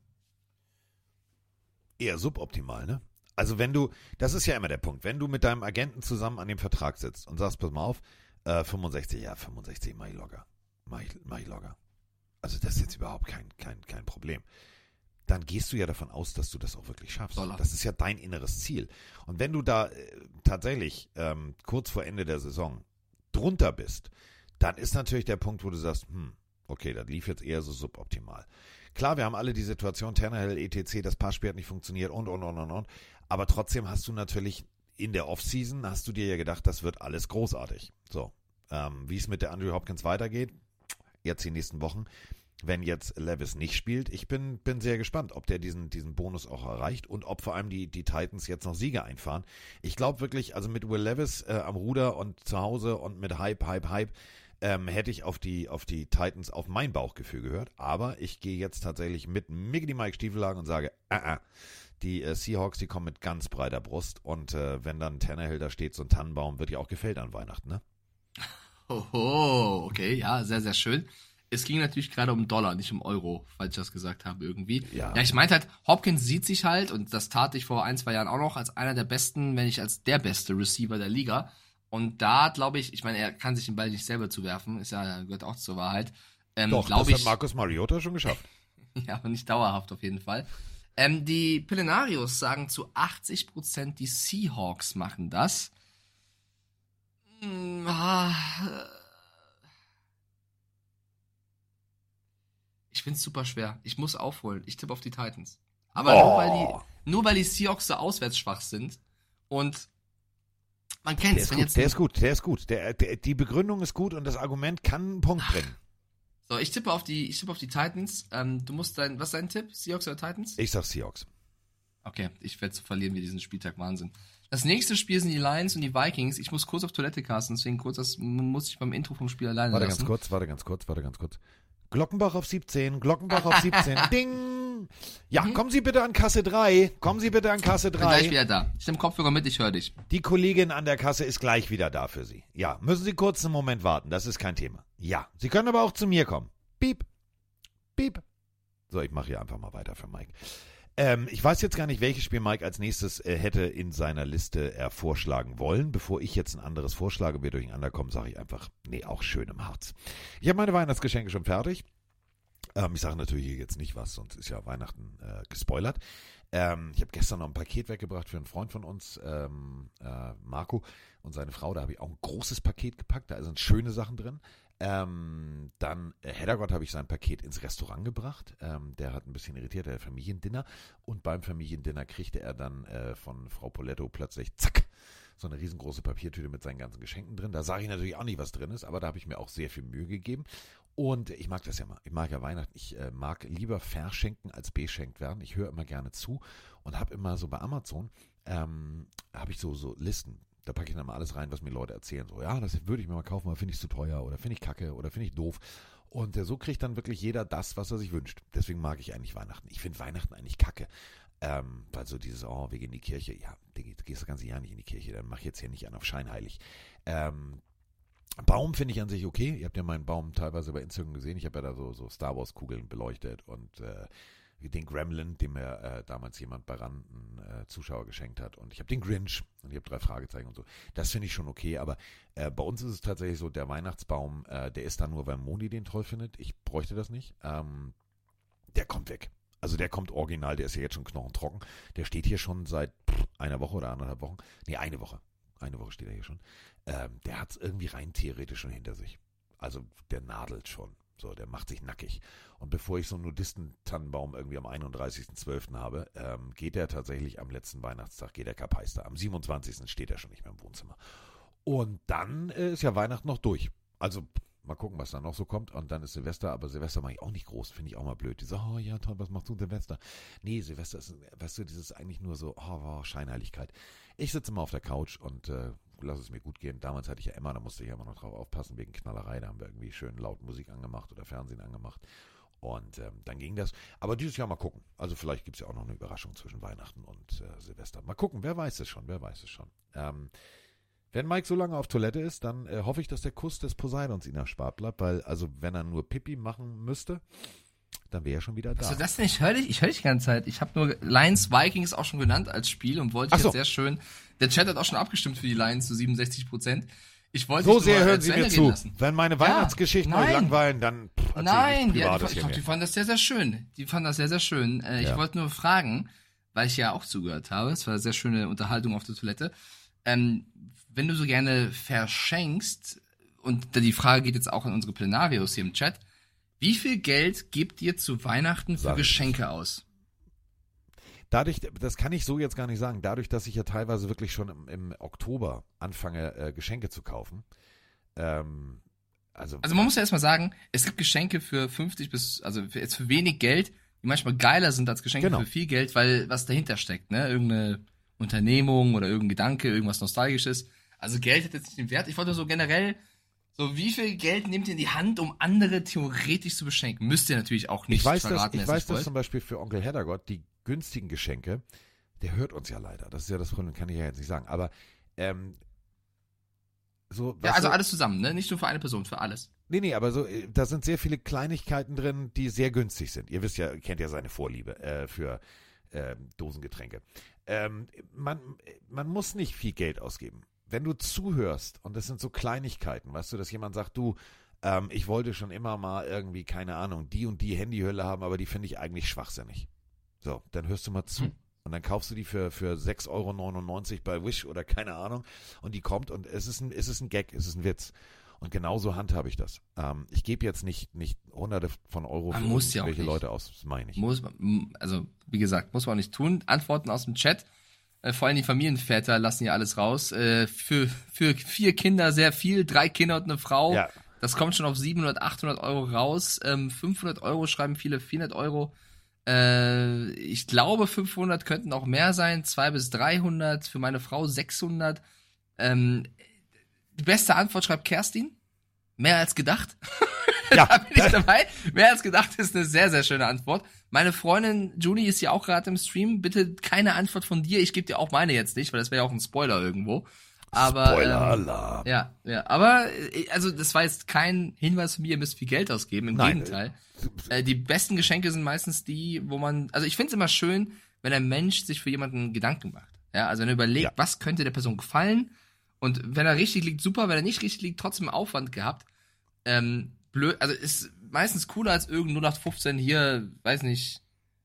Eher suboptimal, ne? Also das ist ja immer der Punkt, wenn du mit deinem Agenten zusammen an dem Vertrag sitzt und sagst, pass mal auf, 65 mach ich locker. Mach ich locker. Also das ist jetzt überhaupt kein Problem. Dann gehst du ja davon aus, dass du das auch wirklich schaffst. Dollar. Das ist ja dein inneres Ziel. Und wenn du da tatsächlich kurz vor Ende der Saison drunter bist, dann ist natürlich der Punkt, wo du sagst, okay, das lief jetzt eher so suboptimal. Klar, wir haben alle die Situation, Tannehill, etc., das Passspiel hat nicht funktioniert und. Aber trotzdem hast du natürlich in der Offseason, hast du dir ja gedacht, das wird alles großartig. So, wie es mit der Andrew Hopkins weitergeht, jetzt die nächsten Wochen, wenn jetzt Levis nicht spielt. Ich bin sehr gespannt, ob der diesen Bonus auch erreicht und ob vor allem die Titans jetzt noch Siege einfahren. Ich glaube wirklich, also mit Will Levis am Ruder und zu Hause und mit Hype, hätte ich auf die Titans auf mein Bauchgefühl gehört. Aber ich gehe jetzt tatsächlich mit Mickey Mike Stiefelhagen und sage, die Seahawks, die kommen mit ganz breiter Brust und wenn dann Tannehill da steht, so ein Tannenbaum, wird ja auch gefällt an Weihnachten, ne? Hoho, okay, ja, sehr, sehr schön. Es ging natürlich gerade um Dollar, nicht um Euro, falls ich das gesagt habe irgendwie. Ja. Ja, ich meinte halt, Hopkins sieht sich halt, und das tat ich vor 1-2 Jahren auch noch, als einer der besten, wenn nicht als der beste Receiver der Liga. Und da glaube ich meine, er kann sich den Ball nicht selber zuwerfen, gehört auch zur Wahrheit. Doch, das hat Marcus Mariota schon geschafft. Ja, aber nicht dauerhaft auf jeden Fall. Die Pillenarios sagen zu 80%, die Seahawks machen das. Ich find's super schwer. Ich muss aufholen. Ich tippe auf die Titans. Aber nur weil die Seahawks so auswärts schwach sind und man kennt's. Der ist gut. Die Begründung ist gut und das Argument kann einen Punkt bringen. So, ich tippe auf die Titans. Du musst was ist dein Tipp? Seahawks oder Titans? Ich sag Seahawks. Okay, ich werde zu verlieren wie diesen Spieltag. Wahnsinn. Das nächste Spiel sind die Lions und die Vikings. Ich muss kurz auf Toilette casten, deswegen das muss ich beim Intro vom Spiel alleine Warte lassen. Warte ganz kurz. Glockenbach auf 17, Ding! Ja, kommen Sie bitte an Kasse 3. Bin gleich wieder da. Ich nehme Kopfhörer mit, ich höre dich. Die Kollegin an der Kasse ist gleich wieder da für Sie. Ja, müssen Sie kurz einen Moment warten, das ist kein Thema. Ja, Sie können aber auch zu mir kommen. Piep. So, ich mache hier einfach mal weiter für Mike. Ich weiß jetzt gar nicht, welches Spiel Mike als nächstes hätte in seiner Liste vorschlagen wollen. Bevor ich jetzt ein anderes vorschlage, wir durcheinander kommen, sage ich einfach, nee, auch schön im Harz. Ich habe meine Weihnachtsgeschenke schon fertig. Ich sage natürlich hier jetzt nicht was, sonst ist ja Weihnachten gespoilert. Ich habe gestern noch ein Paket weggebracht für einen Freund von uns, Marco und seine Frau. Da habe ich auch ein großes Paket gepackt, da sind schöne Sachen drin. Dann, Heddergott habe ich sein Paket ins Restaurant gebracht. Der hat ein bisschen irritiert, der Familiendinner. Und beim Familiendinner kriegte er dann von Frau Poletto plötzlich, zack, so eine riesengroße Papiertüte mit seinen ganzen Geschenken drin. Da sage ich natürlich auch nicht, was drin ist, aber da habe ich mir auch sehr viel Mühe gegeben. Und ich mag das ja mal. Ich mag ja Weihnachten. Ich mag lieber verschenken als beschenkt werden. Ich höre immer gerne zu und habe immer so bei Amazon, habe ich so Listen. Da packe ich dann mal alles rein, was mir Leute erzählen. So, ja, das würde ich mir mal kaufen, aber finde ich zu teuer oder finde ich kacke oder finde ich doof. Und so kriegt dann wirklich jeder das, was er sich wünscht. Deswegen mag ich eigentlich Weihnachten. Ich finde Weihnachten eigentlich kacke. Weil so dieses, wir gehen in die Kirche. Ja, du gehst das ganze Jahr nicht in die Kirche. Dann mach ich jetzt hier nicht an auf scheinheilig. Baum finde ich an sich okay. Ihr habt ja meinen Baum teilweise bei Instagram gesehen. Ich habe ja da so Star Wars Kugeln beleuchtet und den Gremlin, dem mir damals jemand bei Rand einen Zuschauer geschenkt hat. Und ich habe den Grinch und ich habe 3 Fragezeichen und so. Das finde ich schon okay, aber bei uns ist es tatsächlich so, der Weihnachtsbaum, der ist da nur, weil Moni den toll findet. Ich bräuchte das nicht. Der kommt weg. Also der kommt original, der ist ja jetzt schon knochentrocken. Der steht hier schon seit einer Woche oder 1,5 Wochen. Nee, eine Woche. Eine Woche steht er hier schon. Der hat es irgendwie rein theoretisch schon hinter sich. Also der nadelt schon. So, der macht sich nackig. Und bevor ich so einen Nudisten-Tannenbaum irgendwie am 31.12. habe, geht er tatsächlich am letzten Weihnachtstag, geht der Kapeister. Am 27. steht er schon nicht mehr im Wohnzimmer. Und dann ist ja Weihnachten noch durch. Also mal gucken, was da noch so kommt. Und dann ist Silvester, aber Silvester mache ich auch nicht groß, finde ich auch mal blöd. Die sagen, ja toll, was machst du Silvester? Nee, Silvester ist, weißt du, dieses eigentlich nur so, Scheinheiligkeit. Ich sitze mal auf der Couch und lass es mir gut gehen. Damals hatte ich ja Emma, da musste ich ja immer noch drauf aufpassen, wegen Knallerei. Da haben wir irgendwie schön laut Musik angemacht oder Fernsehen angemacht. Und dann ging das. Aber dieses Jahr mal gucken. Also vielleicht gibt es ja auch noch eine Überraschung zwischen Weihnachten und Silvester. Mal gucken, wer weiß es schon. Wenn Mike so lange auf Toilette ist, dann hoffe ich, dass der Kuss des Poseidons ihn erspart bleibt, weil, also wenn er nur Pipi machen müsste, dann wäre er schon wieder da. Also das nicht, ich höre dich die ganze Zeit. Ich habe nur Lions Vikings auch schon genannt als Spiel und wollte jetzt sehr schön, der Chat hat auch schon abgestimmt für die Lions zu 67%. Ich wollte so sehr hören Sie mir zu. Wenn meine Weihnachtsgeschichten euch langweilen, dann nein, die fanden das sehr, sehr schön. Ich wollte nur fragen, weil ich ja auch zugehört habe, es war eine sehr schöne Unterhaltung auf der Toilette, wenn du so gerne verschenkst, und die Frage geht jetzt auch an unsere Plenarios hier im Chat, wie viel Geld gebt ihr zu Weihnachten für Geschenke aus? Dadurch, das kann ich so jetzt gar nicht sagen, dadurch, dass ich ja teilweise wirklich schon im Oktober anfange, Geschenke zu kaufen. Also man muss ja erstmal sagen, es gibt Geschenke für 50 bis, also jetzt für wenig Geld, die manchmal geiler sind als Geschenke für viel Geld, weil was dahinter steckt, ne? Irgendeine Unternehmung oder irgendein Gedanke, irgendwas Nostalgisches. Also Geld hat jetzt nicht den Wert. Ich wollte nur so generell, so wie viel Geld nehmt ihr in die Hand, um andere theoretisch zu beschenken? Müsst ihr natürlich auch nicht verraten. Ich weiß das zum Beispiel für Onkel Heddergott, die günstigen Geschenke, der hört uns ja leider. Das ist ja das Problem, kann ich ja jetzt nicht sagen. Aber so. Ja, also alles zusammen, ne? Nicht nur für eine Person, für alles. Nee, aber so, da sind sehr viele Kleinigkeiten drin, die sehr günstig sind. Ihr wisst ja, kennt ja seine Vorliebe für Dosengetränke. Man muss nicht viel Geld ausgeben. Wenn du zuhörst, und das sind so Kleinigkeiten, weißt du, dass jemand sagt, du, ich wollte schon immer mal irgendwie, keine Ahnung, die und die Handyhülle haben, aber die finde ich eigentlich schwachsinnig. So, dann hörst du mal zu. Und dann kaufst du die für 6,99 € bei Wish oder keine Ahnung. Und die kommt und es ist ein Gag, es ist ein Witz. Und genauso handhabe ich das. Ich gebe jetzt nicht Hunderte von Euro für irgendwelche Leute aus. Das meine ich. Also, wie gesagt, muss man auch nicht tun. Antworten aus dem Chat. Vor allem die Familienväter lassen ja alles raus. Für 4 Kinder sehr viel, 3 Kinder und eine Frau. Ja. Das kommt schon auf 700, 800 € raus. 500 € schreiben viele, 400 €. Ich glaube, 500 könnten auch mehr sein, 200 bis 300, für meine Frau 600. Die beste Antwort schreibt Kerstin. Mehr als gedacht. Ja. Da bin ich dabei. Mehr als gedacht ist eine sehr, sehr schöne Antwort. Meine Freundin Juni ist ja auch gerade im Stream. Bitte keine Antwort von dir. Ich gebe dir auch meine jetzt nicht, weil das wäre ja auch ein Spoiler irgendwo. Aber, Spoiler-Alarm. ja. Aber, also, das war jetzt kein Hinweis von mir, ihr müsst viel Geld ausgeben. Im Gegenteil. Die besten Geschenke sind meistens die, wo man, also ich finde es immer schön, wenn ein Mensch sich für jemanden Gedanken macht. Ja, also wenn er überlegt, was könnte der Person gefallen? Und wenn er richtig liegt, super. Wenn er nicht richtig liegt, trotzdem Aufwand gehabt. Blöd, also ist meistens cooler als irgendein 0815 hier, weiß nicht,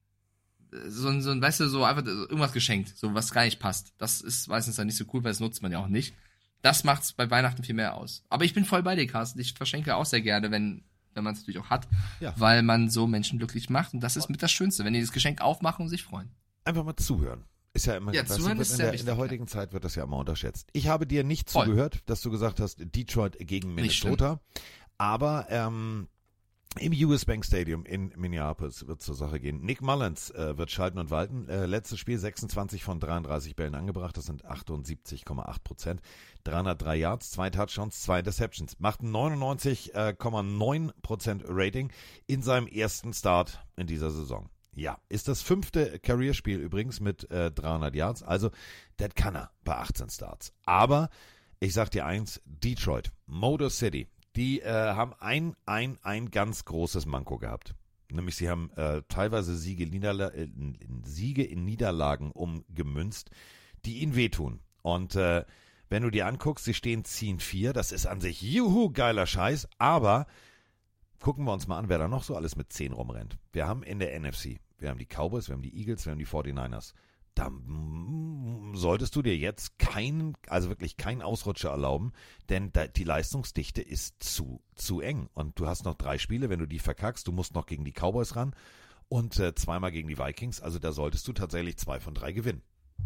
so ein, weißt du, so einfach irgendwas geschenkt, so was gar nicht passt. Das ist meistens dann nicht so cool, weil das nutzt man ja auch nicht. Das macht's bei Weihnachten viel mehr aus. Aber ich bin voll bei dir, Carsten. Ich verschenke auch sehr gerne, wenn man es natürlich auch hat, weil man so Menschen glücklich macht. Und das ist mit das Schönste, wenn die das Geschenk aufmachen und sich freuen. Einfach mal zuhören. Ist ja immer, zuhören ist sehr wichtig. In der heutigen Zeit wird das ja immer unterschätzt. Ich habe dir nicht zugehört, dass du gesagt hast, Detroit gegen Minnesota. Aber im US Bank Stadium in Minneapolis wird zur Sache gehen. Nick Mullins wird schalten und walten. Letztes Spiel 26 von 33 Bällen angebracht. Das sind 78,8%. 303 Yards, 2 Touchdowns, 2 Interceptions. Macht ein 99,9% Rating in seinem ersten Start in dieser Saison. Ja, ist das 5. Career-Spiel übrigens mit 300 Yards. Also, das kann er bei 18 Starts. Aber ich sag dir eins, Detroit, Motor City, die haben ein ganz großes Manko gehabt. Nämlich sie haben teilweise Siege in Niederlagen umgemünzt, die ihnen wehtun. Und wenn du dir anguckst, sie stehen 10-4, das ist an sich geiler Scheiß, aber gucken wir uns mal an, wer da noch so alles mit 10 rumrennt. Wir haben in der NFC, wir haben die Cowboys, wir haben die Eagles, wir haben die 49ers. Da solltest du dir jetzt wirklich keinen Ausrutscher erlauben, denn die Leistungsdichte ist zu eng. Und du hast noch 3 Spiele, wenn du die verkackst, du musst noch gegen die Cowboys ran und 2-mal gegen die Vikings. Also da solltest du tatsächlich 2 von 3 gewinnen.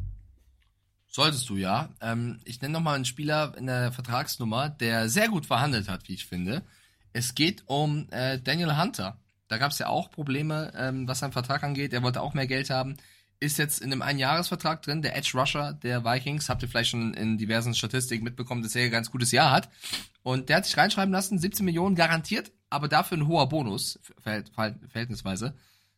Solltest du, ja. Ich nenne nochmal einen Spieler in der Vertragsnummer, der sehr gut verhandelt hat, wie ich finde. Es geht um Daniel Hunter. Da gab es ja auch Probleme, was seinen Vertrag angeht. Er wollte auch mehr Geld haben. Ist jetzt in einem Einjahresvertrag drin, der Edge Rusher der Vikings. Habt ihr vielleicht schon in diversen Statistiken mitbekommen, dass er ein ganz gutes Jahr hat. Und der hat sich reinschreiben lassen, 17 Millionen garantiert, aber dafür ein hoher Bonus, verhältnisweise.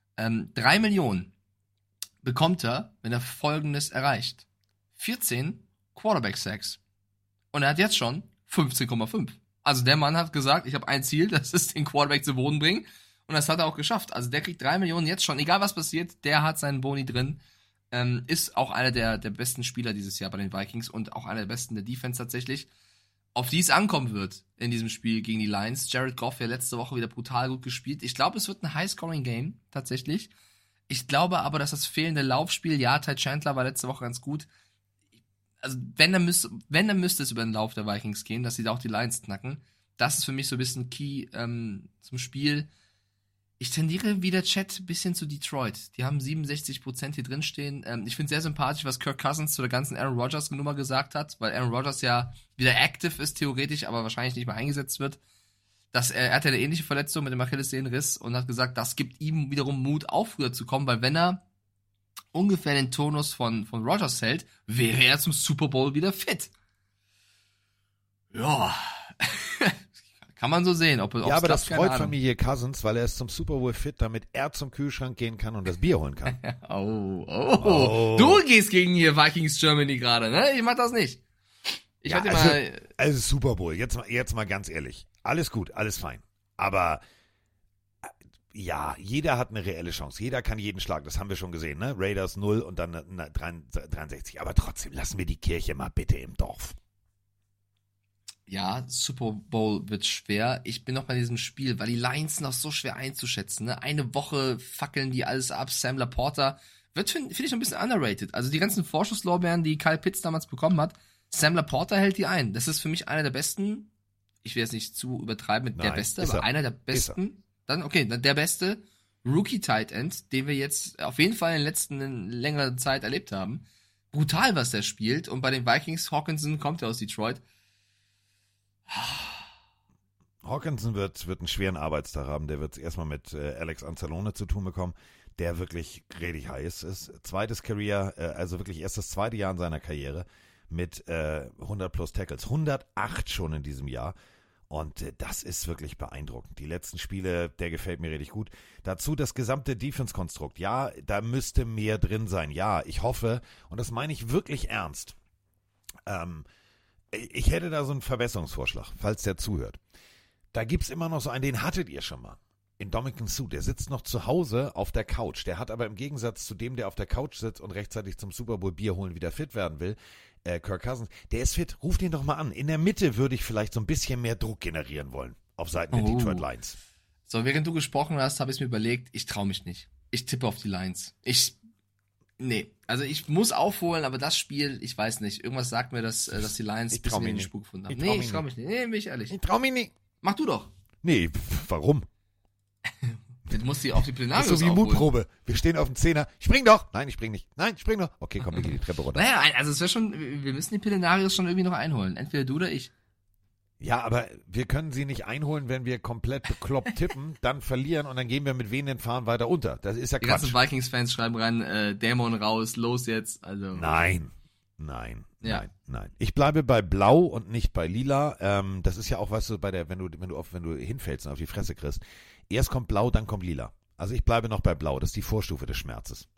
3 Millionen bekommt er, wenn er Folgendes erreicht. 14 Quarterback-Sacks. Und er hat jetzt schon 15,5. Also der Mann hat gesagt, ich habe ein Ziel, das ist den Quarterback zu Boden bringen. Und das hat er auch geschafft. Also der kriegt 3 Millionen jetzt schon. Egal was passiert, der hat seinen Boni drin. Ist auch einer der besten Spieler dieses Jahr bei den Vikings und auch einer der besten der Defense tatsächlich. Auf die es ankommen wird in diesem Spiel gegen die Lions. Jared Goff ja letzte Woche wieder brutal gut gespielt. Ich glaube, es wird ein High-Scoring-Game tatsächlich. Ich glaube aber, dass das fehlende Laufspiel, ja, Ty Chandler war letzte Woche ganz gut. Also wenn, dann müsste es über den Lauf der Vikings gehen, dass sie da auch die Lions knacken. Das ist für mich so ein bisschen Key zum Spiel. Ich tendiere wie der Chat ein bisschen zu Detroit. Die haben 67% hier drin stehen. Ich finde sehr sympathisch, was Kirk Cousins zu der ganzen Aaron Rodgers Nummer gesagt hat, weil Aaron Rodgers ja wieder active ist, theoretisch, aber wahrscheinlich nicht mehr eingesetzt wird. Er hat ja eine ähnliche Verletzung mit dem Achillessehnenriss und hat gesagt, das gibt ihm wiederum Mut, auch früher zu kommen, weil wenn er ungefähr den Tonus von Rodgers hält, wäre er zum Super Bowl wieder fit. Ja. Kann man so sehen. Aber das freut Familie Cousins, weil er ist zum Super Bowl fit, damit er zum Kühlschrank gehen kann und das Bier holen kann. Oh. Du gehst gegen hier Vikings Germany gerade, ne? Ich mach das nicht. Also Super Bowl, jetzt mal ganz ehrlich. Alles gut, alles fein. Aber ja, jeder hat eine reelle Chance. Jeder kann jeden schlagen. Das haben wir schon gesehen, ne? Raiders 0 und dann 63. Aber trotzdem, lassen wir die Kirche mal bitte im Dorf. Ja, Super Bowl wird schwer. Ich bin noch bei diesem Spiel, weil die Lions noch so schwer einzuschätzen. Ne? Eine Woche fackeln die alles ab. Sam Laporta finde ich ein bisschen underrated. Also die ganzen Vorschusslorbeeren, die Kyle Pitts damals bekommen hat, Sam Laporta hält die ein. Das ist für mich einer der besten. Ich will jetzt nicht zu übertreiben mit der Beste, aber einer der besten. Dann der beste Rookie Tight End, den wir jetzt auf jeden Fall in längerer Zeit erlebt haben. Brutal, was der spielt. Und bei den Vikings, Hawkinson kommt ja aus Detroit. Hawkinson wird einen schweren Arbeitstag haben. Der wird es erstmal mit Alex Anzalone zu tun bekommen. der wirklich richtig heiß ist. Zweites Career, also wirklich erst das zweite Jahr in seiner Karriere mit 100 plus Tackles. 108 schon in diesem Jahr. Und das ist wirklich beeindruckend. Die letzten Spiele, der gefällt mir richtig gut. Dazu das gesamte Defense-Konstrukt. Ja, da müsste mehr drin sein. Ja, ich hoffe, und das meine ich wirklich ernst, ich hätte da so einen Verbesserungsvorschlag, falls der zuhört. Da gibt's immer noch so einen, den hattet ihr schon mal. In Ndamukong Suh, der sitzt noch zu Hause auf der Couch. Der hat aber im Gegensatz zu dem, der auf der Couch sitzt und rechtzeitig zum Super Bowl Bier holen wieder fit werden will, Kirk Cousins, der ist fit. Ruf den doch mal an. In der Mitte würde ich vielleicht so ein bisschen mehr Druck generieren wollen. Auf Seiten der Detroit Lions. So, während du gesprochen hast, habe ich mir überlegt, ich traue mich nicht. Ich tippe auf die Lions. Also ich muss aufholen, aber das Spiel, ich weiß nicht. Irgendwas sagt mir, dass die Lions ein bisschen in den Spuk gefunden haben. Ich traue mich nicht. Nee, bin ich ehrlich. Ich traue mich nicht. Mach du doch. Nee, warum? Du musst die auf die Plenarius Das ist so wie aufholen. Mutprobe. Wir stehen auf dem Zehner. Spring doch. Nein, ich spring nicht. Nein, ich spring doch. Okay, komm, wir gehen die Treppe runter. Naja, also es wäre schon, wir müssen die Plenarius schon irgendwie noch einholen. Entweder du oder ich. Ja, aber wir können sie nicht einholen, wenn wir komplett bekloppt tippen, dann verlieren und dann gehen wir mit wenigen Fahren weiter unter. Das ist ja Die Quatsch. ganzen Vikings-Fans schreiben rein, Dämon raus, los jetzt. Also Nein. Ja. Nein. Ich bleibe bei Blau und nicht bei Lila. Das ist ja auch, weißt du, wenn du hinfällst und auf die Fresse kriegst. Erst kommt Blau, dann kommt Lila. Also ich bleibe noch bei Blau. Das ist die Vorstufe des Schmerzes.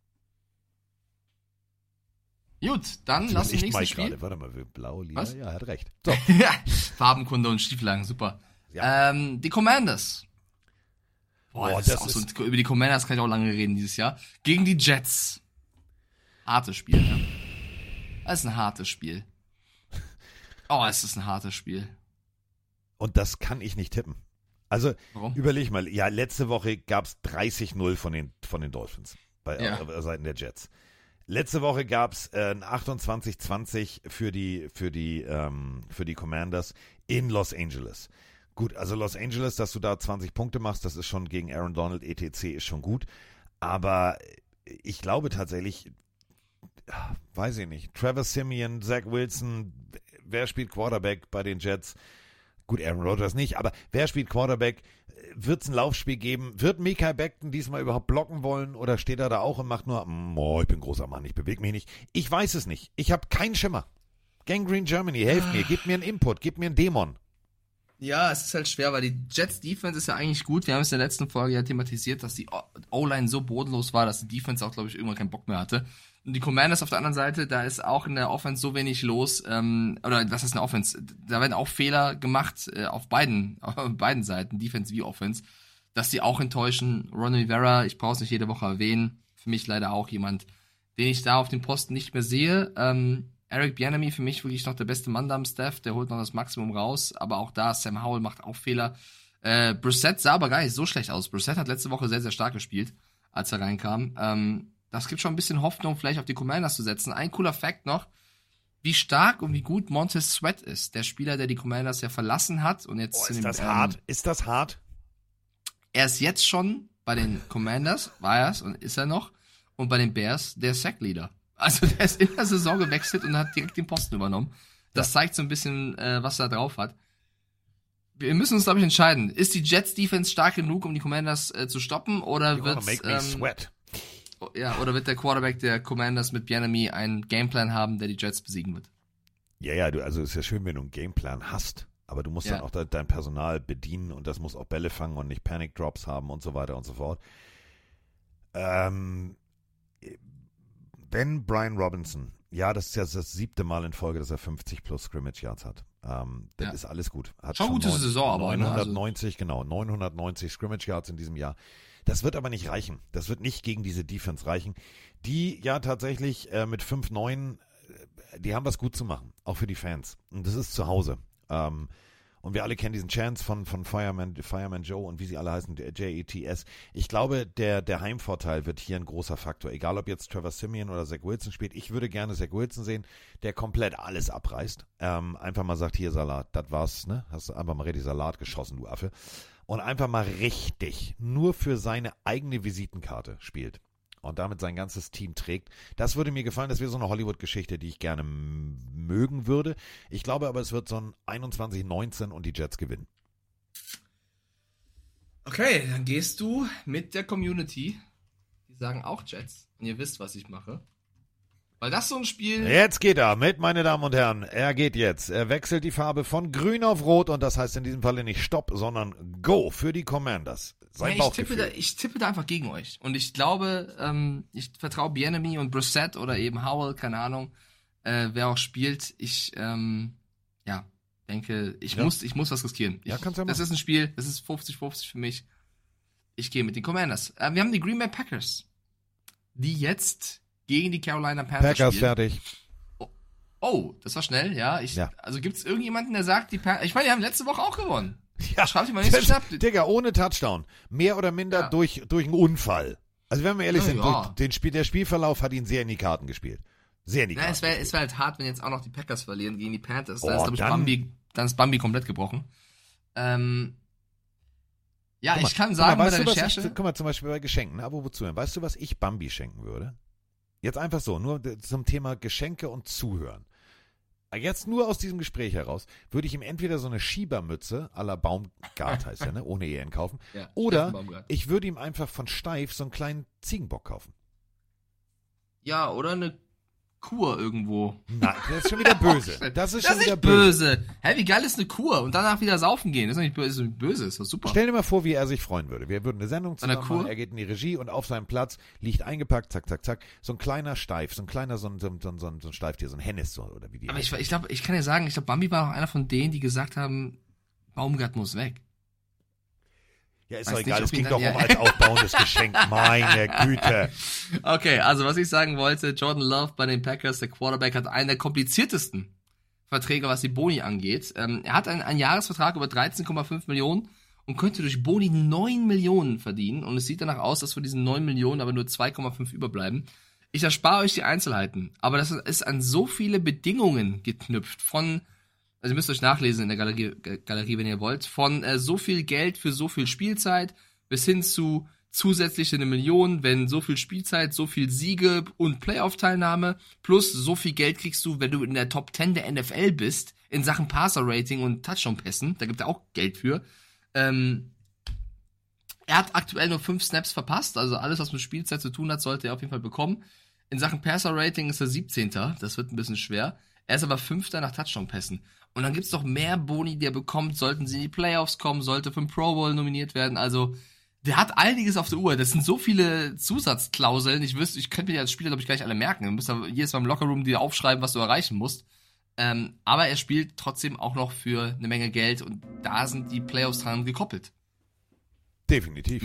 Gut, dann lass uns nächstes Spiel. Gerade. Warte mal, Blau, Lila. Was? Ja, er hat recht. So. Farbenkunde und Stieflagen, super. Ja. Die Commanders. Über die Commanders kann ich auch lange reden dieses Jahr. Gegen die Jets. Hartes Spiel, ja. Das ist ein hartes Spiel. Es ist ein hartes Spiel. Und das kann ich nicht tippen. Also, Warum? Überleg mal. Ja, letzte Woche gab es 30-0 von den Dolphins bei Seiten der Jets. Letzte Woche gab es ein 28-20 für die Commanders in Los Angeles. Gut, also Los Angeles, dass du da 20 Punkte machst, das ist schon gegen Aaron Donald etc. ist schon gut. Aber ich glaube tatsächlich, weiß ich nicht, Trevor Siemian, Zach Wilson, wer spielt Quarterback bei den Jets? Gut, Aaron Rodgers nicht, aber wer spielt Quarterback? Wird es ein Laufspiel geben? Wird Mekhi Becton diesmal überhaupt blocken wollen oder steht er da auch und macht nur, ich bin großer Mann, ich bewege mich nicht. Ich weiß es nicht. Ich habe keinen Schimmer. Gangrene Germany, helft mir, gebt mir einen Input, gebt mir einen Dämon. Ja, es ist halt schwer, weil die Jets Defense ist ja eigentlich gut. Wir haben es in der letzten Folge ja thematisiert, dass die O-Line so bodenlos war, dass die Defense auch, glaube ich, irgendwann keinen Bock mehr hatte. Und die Commanders auf der anderen Seite, da ist auch in der Offense so wenig los, oder was ist eine Offense? Da werden auch Fehler gemacht auf beiden Seiten, Defense wie Offense, dass die auch enttäuschen. Ron Rivera, ich brauche es nicht jede Woche erwähnen, für mich leider auch jemand, den ich da auf dem Posten nicht mehr sehe. Eric Bieniemy für mich wirklich noch der beste Mann da am Staff, der holt noch das Maximum raus, aber auch da, Sam Howell macht auch Fehler. Brissett sah aber gar nicht so schlecht aus. Brissett hat letzte Woche sehr, sehr stark gespielt, als er reinkam. Das gibt schon ein bisschen Hoffnung, vielleicht auf die Commanders zu setzen. Ein cooler Fact noch, wie stark und wie gut Montez Sweat ist. Der Spieler, der die Commanders ja verlassen hat. Und jetzt ist das hart? Ist das hart? Er ist jetzt schon bei den Commanders, war er es und ist er noch. Und bei den Bears der Sackleader. Also der ist in der Saison gewechselt und hat direkt den Posten übernommen. Das zeigt so ein bisschen, was er drauf hat. Wir müssen uns, glaube ich, entscheiden. Ist die Jets-Defense stark genug, um die Commanders zu stoppen? Oder wird oder wird der Quarterback der Commanders mit Bieniemy einen Gameplan haben, der die Jets besiegen wird? Ja, also ist ja schön, wenn du einen Gameplan hast, aber du musst dann auch dein Personal bedienen und das muss auch Bälle fangen und nicht Panic Drops haben und so weiter und so fort. Wenn Brian Robinson, das ist ja das 7. Mal in Folge, dass er 50 plus Scrimmage Yards hat. Das ist alles gut. Hat schon gute Saison, aber 990 Scrimmage Yards in diesem Jahr. Das wird aber nicht reichen. Das wird nicht gegen diese Defense reichen. Die ja tatsächlich mit 5-9, die haben was gut zu machen, auch für die Fans. Und das ist zu Hause. Und wir alle kennen diesen Chance von Fireman Joe und wie sie alle heißen, der JETS. Ich glaube, der Heimvorteil wird hier ein großer Faktor. Egal, ob jetzt Trevor Siemian oder Zach Wilson spielt. Ich würde gerne Zach Wilson sehen, der komplett alles abreißt. Einfach mal sagt, hier Salat, das war's, ne? Hast du einfach mal richtig Salat geschossen, du Affe. Und einfach mal richtig nur für seine eigene Visitenkarte spielt und damit sein ganzes Team trägt. Das würde mir gefallen, das wäre so eine Hollywood-Geschichte, die ich gerne mögen würde. Ich glaube aber, es wird so ein 21-19 und die Jets gewinnen. Okay, dann gehst du mit der Community sagen auch Jets. Und ihr wisst, was ich mache. Weil das so ein Spiel... Jetzt geht er mit, meine Damen und Herren. Er geht jetzt. Er wechselt die Farbe von grün auf rot und das heißt in diesem Falle nicht Stopp, sondern Go für die Commanders. Sein Bauchgefühl. Ich tippe da einfach gegen euch. Und ich glaube, ich vertraue Bieniemy und Brissett oder eben Howell, keine Ahnung, wer auch spielt. Ich denke, ich muss was riskieren. Ja, kannst du ja machen. Das ist ein Spiel, das ist 50-50 für mich. Ich gehe mit den Commanders. Wir haben die Green Bay Packers, die jetzt gegen die Carolina Panthers Packers spielen. fertig. Oh, das war schnell, ja. Also gibt's irgendjemanden, der sagt, die Panthers... Ich meine, die haben letzte Woche auch gewonnen. Ja, schreibt mal nicht so knapp. Digga, ohne Touchdown. Mehr oder minder durch einen Unfall. Also wenn wir ehrlich sind, der Spielverlauf hat ihn sehr in die Karten gespielt. Sehr in die Karten. Es wäre halt hart, wenn jetzt auch noch die Packers verlieren gegen die Panthers. Dann ist Bambi komplett gebrochen. Ich kann sagen, bei der Recherche... Guck mal, zum Beispiel bei Geschenken, wozu denn? Weißt du, was ich Bambi schenken würde? Jetzt einfach so, nur zum Thema Geschenke und Zuhören. Jetzt nur aus diesem Gespräch heraus, würde ich ihm entweder so eine Schiebermütze à la Baumgart heißt ja, ne, ohne EN kaufen, oder ich würde ihm einfach von Steif so einen kleinen Ziegenbock kaufen. Ja, oder eine Kur irgendwo. Nein, das ist schon wieder böse. Das ist schon wieder böse. Hä, wie geil ist eine Kur? Und danach wieder saufen gehen. Das ist nicht böse, ist doch super. Stell dir mal vor, wie er sich freuen würde. Wir würden eine Sendung zusammen machen, er geht in die Regie und auf seinem Platz liegt eingepackt, zack, zack, zack, so ein kleiner Steif, so ein Steiftier, so ein Hennis, so, oder wie die. Aber ich glaube, ich kann dir sagen, Bambi war auch einer von denen, die gesagt haben, Baumgart muss weg. Ja, ist doch egal, es ging doch um als aufbauendes Geschenk, meine Güte. Okay, also was ich sagen wollte, Jordan Love bei den Packers, der Quarterback, hat einen der kompliziertesten Verträge, was die Boni angeht. Er hat einen Jahresvertrag über 13,5 Millionen und könnte durch Boni 9 Millionen verdienen. Und es sieht danach aus, dass von diesen 9 Millionen aber nur 2,5 überbleiben. Ich erspare euch die Einzelheiten, aber das ist an so viele Bedingungen geknüpft also ihr müsst euch nachlesen in der Galerie, wenn ihr wollt, von so viel Geld für so viel Spielzeit bis hin zu zusätzliche 1 Million, wenn so viel Spielzeit, so viel Siege und Playoff-Teilnahme, plus so viel Geld kriegst du, wenn du in der Top 10 der NFL bist, in Sachen Passer-Rating und Touchdown-Pässen, da gibt er auch Geld für. Er hat aktuell nur 5 Snaps verpasst, also alles, was mit Spielzeit zu tun hat, sollte er auf jeden Fall bekommen. In Sachen Passer-Rating ist er 17. Das wird ein bisschen schwer. Er ist aber 5. nach Touchdown-Pässen. Und dann gibt's noch mehr Boni, die er bekommt, sollten sie in die Playoffs kommen, sollte für den Pro Bowl nominiert werden. Also, der hat einiges auf der Uhr. Das sind so viele Zusatzklauseln. Ich könnte mir als Spieler, glaube ich, gar nicht alle merken. Du musst ja jedes Mal im Lockerroom dir aufschreiben, was du erreichen musst. Aber er spielt trotzdem auch noch für eine Menge Geld und da sind die Playoffs dran gekoppelt. Definitiv.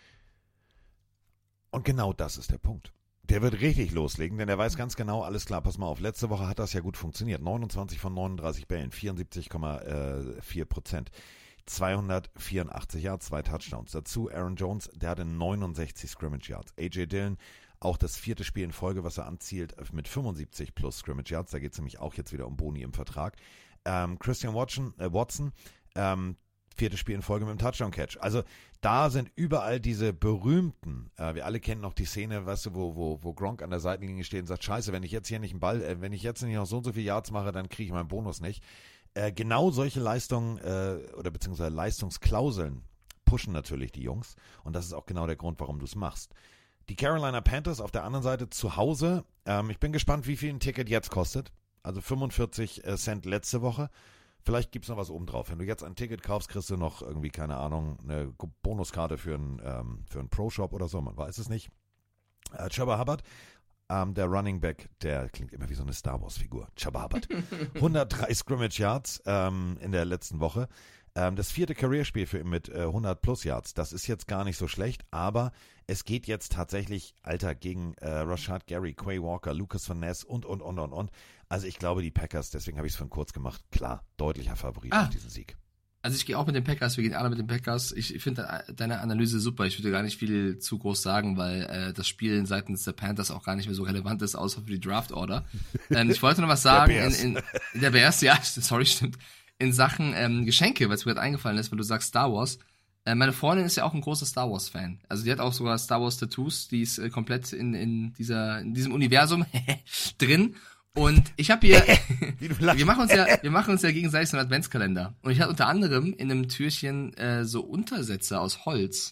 Und genau das ist der Punkt. Der wird richtig loslegen, denn er weiß ganz genau, alles klar, pass mal auf, letzte Woche hat das ja gut funktioniert. 29 von 39 Bällen, 74,4%, 284 Yards, 2 Touchdowns. Dazu Aaron Jones, der hatte 69 Scrimmage Yards. A.J. Dillon, auch das 4. Spiel in Folge, was er anzielt, mit 75 plus Scrimmage Yards. Da geht es nämlich auch jetzt wieder um Boni im Vertrag. Christian Watson, 4. Spiel in Folge mit dem Touchdown-Catch. Also da sind überall diese berühmten, wir alle kennen noch die Szene, weißt du, wo Gronk an der Seitenlinie steht und sagt, scheiße, wenn ich jetzt hier nicht wenn ich jetzt nicht noch so und so viele Yards mache, dann kriege ich meinen Bonus nicht. Genau solche Leistungen oder beziehungsweise Leistungsklauseln pushen natürlich die Jungs und das ist auch genau der Grund, warum du es machst. Die Carolina Panthers auf der anderen Seite zu Hause, ich bin gespannt, wie viel ein Ticket jetzt kostet. Also 45 Cent letzte Woche. Vielleicht gibt es noch was oben drauf. Wenn du jetzt ein Ticket kaufst, kriegst du noch irgendwie, keine Ahnung, eine Bonuskarte für einen Pro-Shop oder so, man weiß es nicht. Chuba Hubbard, der Running Back, der klingt immer wie so eine Star Wars-Figur. Chuba Hubbard. 103 Scrimmage Yards in der letzten Woche. Das 4. Career-Spiel für ihn mit 100 plus Yards. Das ist jetzt gar nicht so schlecht, aber es geht jetzt tatsächlich, Alter, gegen Rashad Gary, Quay Walker, Lucas Van Ness und. Also ich glaube, die Packers, deswegen habe ich es vorhin kurz gemacht, klar, deutlicher Favorit auf diesen Sieg. Also ich gehe auch mit den Packers, wir gehen alle mit den Packers. Ich finde deine Analyse super. Ich würde gar nicht viel zu groß sagen, weil das Spiel seitens der Panthers auch gar nicht mehr so relevant ist, außer für die Draft-Order. Ich wollte noch was sagen. Der Bears, ja, sorry, stimmt. In Sachen Geschenke, weil es mir gerade eingefallen ist, weil du sagst Star Wars. Meine Freundin ist ja auch ein großer Star Wars-Fan. Also die hat auch sogar Star Wars-Tattoos, die ist komplett in diesem Universum drin. Und ich habe hier, wir machen uns ja gegenseitig so einen Adventskalender. Und ich hatte unter anderem in einem Türchen so Untersätze aus Holz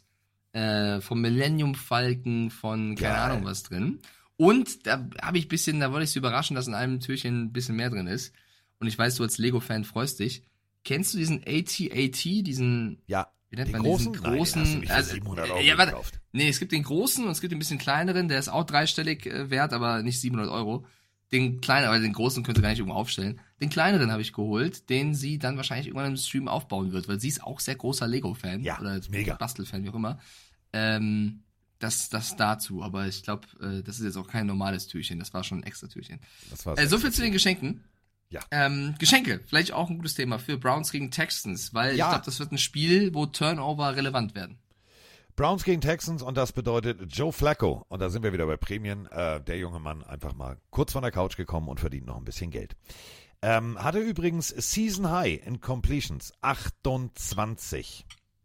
vom Millennium Falcon, von keine Geil. Ahnung was drin. Und da wollte ich sie überraschen, dass in einem Türchen ein bisschen mehr drin ist. Und ich weiß, du als Lego-Fan freust dich. Kennst du diesen AT-AT, diesen, Ja. wie nennt Den man großen? diesen Nein, den großen? hast du nicht für 700 Euro warte. gekauft. Nee, es gibt den großen und es gibt den ein bisschen kleineren, der ist auch dreistellig wert, aber nicht 700 Euro. Den kleinen, aber den großen könnt ihr gar nicht irgendwo aufstellen. Den kleineren habe ich geholt, den sie dann wahrscheinlich irgendwann im Stream aufbauen wird, weil sie ist auch sehr großer Lego-Fan. Ja, oder mega. Bastelfan, wie auch immer. Das dazu, aber ich glaube, das ist jetzt auch kein normales Türchen, das war schon ein extra Türchen. Das war's. So viel zu den Geschenken. Ja. Geschenke, vielleicht auch ein gutes Thema für Browns gegen Texans, weil Ja. ich glaube, das wird ein Spiel, wo Turnover relevant werden. Browns gegen Texans und das bedeutet Joe Flacco. Und da sind wir wieder bei Prämien. Der junge Mann einfach mal kurz von der Couch gekommen und verdient noch ein bisschen Geld. Hatte übrigens Season High in Completions 28.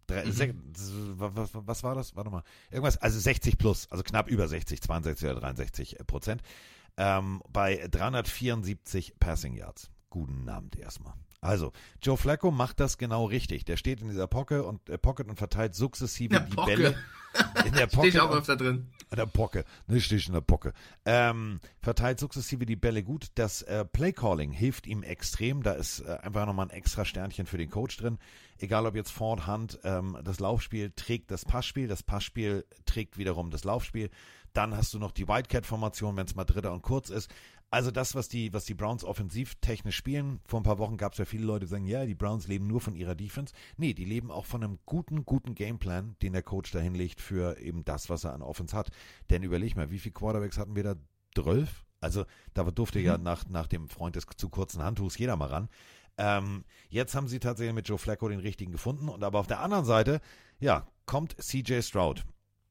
Was war das? Warte mal. Irgendwas, also 60 plus, also knapp über 60, 62 oder 63%. Bei 374 Passing Yards. Guten Abend erstmal. Also, Joe Flacco macht das genau richtig. Der steht in dieser Pocket und verteilt sukzessive die Bälle. In der Pocket. Steht auch öfter drin. In der Pocke. Nicht steht in der Pocke. Verteilt sukzessive die Bälle gut. Das Playcalling hilft ihm extrem. Da ist einfach nochmal ein extra Sternchen für den Coach drin. Egal ob jetzt Ford, Hunt, das Laufspiel trägt das Passspiel trägt wiederum das Laufspiel. Dann hast du noch die Wildcat-Formation, wenn es mal dritter und kurz ist. Also das, was die Browns offensivtechnisch spielen. Vor ein paar Wochen gab es ja viele Leute, die sagen, ja, die Browns leben nur von ihrer Defense. Nee, die leben auch von einem guten Gameplan, den der Coach da hinlegt für eben das, was er an Offense hat. Denn überleg mal, wie viele Quarterbacks hatten wir da? 12? Also da durfte ja nach dem Freund des zu kurzen Handtuchs jeder mal ran. Jetzt haben sie tatsächlich mit Joe Flacco den richtigen gefunden. Und aber auf der anderen Seite, ja, kommt CJ Stroud.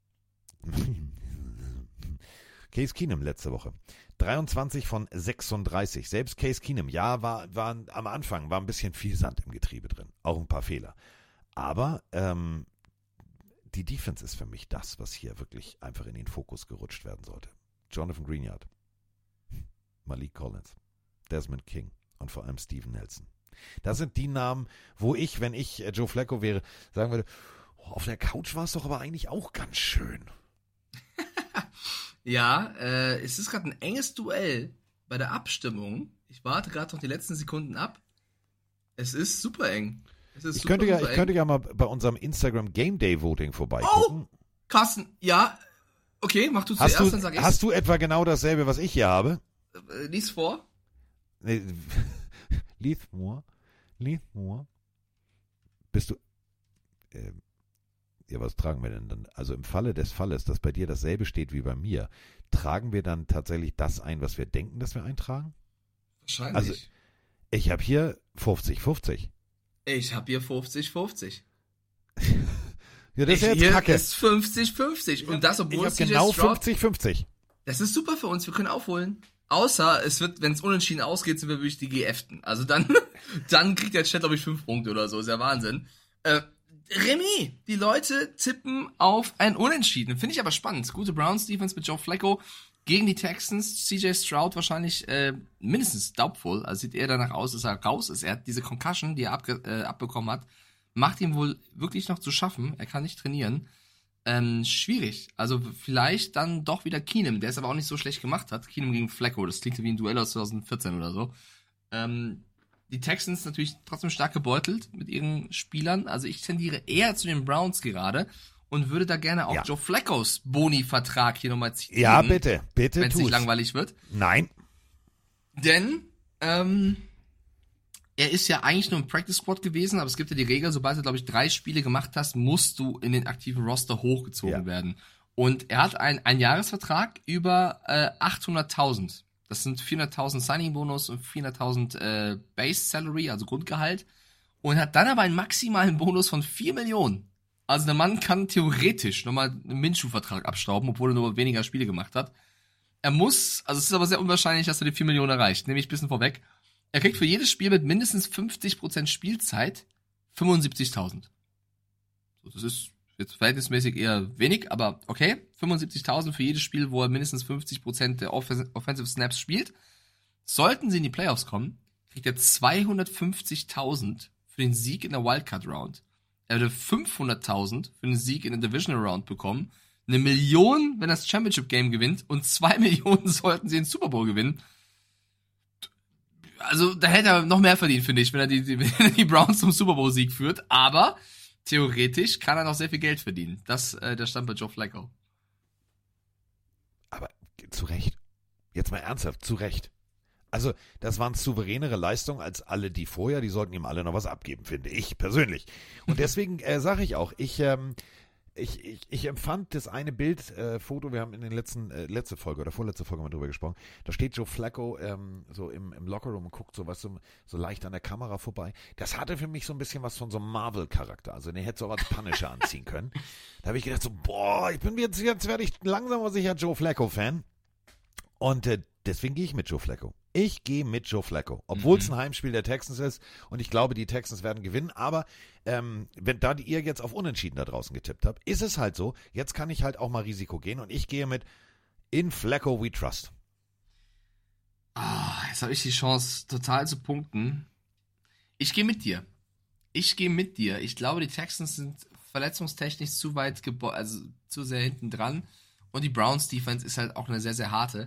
Case Keenum letzte Woche. 23 von 36. Selbst Case Keenum, ja, war am Anfang ein bisschen viel Sand im Getriebe drin. Auch ein paar Fehler. Aber die Defense ist für mich das, was hier wirklich einfach in den Fokus gerutscht werden sollte. Jonathan Greenyard, Malik Collins, Desmond King und vor allem Steven Nelson. Das sind die Namen, wo ich, wenn ich Joe Flacco wäre, sagen würde, auf der Couch war es doch aber eigentlich auch ganz schön. Ja, es ist gerade ein enges Duell bei Ich warte gerade noch die letzten Sekunden ab. Es ist super eng. Ich könnte ja mal bei unserem Instagram Game Day Voting vorbeigucken. Oh, Carsten, ja. Okay, mach du zuerst, dann sag ich. Hast du etwa genau dasselbe, was ich hier habe? Lies vor. Nee, lies more. Bist du... Ja, was tragen wir denn dann? Also im Falle des Falles, dass bei dir dasselbe steht wie bei mir, tragen wir dann tatsächlich das ein, was wir denken, dass wir eintragen? Wahrscheinlich. Also ich habe hier 50-50. Ich habe hier 50-50. Ja, das ist ja jetzt Kacke. Hier ist 50-50. Und das, obwohl ich habe genau 50-50. Das ist super für uns, wir können aufholen. Außer, wenn es unentschieden ausgeht, sind wir wirklich die Geäfften. Also dann kriegt der Chat, glaube ich, 5 Punkte oder so. Ist ja Wahnsinn. Remis. Die Leute tippen auf ein Unentschieden. Finde ich aber spannend. Gute Browns-Defense mit Joe Flacco gegen die Texans. CJ Stroud wahrscheinlich mindestens doubtful. Also sieht eher danach aus, dass er raus ist. Er hat diese Concussion, die er abbekommen hat, macht ihm wohl wirklich noch zu schaffen. Er kann nicht trainieren. Schwierig. Also vielleicht dann doch wieder Keenum, der es aber auch nicht so schlecht gemacht hat. Keenum gegen Flacco. Das klingt wie ein Duell aus 2014 oder so. Die Texans natürlich trotzdem stark gebeutelt mit ihren Spielern. Also ich tendiere eher zu den Browns gerade und würde da gerne auch Joe Flaccos Boni-Vertrag hier nochmal zitieren. Ja, bitte wenn es tu's. nicht langweilig wird. Nein. Denn er ist ja eigentlich nur im Practice Squad gewesen, aber es gibt ja die Regel, sobald du, glaube ich, 3 Spiele gemacht hast, musst du in den aktiven Roster hochgezogen werden. Und er hat einen Jahresvertrag über 800.000. Das sind 400.000 Signing-Bonus und 400.000 Base-Salary, also Grundgehalt. Und hat dann aber einen maximalen Bonus von 4 Millionen. Also der Mann kann theoretisch nochmal einen Minshew-Vertrag abstauben, obwohl er nur weniger Spiele gemacht hat. Also es ist aber sehr unwahrscheinlich, dass er die 4 Millionen erreicht. Nehme ich ein bisschen vorweg. Er kriegt für jedes Spiel mit mindestens 50% Spielzeit 75.000. So, das ist jetzt verhältnismäßig eher wenig, aber okay. 75.000 für jedes Spiel, wo er mindestens 50% der Offensive Snaps spielt. Sollten sie in die Playoffs kommen, kriegt er 250.000 für den Sieg in der Wildcard Round. Er würde 500.000 für einen Sieg in der Divisional Round bekommen, 1 Million, wenn er das Championship Game gewinnt und 2 Millionen sollten sie den Super Bowl gewinnen. Also da hätte er noch mehr verdient, finde ich, wenn er die Browns zum Super Bowl Sieg führt, aber theoretisch kann er noch sehr viel Geld verdienen. Das der stand bei Joe Flacco. Aber zu Recht. Jetzt mal ernsthaft, zu Recht. Also, das waren souveränere Leistungen als alle die vorher. Die sollten ihm alle noch was abgeben, finde ich persönlich. Und deswegen sage ich auch, ich empfand das eine Bildfoto, wir haben in den letzte Folge oder vorletzte Folge mal drüber gesprochen, da steht Joe Flacco so im Lockerroom und guckt so leicht an der Kamera vorbei. Das hatte für mich so ein bisschen was von so einem Marvel-Charakter. Also den hätte so als Punisher anziehen können. Da habe ich gedacht so, boah, jetzt werde ich langsam aber sicher Joe Flacco-Fan. Und deswegen gehe ich mit Joe Flacco. Ich gehe mit Joe Flacco, obwohl es ein Heimspiel der Texans ist und ich glaube, die Texans werden gewinnen, aber wenn ihr jetzt auf Unentschieden da draußen getippt habt, ist es halt so, jetzt kann ich halt auch mal Risiko gehen und ich gehe mit In Flacco We Trust. Jetzt habe ich die Chance, total zu punkten. Ich gehe mit dir. Ich glaube, die Texans sind verletzungstechnisch zu weit zu sehr hinten dran und die Browns Defense ist halt auch eine sehr, sehr harte.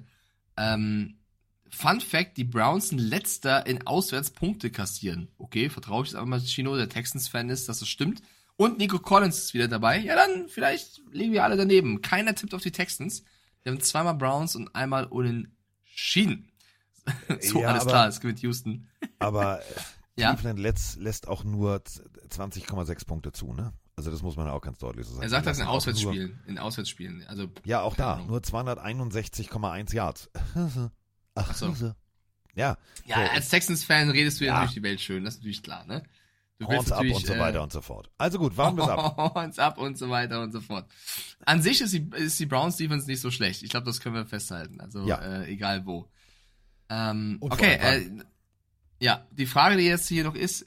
Fun Fact, die Browns sind letzter in Auswärtspunkte kassieren. Okay, vertraue ich jetzt aber mal Chino, der Texans-Fan ist, dass das stimmt. Und Nico Collins ist wieder dabei. Ja, dann vielleicht liegen wir alle daneben. Keiner tippt auf die Texans. Wir haben 2-mal Browns und einmal Unentschieden. So, ja, alles klar, es gewinnt Houston. Aber ja? Cleveland lässt auch nur 20,6 Punkte zu, ne? Also das muss man auch ganz deutlich so sagen. Er sagt das in Auswärtsspielen. Also, ja, auch da, nur 261,1 Yards. Ach so. Ja. Ja, so. Als Texans-Fan redest du ja natürlich die Welt schön, das ist natürlich klar, ne? Du Horns ab und so weiter und so fort. Also gut, warten wir ab. Horns ab und so weiter und so fort. An sich ist die Browns-Defense nicht so schlecht. Ich glaube, das können wir festhalten. Also egal wo. Okay, die Frage, die jetzt hier noch ist,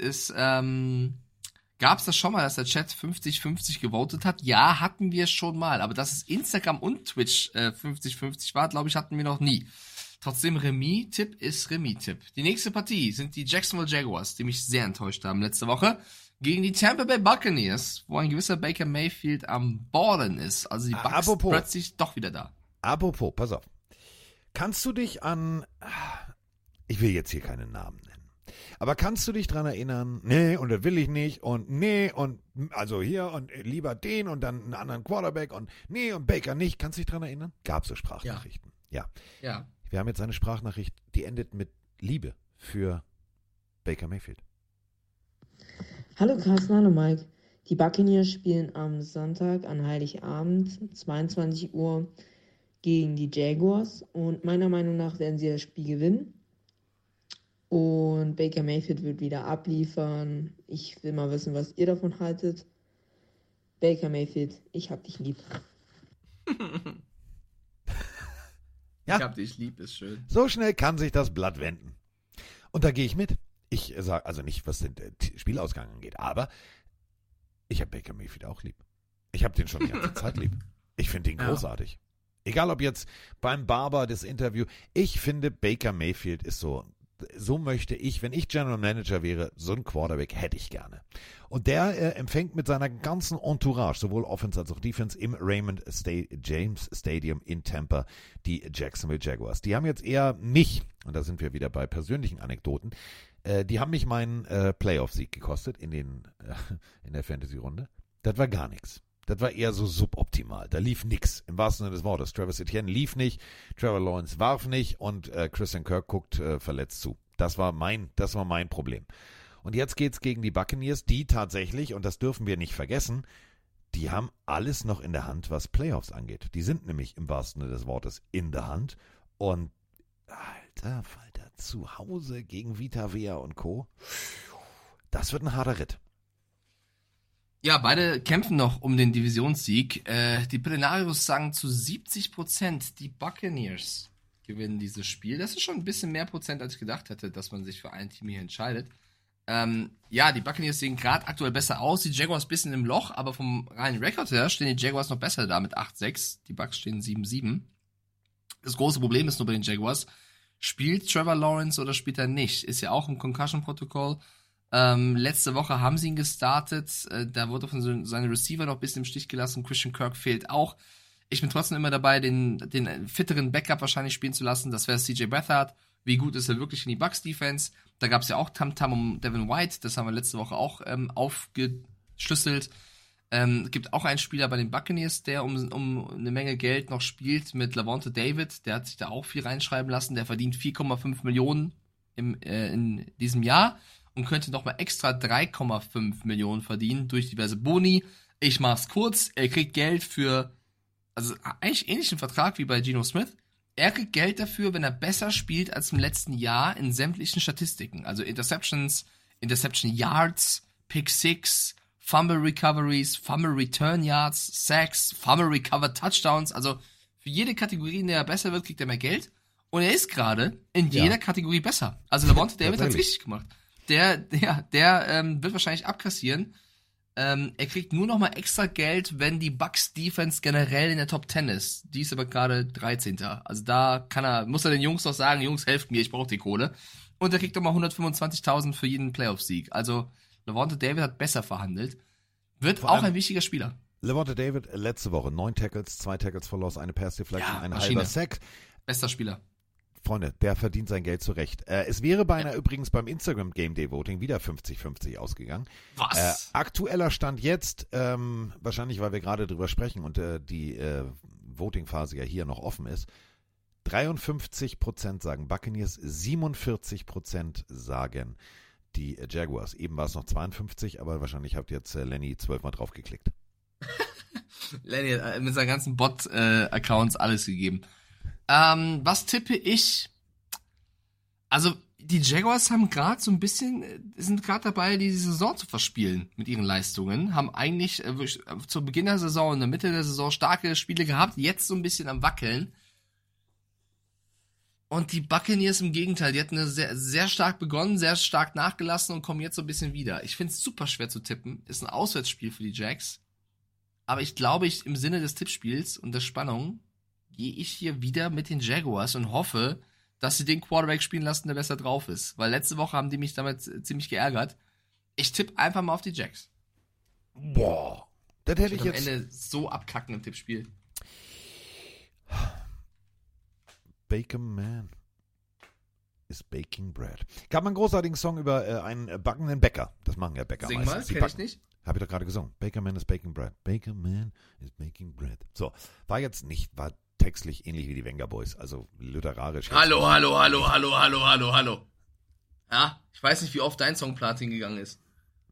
gab es das schon mal, dass der Chat 50-50 gewotet hat? Ja, hatten wir schon mal. Aber dass es Instagram und Twitch 50-50 war, glaube ich, hatten wir noch nie. Trotzdem, Remis-Tipp ist Remis-Tipp. Die nächste Partie sind die Jacksonville Jaguars, die mich sehr enttäuscht haben letzte Woche, gegen die Tampa Bay Buccaneers, wo ein gewisser Baker Mayfield am Ballen ist. Also die Bucks plötzlich doch wieder da. Apropos, pass auf. Kannst du dich an, ich will jetzt hier keinen Namen nennen, aber kannst du dich dran erinnern, nee, und das will ich nicht, und nee, und also hier, und lieber den, und dann einen anderen Quarterback, und nee, und Baker nicht. Kannst du dich dran erinnern? Gab es so Sprachnachrichten? Ja. Wir haben jetzt eine Sprachnachricht, die endet mit Liebe für Baker Mayfield. Hallo Carsten, hallo Mike. Die Buccaneers spielen am Sonntag an Heiligabend, 22 Uhr, gegen die Jaguars. Und meiner Meinung nach werden sie das Spiel gewinnen. Und Baker Mayfield wird wieder abliefern. Ich will mal wissen, was ihr davon haltet. Baker Mayfield, ich hab dich lieb. Ja. Ich hab dich lieb, ist schön. So schnell kann sich das Blatt wenden. Und da gehe ich mit. Ich sage, also nicht, was den Spielausgang angeht, aber ich habe Baker Mayfield auch lieb. Ich habe den schon die ganze Zeit lieb. Ich finde den großartig. Egal ob jetzt beim Barber das Interview. Ich finde, Baker Mayfield ist so möchte ich, wenn ich General Manager wäre, so einen Quarterback hätte ich gerne. Und der empfängt mit seiner ganzen Entourage, sowohl Offense als auch Defense, im Raymond James Stadium in Tampa, die Jacksonville Jaguars. Die haben jetzt eher mich, und da sind wir wieder bei persönlichen Anekdoten, die haben mich meinen Playoff-Sieg gekostet in der Fantasy-Runde. Das war gar nichts. Das war eher so suboptimal. Da lief nix, im wahrsten Sinne des Wortes. Travis Etienne lief nicht, Trevor Lawrence warf nicht und Christian Kirk guckt verletzt zu. Das war mein Problem. Und jetzt geht's gegen die Buccaneers, die tatsächlich, und das dürfen wir nicht vergessen, die haben alles noch in der Hand, was Playoffs angeht. Die sind nämlich im wahrsten Sinne des Wortes in der Hand. Und alter Falter, zu Hause gegen Vita Vea und Co. Das wird ein harter Ritt. Ja, beide kämpfen noch um den Divisionssieg. Die Pillenarios sagen zu 70%, die Buccaneers gewinnen dieses Spiel. Das ist schon ein bisschen mehr Prozent, als ich gedacht hätte, dass man sich für ein Team hier entscheidet. Die Buccaneers sehen gerade aktuell besser aus. Die Jaguars ein bisschen im Loch, aber vom reinen Rekord her stehen die Jaguars noch besser da mit 8-6. Die Bucks stehen 7-7. Das große Problem ist nur bei den Jaguars, spielt Trevor Lawrence oder spielt er nicht? Ist ja auch im Concussion-Protokoll. Letzte Woche haben sie ihn gestartet. Da wurde von seinen Receiver noch ein bisschen im Stich gelassen. Christian Kirk fehlt auch. Ich bin trotzdem immer dabei, den fitteren Backup wahrscheinlich spielen zu lassen. Das wäre CJ Beathard. Wie gut ist er wirklich in die Bucks-Defense? Da gab es ja auch Tamtam um Devin White. Das haben wir letzte Woche auch aufgeschlüsselt. Gibt auch einen Spieler bei den Buccaneers, der um eine Menge Geld noch spielt mit Lavonte David. Der hat sich da auch viel reinschreiben lassen. Der verdient 4,5 Millionen in diesem Jahr und könnte nochmal extra 3,5 Millionen verdienen durch diverse Boni. Ich mach's kurz. Er kriegt Geld für, also eigentlich ähnlichen Vertrag wie bei Geno Smith. Er kriegt Geld dafür, wenn er besser spielt als im letzten Jahr in sämtlichen Statistiken. Also Interceptions, Interception Yards, Pick Six, Fumble Recoveries, Fumble Return Yards, Sacks, Fumble Recovered Touchdowns. Also für jede Kategorie, in der er besser wird, kriegt er mehr Geld. Und er ist gerade in jeder Kategorie besser. Also Lavonte David hat's richtig gemacht. Der wird wahrscheinlich abkassieren. Er kriegt nur noch mal extra Geld, wenn die Bucks Defense generell in der Top 10 ist. Die ist aber gerade 13. Also da muss er den Jungs doch sagen, Jungs, helft mir, ich brauche die Kohle. Und er kriegt doch mal 125.000 für jeden Playoff-Sieg. Also Lavonte David hat besser verhandelt. Wird auch ein wichtiger Spieler. Lavonte David letzte Woche 9 Tackles, 2 Tackles for Loss, eine Pass Deflection, ein halber Sack. Bester Spieler. Freunde, der verdient sein Geld zurecht. Es wäre beinahe übrigens beim Instagram Game Day Voting wieder 50-50 ausgegangen. Was? Aktueller Stand jetzt, wahrscheinlich, weil wir gerade drüber sprechen und die Voting-Phase ja hier noch offen ist, 53% sagen Buccaneers, 47% sagen die Jaguars. Eben war es noch 52, aber wahrscheinlich habt jetzt Lenny 12-mal draufgeklickt. Lenny hat mit seinen ganzen Bot-Accounts alles gegeben. Was tippe ich? Also, die Jaguars haben gerade so ein bisschen, sind gerade dabei, die Saison zu verspielen mit ihren Leistungen. Haben eigentlich zu Beginn der Saison und in der Mitte der Saison starke Spiele gehabt, jetzt so ein bisschen am Wackeln. Und die Buccaneers im Gegenteil, die hatten sehr, sehr stark begonnen, sehr stark nachgelassen und kommen jetzt so ein bisschen wieder. Ich finde es super schwer zu tippen. Ist ein Auswärtsspiel für die Jags. Aber ich glaube, im Sinne des Tippspiels und der Spannung gehe ich hier wieder mit den Jaguars und hoffe, dass sie den Quarterback spielen lassen, der besser drauf ist. Weil letzte Woche haben die mich damit ziemlich geärgert. Ich tippe einfach mal auf die Jags. Boah. Das hätte ich jetzt am Ende so abkacken im Tippspiel. Bacon Man is baking bread. Gab mal einen großartigen Song über einen backenden Bäcker. Das machen ja Bäcker Sing meistens. mal, kenn ich nicht. Habe ich doch gerade gesungen. Baker Man is baking bread. Baker Man is baking bread. So, war textlich ähnlich wie die Wenger Boys, also literarisch. Hallo. Ja, ich weiß nicht, wie oft dein Song Platin gegangen ist.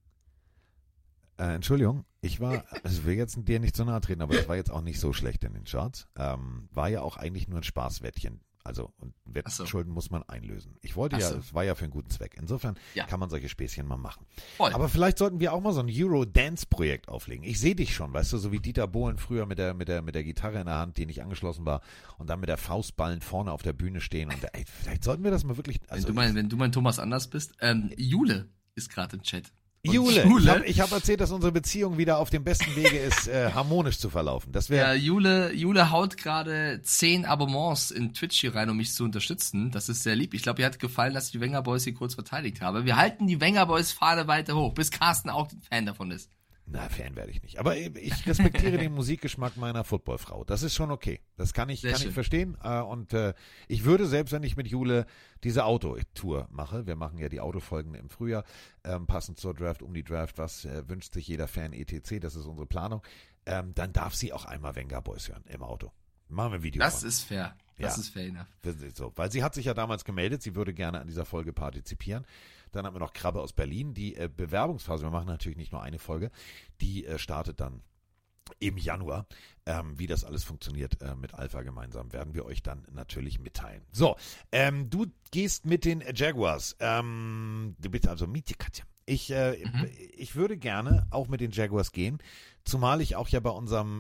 Entschuldigung, ich will jetzt dir nicht zu nahe treten, aber das war jetzt auch nicht so schlecht in den Charts. War ja auch eigentlich nur ein Spaßwettchen. Also, und Wettschulden muss man einlösen. Ich wollte es war ja für einen guten Zweck. Insofern kann man solche Späßchen mal machen. Voll. Aber vielleicht sollten wir auch mal so ein Euro-Dance-Projekt auflegen. Ich sehe dich schon, weißt du, so wie Dieter Bohlen früher mit der Gitarre in der Hand, die nicht angeschlossen war, und dann mit der Faustballen vorne auf der Bühne stehen. Und vielleicht sollten wir das mal wirklich. Also, wenn du mein Thomas Anders bist, Jule ist gerade im Chat. Jule. Ich hab erzählt, dass unsere Beziehung wieder auf dem besten Wege ist, harmonisch zu verlaufen. Das wäre. Ja, Jule haut gerade 10 Abonnements in Twitch hier rein, um mich zu unterstützen. Das ist sehr lieb. Ich glaube, ihr hat gefallen, dass ich die Wenger Boys hier kurz verteidigt habe. Wir halten die Wenger Boys Fahne weiter hoch, bis Carsten auch Fan davon ist. Na, Fan werde ich nicht. Aber ich respektiere den Musikgeschmack meiner Footballfrau. Das ist schon okay. Das kann ich verstehen. Und ich würde, selbst wenn ich mit Jule diese Autotour mache, wir machen ja die Autofolgen im Frühjahr, passend zur Draft, um die Draft, was wünscht sich jeder Fan etc., das ist unsere Planung, dann darf sie auch einmal Wenger Boys hören im Auto. Machen wir ein Video. Das ist fair. Das ist fair enough. So, weil sie hat sich ja damals gemeldet, sie würde gerne an dieser Folge partizipieren. Dann haben wir noch Krabbe aus Berlin. Die Bewerbungsphase, wir machen natürlich nicht nur eine Folge, die startet dann im Januar. Wie das alles funktioniert mit Alpha gemeinsam, werden wir euch dann natürlich mitteilen. So, du gehst mit den Jaguars. Du bist also mit Katja. Ich würde gerne auch mit den Jaguars gehen, zumal ich auch ja bei unserem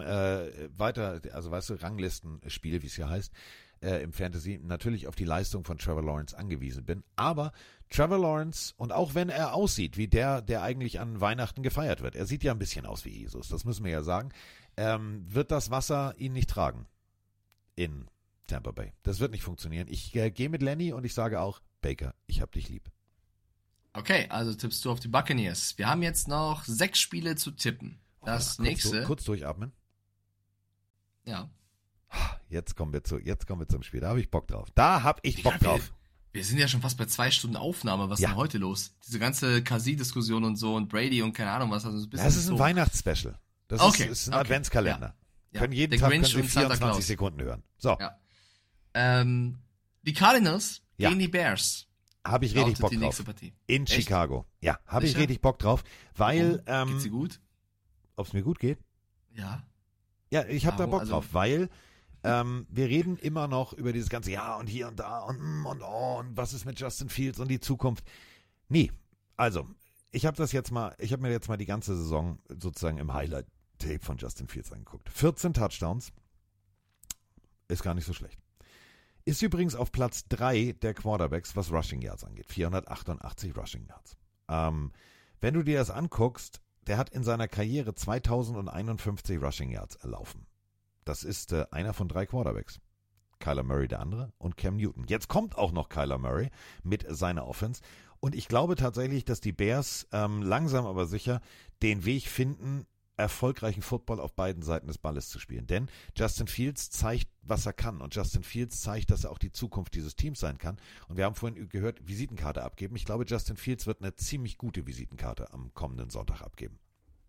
Ranglistenspiel, wie es ja heißt, im Fantasy natürlich auf die Leistung von Trevor Lawrence angewiesen bin. Aber Trevor Lawrence, und auch wenn er aussieht wie der eigentlich an Weihnachten gefeiert wird, er sieht ja ein bisschen aus wie Jesus, das müssen wir ja sagen, wird das Wasser ihn nicht tragen in Tampa Bay. Das wird nicht funktionieren. Ich gehe mit Lenny und ich sage auch, Baker, ich hab dich lieb. Okay, also tippst du auf die Buccaneers. Wir haben jetzt noch 6 Spiele zu tippen. Das nächste. Kurz durchatmen. Ja. Jetzt kommen wir zum Spiel. Da habe ich Bock drauf. Wir sind ja schon fast bei 2 Stunden Aufnahme. Was ist denn heute los? Diese ganze KC-Diskussion und so und Brady und keine Ahnung was. Also ein bisschen das ist ein Weihnachtsspecial. Das ist ein Adventskalender. Ja. Können jeden Tag können Sie 24 Sekunden hören. So. Ja. Die Cardinals gegen die Bears. Habe ich richtig Bock die drauf. Nächste Partie. In Echt? Chicago. Ja, habe ich richtig Bock drauf, weil Geht's dir gut? ob es mir gut geht? Ja. Ja, ich habe da Bock also- drauf, weil wir reden immer noch über dieses ganze und hier und da und was ist mit Justin Fields und die Zukunft. Nee, also, ich habe mir jetzt mal die ganze Saison sozusagen im Highlight-Tape von Justin Fields angeguckt. 14 Touchdowns, ist gar nicht so schlecht. Ist übrigens auf Platz 3 der Quarterbacks, was Rushing Yards angeht. 488 Rushing Yards. Wenn du dir das anguckst, der hat in seiner Karriere 2051 Rushing Yards erlaufen. Das ist einer von 3 Quarterbacks. Kyler Murray der andere und Cam Newton. Jetzt kommt auch noch Kyler Murray mit seiner Offense. Und ich glaube tatsächlich, dass die Bears langsam aber sicher den Weg finden, erfolgreichen Football auf beiden Seiten des Balles zu spielen. Denn Justin Fields zeigt, was er kann. Und Justin Fields zeigt, dass er auch die Zukunft dieses Teams sein kann. Und wir haben vorhin gehört, Visitenkarte abgeben. Ich glaube, Justin Fields wird eine ziemlich gute Visitenkarte am kommenden Sonntag abgeben.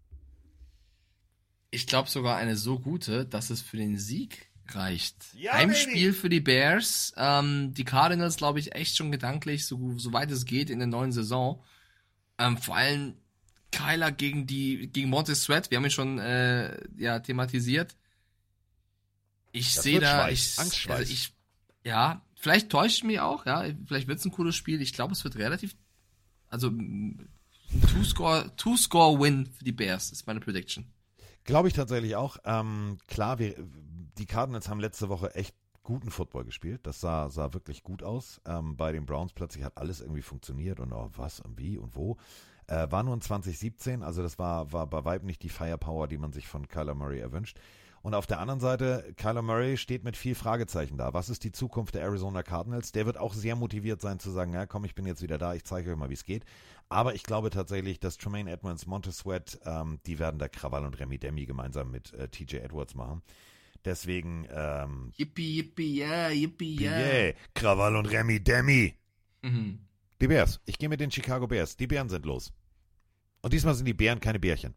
Ich glaube sogar eine so gute, dass es für den Sieg reicht. Ja, Heimspiel für die Bears. Die Cardinals, glaube ich, echt schon gedanklich, so weit es geht in der neuen Saison. Vor allem Kyler gegen Montez Sweat. Wir haben ihn schon thematisiert. Ich sehe da Angstschweiß. Vielleicht täusche ich mich auch. Ja, vielleicht wird es ein cooles Spiel. Ich glaube, es wird relativ, also ein Two-Score-Win für die Bears ist meine Prediction. Glaube ich tatsächlich auch. Klar, die Cardinals haben letzte Woche echt guten Football gespielt. Das sah wirklich gut aus. Bei den Browns plötzlich hat alles irgendwie funktioniert und was und wie und wo. War nur in 2017, also das war bei weitem nicht die Firepower, die man sich von Kyler Murray erwünscht. Und auf der anderen Seite, Kyler Murray steht mit viel Fragezeichen da. Was ist die Zukunft der Arizona Cardinals? Der wird auch sehr motiviert sein zu sagen, ja komm, ich bin jetzt wieder da, ich zeige euch mal, wie es geht. Aber ich glaube tatsächlich, dass Tremaine Edmonds, Montez Sweat, die werden da Krawall und Remy Demi gemeinsam mit TJ Edwards machen. Deswegen Yippie, yeah. Krawall und Remy Demi. Mhm. Die Bears. Ich gehe mit den Chicago Bears. Die Bären sind los. Und diesmal sind die Bären keine Bärchen.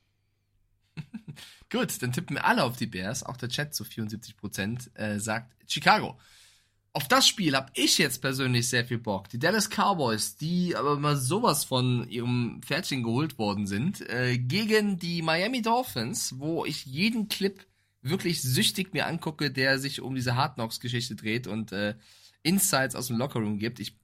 Gut, dann tippen wir alle auf die Bears. Auch der Chat zu 74% sagt Chicago. Auf das Spiel habe ich jetzt persönlich sehr viel Bock. Die Dallas Cowboys, die aber mal sowas von ihrem Pferdchen geholt worden sind, gegen die Miami Dolphins, wo ich jeden Clip wirklich süchtig mir angucke, der sich um diese Hard Knocks-Geschichte dreht und Insights aus dem Lockerroom gibt. Ich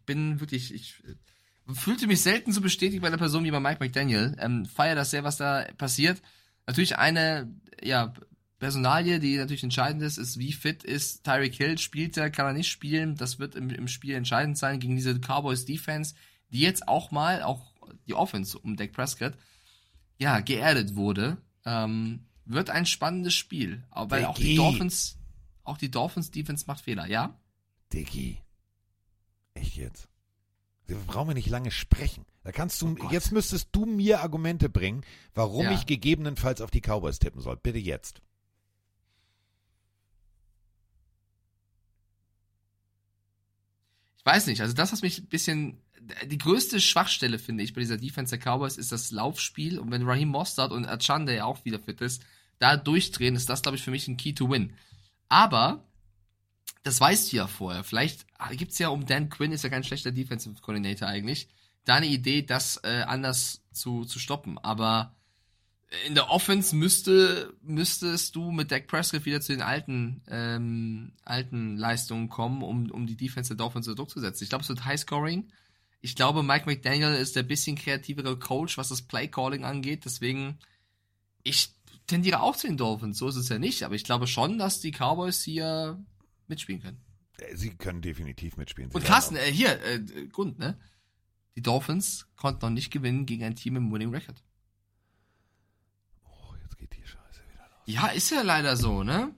fühlte mich selten so bestätigt bei einer Person wie bei Mike McDaniel. Feier das sehr, was da passiert. Natürlich eine, Personalie, die natürlich entscheidend ist, wie fit ist Tyreek Hill, spielt er, kann er nicht spielen, das wird im Spiel entscheidend sein gegen diese Cowboys Defense, die jetzt auch die Offense um Dak Prescott, geerdet wurde. Wird ein spannendes Spiel, weil auch die Dolphins Defense macht Fehler, ja? Diggi. Echt jetzt? Wir brauchen nicht lange sprechen. Jetzt müsstest du mir Argumente bringen, warum ich gegebenenfalls auf die Cowboys tippen soll. Bitte jetzt. Ich weiß nicht, also das, was mich ein bisschen, die größte Schwachstelle, finde ich, bei dieser Defense der Cowboys ist das Laufspiel. Und wenn Raheem Mostert und Achane, der ja auch wieder fit ist, da durchdrehen, ist das, glaube ich, für mich ein Key to win. Aber das weißt du ja vorher. Vielleicht gibt's ja Dan Quinn, ist ja kein schlechter Defensive Coordinator eigentlich, da eine Idee, das anders zu stoppen. Aber in der Offense müsstest du mit Dak Prescott wieder zu den alten Leistungen kommen, um die Defense der Dolphins unter Druck zu setzen. Ich glaube, es wird High-Scoring. Ich glaube, Mike McDaniel ist der bisschen kreativere Coach, was das Play-Calling angeht. Deswegen, ich tendiere auch zu den Dolphins. So ist es ja nicht. Aber ich glaube schon, dass die Cowboys hier mitspielen können. Sie können definitiv mitspielen. Und Carsten, Grund, ne? Die Dolphins konnten noch nicht gewinnen gegen ein Team im Winning Record. Oh, jetzt geht die Scheiße wieder los. Ja, ist ja leider so, ne?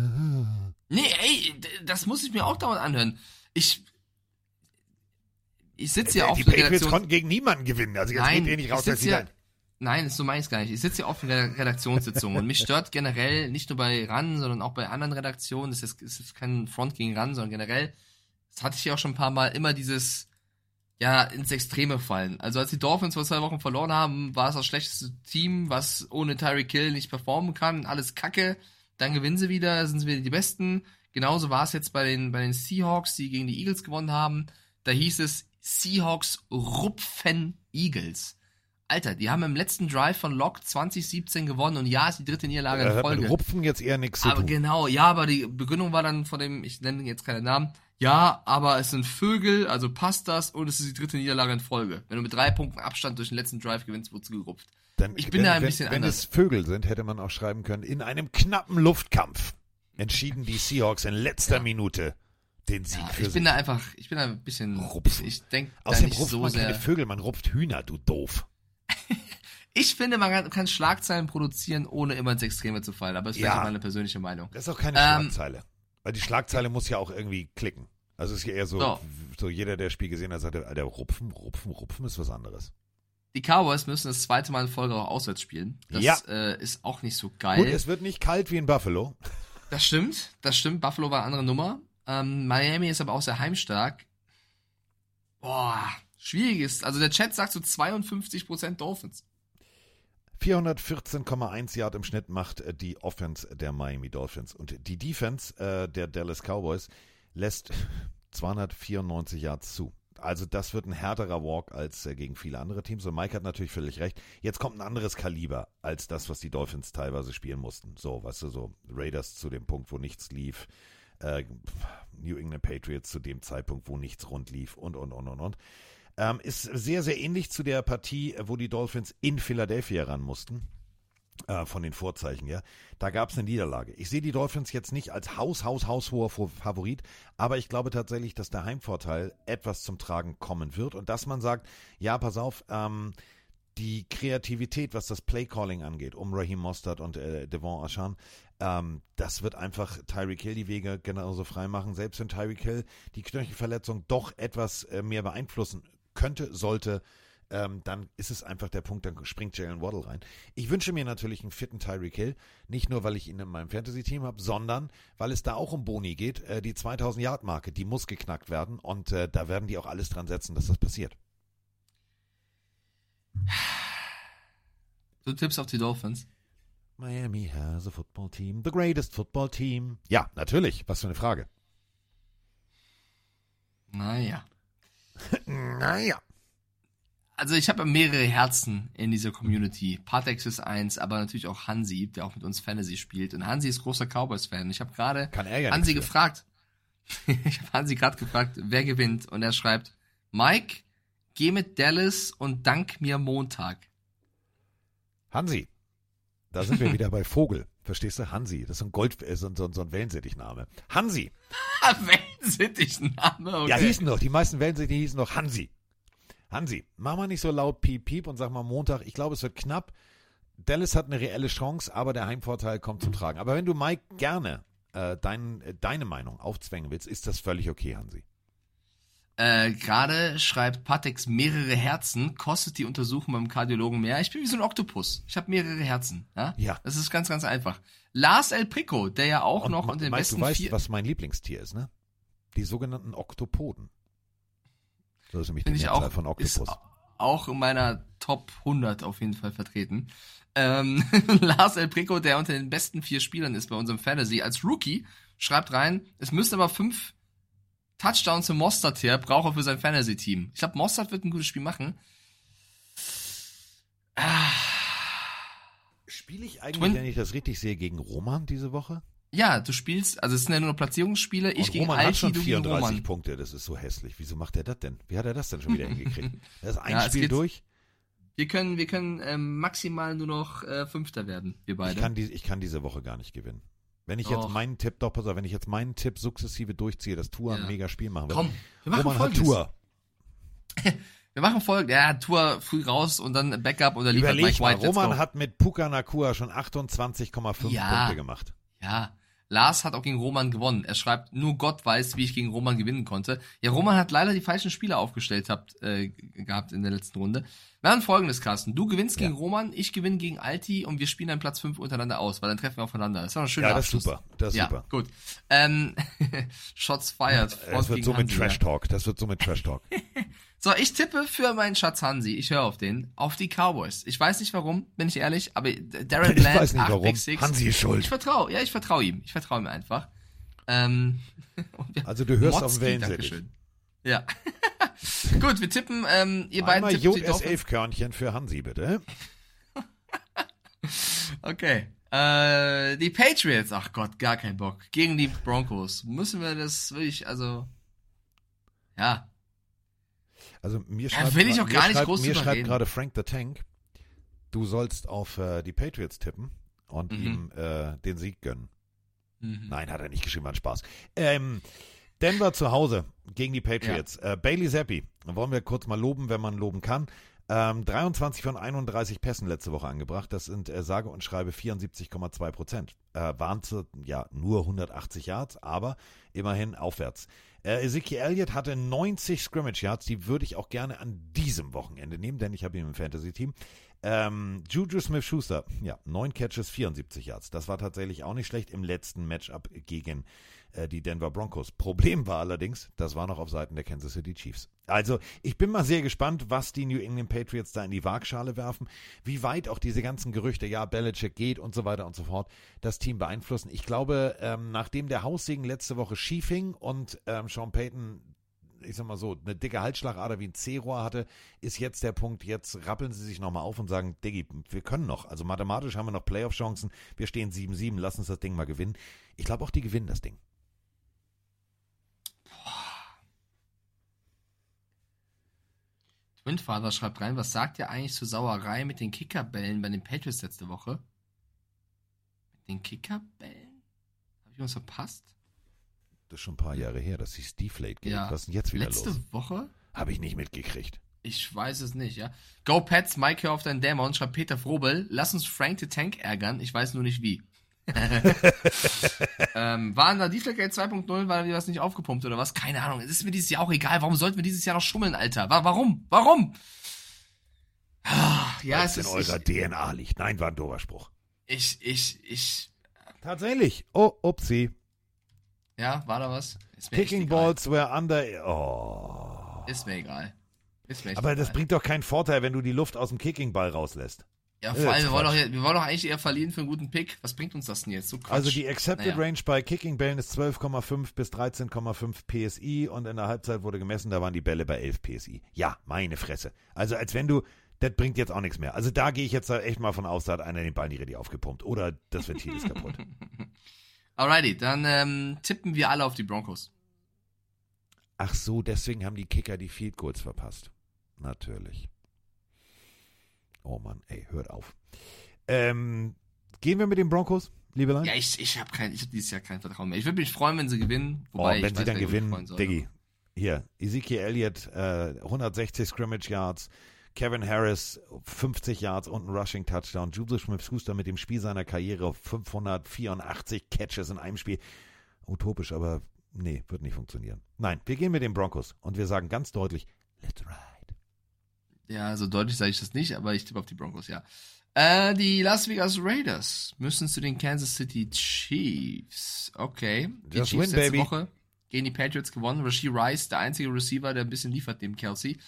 Nee, ey, das muss ich mir auch dauernd anhören. ich sitze ja auf Die der Patriots Redaktion. konnten gegen niemanden gewinnen. Also jetzt geht ihr nicht raus, dass sie dann. Nein, so meine ich gar nicht. Ich sitze ja auf der Redaktionssitzung und mich stört generell, nicht nur bei RAN, sondern auch bei anderen Redaktionen, das ist kein Front gegen RAN, sondern generell, das hatte ich ja auch schon ein paar Mal, immer dieses, ja, ins Extreme fallen. Also als die Dolphins vor 2 Wochen verloren haben, war es das schlechteste Team, was ohne Tyreek Hill nicht performen kann, alles Kacke, dann gewinnen sie wieder, sind sie wieder die Besten. Genauso war es jetzt bei den Seahawks, die gegen die Eagles gewonnen haben. Da hieß es, Seahawks rupfen Eagles. Alter, die haben im letzten Drive von Locke 2017 gewonnen und ja, ist die 3. Niederlage in Folge. Mit Rupfen jetzt eher nichts zu Aber tun. genau, ja, aber die Begründung war dann von dem, ich nenne jetzt keinen Namen, ja, aber es sind Vögel, also passt das und es ist die 3. Niederlage in Folge. Wenn du mit 3 Punkten Abstand durch den letzten Drive gewinnst, wurdest du gerupft. Ich bin da ein bisschen wenn anders. es Vögel sind, hätte man auch schreiben können, in einem knappen Luftkampf entschieden die Seahawks in letzter Minute den Sieg für ich bin da ein bisschen, Rupfen. ich denke da Außerdem nicht rupft so man sehr. keine Vögel, man rupft Hühner, du doof. Ich finde, man kann Schlagzeilen produzieren, ohne immer ins Extreme zu fallen, aber das ist vielleicht meine persönliche Meinung. Das ist auch keine Schlagzeile. Weil die Schlagzeile muss ja auch irgendwie klicken. Also es ist ja eher so jeder, der das Spiel gesehen hat, sagt, der Rupfen ist was anderes. Die Cowboys müssen das 2. Mal in Folge auch auswärts spielen. Das ist auch nicht so geil. Gut, es wird nicht kalt wie in Buffalo. Das stimmt. Buffalo war eine andere Nummer. Miami ist aber auch sehr heimstark. Boah, schwierig ist. Also der Chat sagt so 52% Dolphins. 414,1 Yard im Schnitt macht die Offense der Miami Dolphins. Und die Defense der Dallas Cowboys lässt 294 Yards zu. Also das wird ein härterer Walk als gegen viele andere Teams. Und Mike hat natürlich völlig recht. Jetzt kommt ein anderes Kaliber als das, was die Dolphins teilweise spielen mussten. So, weißt du, so Raiders zu dem Punkt, wo nichts lief. New England Patriots zu dem Zeitpunkt, wo nichts rund lief und. Ist sehr, sehr ähnlich zu der Partie, wo die Dolphins in Philadelphia ran mussten. Von den Vorzeichen her. Da gab es eine Niederlage. Ich sehe die Dolphins jetzt nicht als haushoher Favorit, aber ich glaube tatsächlich, dass der Heimvorteil etwas zum Tragen kommen wird und dass man sagt, ja, pass auf, die Kreativität, was das Playcalling angeht, um Raheem Mostert und Devon Achane, das wird einfach Tyreek Hill die Wege genauso frei machen. Selbst wenn Tyreek Hill die Knöchelverletzung doch etwas mehr beeinflussen könnte, sollte, dann ist es einfach der Punkt, dann springt Jalen Waddle rein. Ich wünsche mir natürlich einen fitten Tyreek Hill, nicht nur, weil ich ihn in meinem Fantasy-Team habe, sondern weil es da auch um Boni geht. Die 2000-Yard-Marke, die muss geknackt werden und da werden die auch alles dran setzen, dass das passiert. Du tippst auf die Dolphins? Miami has a football team, the greatest football team. Ja, natürlich. Was für eine Frage. Naja. Naja. Also ich habe mehrere Herzen in dieser Community. Patex ist eins, aber natürlich auch Hansi, der auch mit uns Fantasy spielt. Und Hansi ist großer Cowboys-Fan. Ich habe gerade Hansi gefragt. Ich habe Hansi gerade gefragt, wer gewinnt. Und er schreibt, Mike, geh mit Dallas und dank mir Montag. Hansi, da sind wir wieder bei Vogel. Verstehst du? Hansi, das ist so ein Wellensittichname. Hansi. Wellensittichname, okay. Ja, hießen doch, die meisten Wellensittich hießen doch Hansi. Hansi, mach mal nicht so laut Piep, Piep und sag mal Montag, ich glaube, es wird knapp. Dallas hat eine reelle Chance, aber der Heimvorteil kommt zum Tragen. Aber wenn du Mike gerne deine Meinung aufzwängen willst, ist das völlig okay, Hansi. Gerade schreibt Patex mehrere Herzen, kostet die Untersuchung beim Kardiologen mehr. Ich bin wie so ein Oktopus. Ich habe mehrere Herzen. Ja. Das ist ganz, ganz einfach. Lars El Prico, der ja auch noch unter den besten du weißt, was mein Lieblingstier ist, ne? Die sogenannten Oktopoden. So ist nämlich die Mehrzahl von Oktopus. Ist auch in meiner Top 100 auf jeden Fall vertreten. Lars El Prico, der unter den besten 4 Spielern ist bei unserem Fantasy, als Rookie, schreibt rein, es müsste aber 5 Touchdowns für Mostert her, braucht er für sein Fantasy-Team. Ich glaube, Mostert wird ein gutes Spiel machen. Spiele ich eigentlich, wenn ich das richtig sehe, gegen Roman diese Woche? Ja, du spielst, also es sind ja nur Platzierungsspiele. Ich gegen Roman Alki, hat schon du gegen 34 Roman. Punkte, das ist so hässlich. Wieso macht er das denn? Wie hat er das denn schon wieder hingekriegt? Das ist ein Spiel durch. Wir können maximal nur noch Fünfter werden, wir beide. Ich kann diese Woche gar nicht gewinnen. Wenn ich jetzt meinen Tipp sukzessive durchziehe, dass Tua ein mega Spiel machen wird. Komm, wir machen Folgendes. Tua. Wir machen Folgendes. Ja, Tua früh raus und dann Backup und dann liefert Mike White. Roman hat mit Puka Nacua schon 28,5 Punkte gemacht. Ja, Lars hat auch gegen Roman gewonnen. Er schreibt, nur Gott weiß, wie ich gegen Roman gewinnen konnte. Ja, Roman hat leider die falschen Spieler aufgestellt gehabt in der letzten Runde. Wir haben Folgendes, Carsten. Du gewinnst gegen Roman, ich gewinne gegen Alti und wir spielen dann Platz 5 untereinander aus, weil dann treffen wir aufeinander. Das ist doch ein schöner Abschluss. Das ist super. Gut. Shots fired. Das wird so mit Trash-Talk. So, ich tippe für meinen Schatz Hansi, ich höre auf die Cowboys. Ich weiß nicht warum, bin ich ehrlich, aber Darren Bland, ich weiß nicht warum. Hansi ist schuld. Ich vertraue ihm. Ich vertraue ihm einfach. Also du hörst auf den Wellensittich. Dankeschön. Ja. Gut, wir tippen, ihr beiden einmal tippt US 11 Körnchen für Hansi, bitte. Okay. Die Patriots, ach Gott, gar kein Bock. Gegen die Broncos. Müssen wir das wirklich, ja. Also mir schreibt gerade Frank the Tank, du sollst auf die Patriots tippen und ihm den Sieg gönnen. Nein, hat er nicht geschrieben, war ein Spaß. Denver zu Hause gegen die Patriots. Ja. Bailey Zappi, wollen wir kurz mal loben, wenn man loben kann. 23 von 31 Pässen letzte Woche angebracht. Das sind sage und schreibe 74,2%. Waren nur 180 Yards, aber immerhin aufwärts. Ezekiel Elliott hatte 90 Scrimmage Yards. Die würde ich auch gerne an diesem Wochenende nehmen, denn ich habe ihn im Fantasy-Team. Juju Smith-Schuster, 9 Catches, 74 Yards. Das war tatsächlich auch nicht schlecht im letzten Matchup gegen die Denver Broncos. Problem war allerdings, das war noch auf Seiten der Kansas City Chiefs. Also ich bin mal sehr gespannt, was die New England Patriots da in die Waagschale werfen, wie weit auch diese ganzen Gerüchte, Belichick geht und so weiter und so fort, das Team beeinflussen. Ich glaube, nachdem der Haussegen letzte Woche schief hing und Sean Payton, ich sag mal so, eine dicke Halsschlagader wie ein C-Rohr hatte, ist jetzt der Punkt, jetzt rappeln sie sich nochmal auf und sagen, Diggi, wir können noch. Also mathematisch haben wir noch Playoff-Chancen, wir stehen 7-7, lass uns das Ding mal gewinnen. Ich glaube auch, die gewinnen das Ding. Twinfather schreibt rein, was sagt ihr eigentlich zur Sauerei mit den Kickerbällen bei den Patriots letzte Woche? Mit den Kickerbällen? Habe ich was verpasst? Das ist schon ein paar Jahre her, dass hieß Deflate geht. Was ist denn jetzt wieder letzte los? Letzte Woche? Habe ich nicht mitgekriegt. Ich weiß es nicht, ja. Go Pets, Mike, hör auf deinen Dämon, schreibt Peter Frobel. Lass uns Frank the Tank ärgern, ich weiß nur nicht wie. Waren da Deflategate 2.0, weil wir das nicht aufgepumpt oder was? Keine Ahnung. Es ist mir dieses Jahr auch egal. Warum sollten wir dieses Jahr noch schummeln, Alter? Warum? Ja, es in eurer DNA liegt. Nein, war ein doofer Spruch. Tatsächlich. Oh, upsie. Ja, war da was? Kicking Balls were under. Oh. Ist mir egal. Aber das bringt doch keinen Vorteil, wenn du die Luft aus dem Kicking-Ball rauslässt. Ja, vor allem, wir wollen doch eigentlich eher verlieren für einen guten Pick. Was bringt uns das denn jetzt? So Quatsch. Also die Accepted Range bei Kicking-Bällen ist 12,5 bis 13,5 PSI und in der Halbzeit wurde gemessen, da waren die Bälle bei 11 PSI. Ja, meine Fresse. Also als wenn das bringt jetzt auch nichts mehr. Also da gehe ich jetzt echt mal von aus, da hat einer den Ball nicht richtig aufgepumpt. Oder das Ventil ist kaputt. Alrighty, dann tippen wir alle auf die Broncos. Ach so, deswegen haben die Kicker die Field Goals verpasst. Natürlich. Oh Mann, ey, hört auf. Gehen wir mit den Broncos, liebe Leute? Ja, ich hab dieses Jahr kein Vertrauen mehr. Ich würde mich freuen, wenn sie gewinnen. Wobei wenn sie dann gewinnen, Diggi. Hier, Ezekiel Elliott, 160 Scrimmage Yards, Kevin Harris, 50 Yards und ein Rushing Touchdown. Juju Smith-Schuster mit dem Spiel seiner Karriere, 584 Catches in einem Spiel. Utopisch, aber nee, wird nicht funktionieren. Nein, wir gehen mit den Broncos und wir sagen ganz deutlich, let's ride. Ja, so deutlich sage ich das nicht, aber ich tippe auf die Broncos, ja. Die Las Vegas Raiders müssen zu den Kansas City Chiefs. Okay. Die Just Chiefs win, letzte baby. Woche gegen die Patriots gewonnen. Rashee Rice, der einzige Receiver, der ein bisschen liefert, dem Kelsey.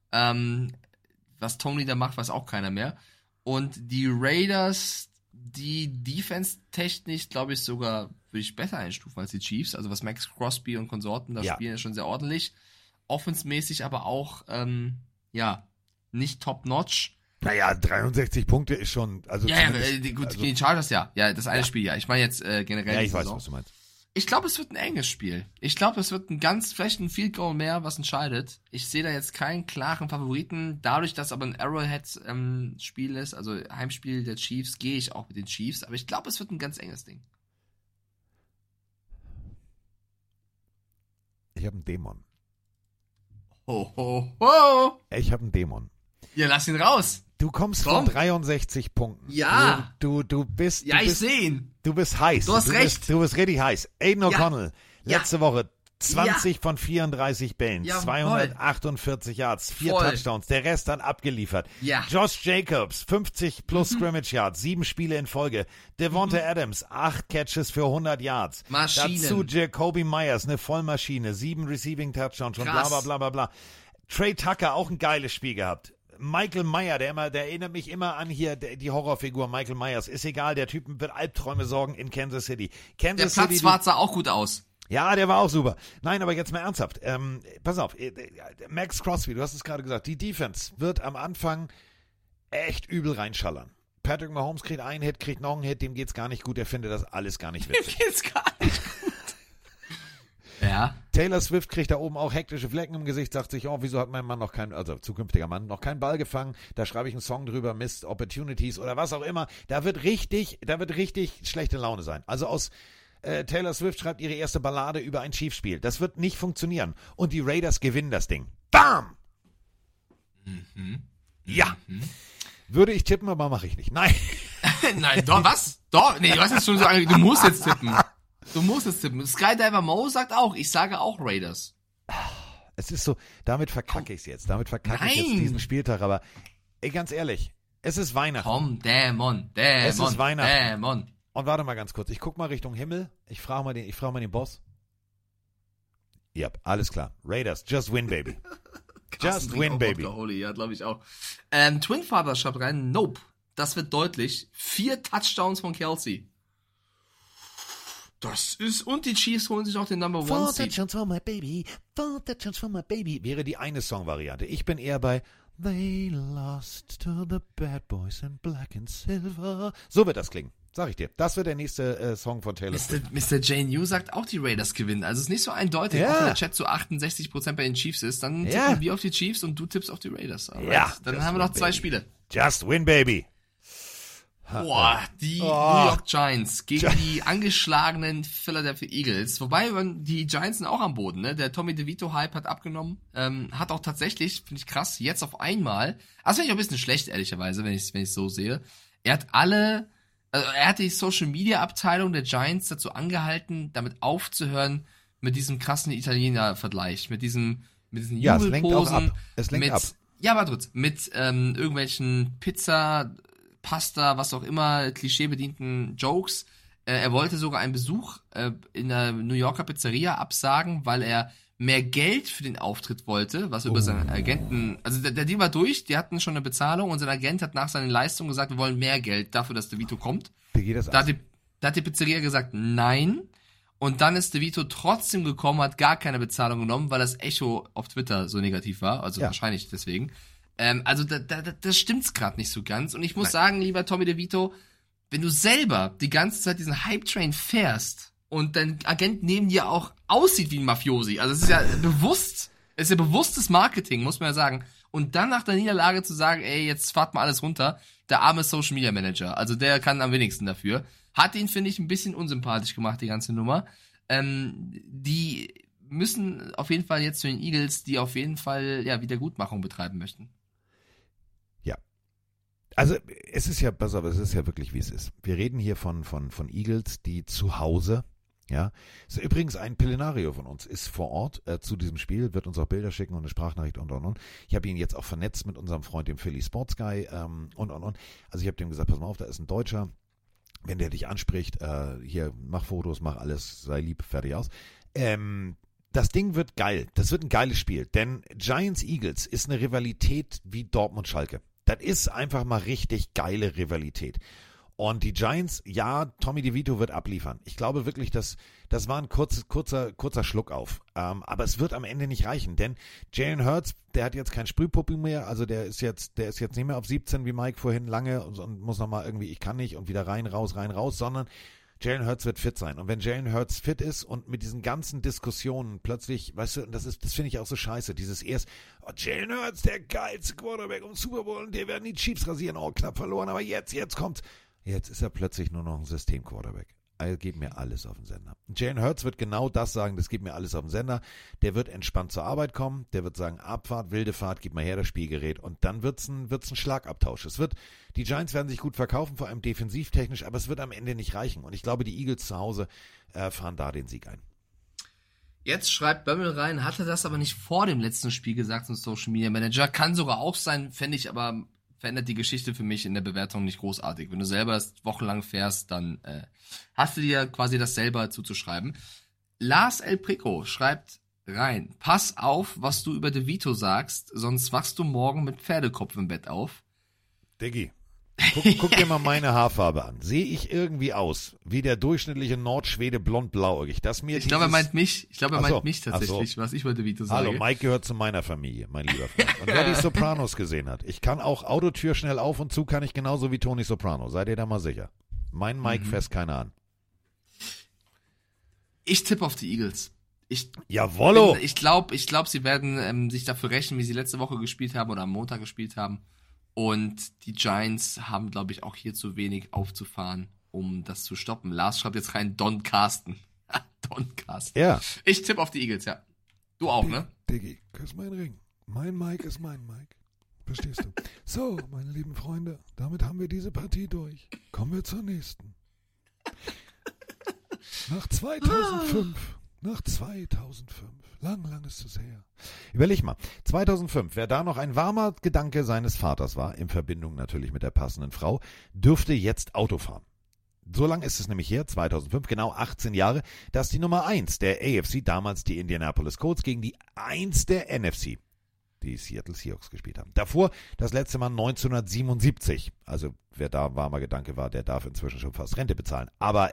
Was Tony da macht, weiß auch keiner mehr. Und die Raiders, die Defense-technisch, glaube ich, sogar würde ich besser einstufen als die Chiefs. Also was Max Crosby und Konsorten da spielen, ist schon sehr ordentlich. Offensmäßig aber auch, nicht top-notch. Naja, 63 Punkte ist schon... Also gut, gegen die Chargers ja. Ja, das eine Spiel, ja. Ich meine jetzt generell. Ja, ich weiß, was du meinst. Ich glaube, es wird ein enges Spiel. Ich glaube, es wird vielleicht ein Field Goal mehr, was entscheidet. Ich sehe da jetzt keinen klaren Favoriten. Dadurch, dass aber ein Arrowhead-Spiel ist, also Heimspiel der Chiefs, gehe ich auch mit den Chiefs. Aber ich glaube, es wird ein ganz enges Ding. Ich habe einen Dämon. Ho, ho, ho! Ich habe einen Dämon. Ja, lass ihn raus. Du kommst von 63 Punkten. Ja. Du bist. Ja, ich sehe ihn. Du bist heiß. Du hast recht. Du bist richtig heiß. Aiden O'Connell, Ja. letzte Woche 20 von 34 Bällen, Jawohl. 248 Yards, 4 Voll. Touchdowns, der Rest dann abgeliefert. Ja. Josh Jacobs, 50 plus Scrimmage Yards, 7 Spiele in Folge. Devonta Adams, 8 Catches für 100 Yards. Maschinen. Dazu Jacoby Myers, eine Vollmaschine, 7 Receiving Touchdowns und bla Krass. bla bla bla bla. Trey Tucker, auch ein geiles Spiel gehabt. Michael Meyer, der erinnert mich immer an hier die Horrorfigur Michael Myers. Ist egal, der Typen wird Albträume sorgen in Kansas City. Der Platzwart sah auch gut aus. Ja, der war auch super. Nein, aber jetzt mal ernsthaft. Pass auf, Max Crosby, du hast es gerade gesagt, die Defense wird am Anfang echt übel reinschallern. Patrick Mahomes kriegt einen Hit, kriegt noch einen Hit, dem geht's gar nicht gut, der findet das alles gar nicht witzig. Geht's gar nicht gut. Ja. Taylor Swift kriegt da oben auch hektische Flecken im Gesicht, sagt sich, oh, wieso hat mein Mann also zukünftiger Mann, noch keinen Ball gefangen, da schreibe ich einen Song drüber, Missed Opportunities oder was auch immer. Da wird richtig schlechte Laune sein. Also aus Taylor Swift schreibt ihre erste Ballade über ein Chiefs-Spiel. Das wird nicht funktionieren. Und die Raiders gewinnen das Ding. Bam! Ja. Würde ich tippen, aber mache ich nicht. Nein. Nein, doch, was? Doch, nee, du hast jetzt schon so du musst jetzt tippen. Du musst jetzt tippen. Skydiver Mo sagt auch, ich sage auch Raiders. Es ist so, damit verkacke ich es jetzt. Damit verkacke ich jetzt Nein. diesen Spieltag. Aber ganz ehrlich, es ist Weihnachten. Komm, Dämon. Es ist Weihnachten. Dämon. Und warte mal ganz kurz. Ich guck mal Richtung Himmel. Ich frage mal den Boss. Ja, alles klar. Raiders, just win, baby. Just win, baby. Holy, ja, glaube ich auch. Twin Father schreibt rein, nope. Das wird deutlich. 4 Touchdowns von Kelsey. Das ist, und die Chiefs holen sich auch den Number 1 4 Seed. touchdowns for my baby. 4 touchdowns for my baby. Wäre die eine Songvariante. Ich bin eher bei They lost to the bad boys in black and silver. So wird das klingen. Sag ich dir. Das wird der nächste Song von Taylor Swift. Mr. J.New sagt auch, die Raiders gewinnen. Also es ist nicht so eindeutig, Ja. auch wenn der Chat zu 68% bei den Chiefs ist. Dann Ja. tippen wir auf die Chiefs und du tippst auf die Raiders. Alright. Ja. Dann Just haben wir noch win, 2 baby. Spiele. Just win, baby. Boah, die New York Giants gegen die angeschlagenen Philadelphia Eagles. Wobei, die Giants sind auch am Boden, ne? Der Tommy DeVito-Hype hat abgenommen. Hat auch tatsächlich, finde ich krass, jetzt auf einmal, also finde ich auch ein bisschen schlecht, ehrlicherweise, wenn ich so sehe. Er hat die Social-Media-Abteilung der Giants dazu angehalten, damit aufzuhören mit diesem krassen Italiener-Vergleich, mit diesen Ja, es lenkt auch Jubelposen. ab. Es lenkt ab. Ja, aber trotzdem, mit irgendwelchen Pizza, Pasta, was auch immer, klischeebedienten Jokes. Er wollte sogar einen Besuch in der New Yorker Pizzeria absagen, weil er mehr Geld für den Auftritt wollte, was über seinen Agenten, also der Deal war durch, die hatten schon eine Bezahlung und sein Agent hat nach seinen Leistungen gesagt, wir wollen mehr Geld dafür, dass DeVito kommt. Wie geht das Da aus? hat die Pizzeria gesagt, nein. Und dann ist DeVito trotzdem gekommen, hat gar keine Bezahlung genommen, weil das Echo auf Twitter so negativ war, also Ja. wahrscheinlich deswegen. Also das stimmt's gerade nicht so ganz. Und ich muss sagen, lieber Tommy DeVito, wenn du selber die ganze Zeit diesen Hype-Train fährst und dein Agent neben dir auch aussieht wie ein Mafiosi, also es ist ja bewusstes Marketing, muss man ja sagen. Und dann nach der Niederlage zu sagen, ey, jetzt fahrt mal alles runter, der arme Social Media Manager, also der kann am wenigsten dafür, hat ihn, finde ich, ein bisschen unsympathisch gemacht, die ganze Nummer. Die müssen auf jeden Fall jetzt zu den Eagles, die auf jeden Fall Wiedergutmachung betreiben möchten. Also es ist ja, pass auf, es ist ja wirklich, wie es ist. Wir reden hier von Eagles, die zu Hause, ja. Ist übrigens ein Pillenario von uns, ist vor Ort zu diesem Spiel, wird uns auch Bilder schicken und eine Sprachnachricht und. Ich habe ihn jetzt auch vernetzt mit unserem Freund, dem Philly Sports Guy und. Also ich habe dem gesagt, pass mal auf, da ist ein Deutscher, wenn der dich anspricht, hier, mach Fotos, mach alles, sei lieb, fertig aus. Das Ding wird geil, das wird ein geiles Spiel, denn Giants-Eagles ist eine Rivalität wie Dortmund-Schalke. Das ist einfach mal richtig geile Rivalität. Und die Giants, ja, Tommy DeVito wird abliefern. Ich glaube wirklich, das war ein kurzer Schluck auf. Aber es wird am Ende nicht reichen, denn Jalen Hurts, der hat jetzt kein Sprühpuppi mehr, also der ist jetzt nicht mehr auf 17 wie Mike vorhin lange und muss nochmal irgendwie, ich kann nicht und wieder rein, raus, sondern Jalen Hurts wird fit sein. Und wenn Jalen Hurts fit ist und mit diesen ganzen Diskussionen plötzlich, weißt du, das finde ich auch so scheiße, dieses Jalen Hurts, der geilste Quarterback im Super Bowl und der werden die Chiefs rasieren, knapp verloren, aber jetzt kommt's. Jetzt ist er plötzlich nur noch ein System-Quarterback. Gib mir alles auf den Sender. Jalen Hurts wird genau das sagen, das gibt mir alles auf den Sender. Der wird entspannt zur Arbeit kommen, der wird sagen, Abfahrt, wilde Fahrt, gib mal her das Spielgerät und dann wird's ein Schlagabtausch. Die Giants werden sich gut verkaufen, vor allem defensivtechnisch, aber es wird am Ende nicht reichen und ich glaube, die Eagles zu Hause fahren da den Sieg ein. Jetzt schreibt Bömmel rein, hatte das aber nicht vor dem letzten Spiel gesagt, ein Social Media Manager. Kann sogar auch sein, fände ich aber, verändert die Geschichte für mich in der Bewertung nicht großartig. Wenn du selber das wochenlang fährst, dann hast du dir quasi das selber zuzuschreiben. Lars El Prico schreibt rein, pass auf, was du über De Vito sagst, sonst wachst du morgen mit Pferdekopf im Bett auf. Diggi, guck dir mal meine Haarfarbe an. Sehe ich irgendwie aus wie der durchschnittliche Nordschwede blond-blauäugig? Ich glaube, er meint mich. Ich glaube, er meint mich tatsächlich, was ich über De Vito sage. Hallo, Mike gehört zu meiner Familie, mein lieber Freund. Und wer die Sopranos gesehen hat, ich kann auch Autotür schnell auf und zu, kann ich genauso wie Tony Soprano. Seid ihr da mal sicher? Mein Mike fässt keiner an. Ich tippe auf die Eagles. Jawollo! Ich glaube, sie werden sich dafür rächen, wie sie letzte Woche gespielt haben oder am Montag gespielt haben. Und die Giants haben, glaube ich, auch hier zu wenig aufzufahren, um das zu stoppen. Lars schreibt jetzt rein, Don Carsten. Don Carsten. Ja. Ich tippe auf die Eagles, ja. Du auch, ne? Diggi, küss meinen Ring. Mein Mike ist mein Mike. Verstehst du? So, meine lieben Freunde, damit haben wir diese Partie durch. Kommen wir zur nächsten. Nach 2005. Lang ist es her. Überleg mal, 2005, wer da noch ein warmer Gedanke seines Vaters war, in Verbindung natürlich mit der passenden Frau, dürfte jetzt Auto fahren. So lang ist es nämlich her, 2005, genau 18 Jahre, dass die Nummer 1 der AFC, damals die Indianapolis Colts, gegen die 1 der NFC, die Seattle Seahawks, gespielt haben. Davor das letzte Mal 1977. Also wer da warmer Gedanke war, der darf inzwischen schon fast Rente beziehen. Aber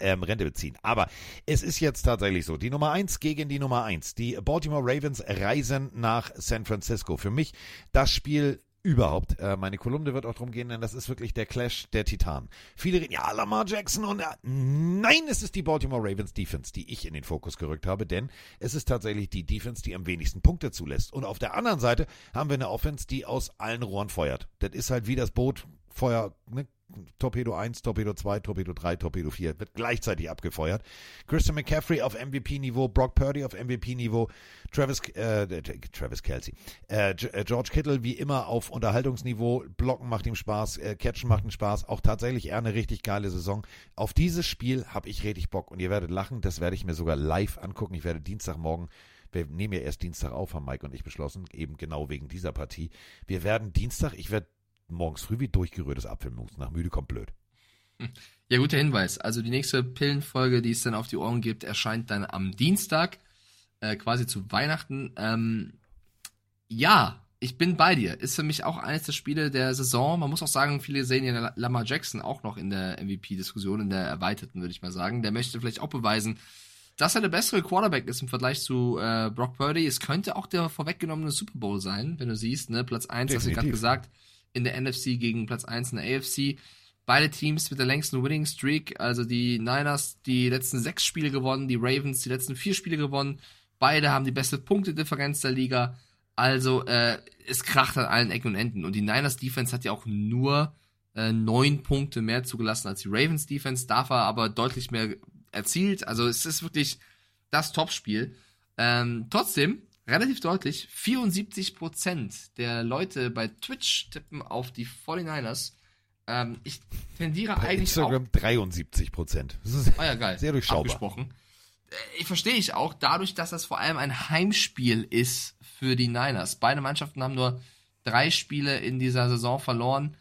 es ist jetzt tatsächlich so. Die Nummer 1 gegen die Nummer 1. Die Baltimore Ravens reisen nach San Francisco. Für mich das Spiel überhaupt. Meine Kolumne wird auch darum gehen, denn das ist wirklich der Clash der Titanen. Viele reden, ja, Lamar Jackson und nein, es ist die Baltimore Ravens Defense, die ich in den Fokus gerückt habe, denn es ist tatsächlich die Defense, die am wenigsten Punkte zulässt. Und auf der anderen Seite haben wir eine Offense, die aus allen Rohren feuert. Das ist halt wie das Boot, Feuer, ne? Torpedo 1, Torpedo 2, Torpedo 3, Torpedo 4, wird gleichzeitig abgefeuert. Christian McCaffrey auf MVP-Niveau, Brock Purdy auf MVP-Niveau, Travis Kelce, George Kittle wie immer auf Unterhaltungsniveau, Blocken macht ihm Spaß, Catchen macht ihm Spaß, auch tatsächlich eher eine richtig geile Saison. Auf dieses Spiel habe ich richtig Bock und ihr werdet lachen, das werde ich mir sogar live angucken. Ich werde Dienstagmorgen, wir nehmen ja erst Dienstag auf, haben Mike und ich beschlossen, eben genau wegen dieser Partie. Wir werden Dienstag, ich werde morgens früh wie durchgerührtes Apfelmus. Nach müde kommt blöd. Ja, guter Hinweis. Also die nächste Pillenfolge, die es dann auf die Ohren gibt, erscheint dann am Dienstag, quasi zu Weihnachten. Ja, ich bin bei dir. Ist für mich auch eines der Spiele der Saison. Man muss auch sagen, viele sehen ja Lamar Jackson auch noch in der MVP-Diskussion, in der erweiterten, würde ich mal sagen. Der möchte vielleicht auch beweisen, dass er der bessere Quarterback ist im Vergleich zu Brock Purdy. Es könnte auch der vorweggenommene Super Bowl sein, wenn du siehst, ne, Platz 1, hast du gerade gesagt, in der NFC gegen Platz 1 in der AFC. Beide Teams mit der längsten Winning Streak, also die Niners die letzten 6 Spiele gewonnen, die Ravens die letzten 4 Spiele gewonnen. Beide haben die beste Punktedifferenz der Liga. Also es kracht an allen Ecken und Enden. Und die Niners Defense hat ja auch nur 9 Punkte mehr zugelassen als die Ravens Defense, dafür aber deutlich mehr erzielt. Also es ist wirklich das Topspiel. Trotzdem relativ deutlich, 74% der Leute bei Twitch tippen auf die 49ers. Ich tendiere bei eigentlich Instagram auch... 73%. Das ist ja, geil. Sehr durchschaubar. Abgesprochen. Ich verstehe ich auch, dadurch, dass das vor allem ein Heimspiel ist für die Niners. Beide Mannschaften haben nur 3 Spiele in dieser Saison verloren.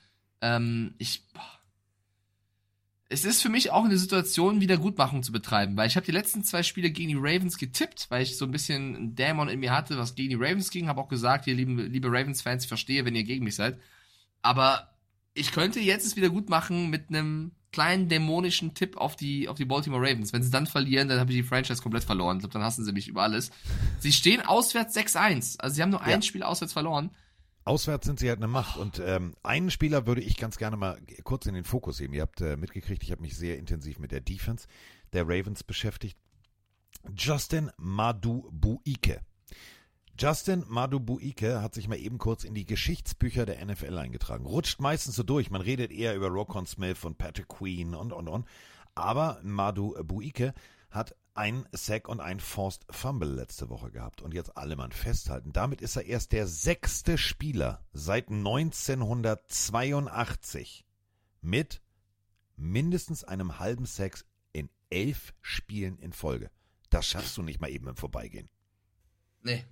Es ist für mich auch eine Situation, Wiedergutmachung zu betreiben, weil ich habe die letzten 2 Spiele gegen die Ravens getippt, weil ich so ein bisschen einen Dämon in mir hatte, was gegen die Ravens ging. Habe auch gesagt, ihr liebe Ravens-Fans, ich verstehe, wenn ihr gegen mich seid. Aber ich könnte jetzt es wieder gut machen mit einem kleinen dämonischen Tipp auf die Baltimore Ravens. Wenn sie dann verlieren, dann habe ich die Franchise komplett verloren. Ich glaube, dann hassen sie mich über alles. Sie stehen auswärts 6-1. Also sie haben nur ein Spiel auswärts verloren. Auswärts sind sie halt eine Macht und einen Spieler würde ich ganz gerne mal kurz in den Fokus heben. Ihr habt mitgekriegt, ich habe mich sehr intensiv mit der Defense der Ravens beschäftigt. Justin Madubuike. Justin Madubuike hat sich mal eben kurz in die Geschichtsbücher der NFL eingetragen. Rutscht meistens so durch. Man redet eher über Roquan Smith und Patrick Queen und. Aber Madu Buike hat ein Sack und ein Forced Fumble letzte Woche gehabt. Und jetzt alle Mann festhalten. Damit ist er erst der 6. Spieler seit 1982 mit mindestens einem halben Sack in 11 Spielen in Folge. Das schaffst du nicht mal eben im Vorbeigehen. Nee.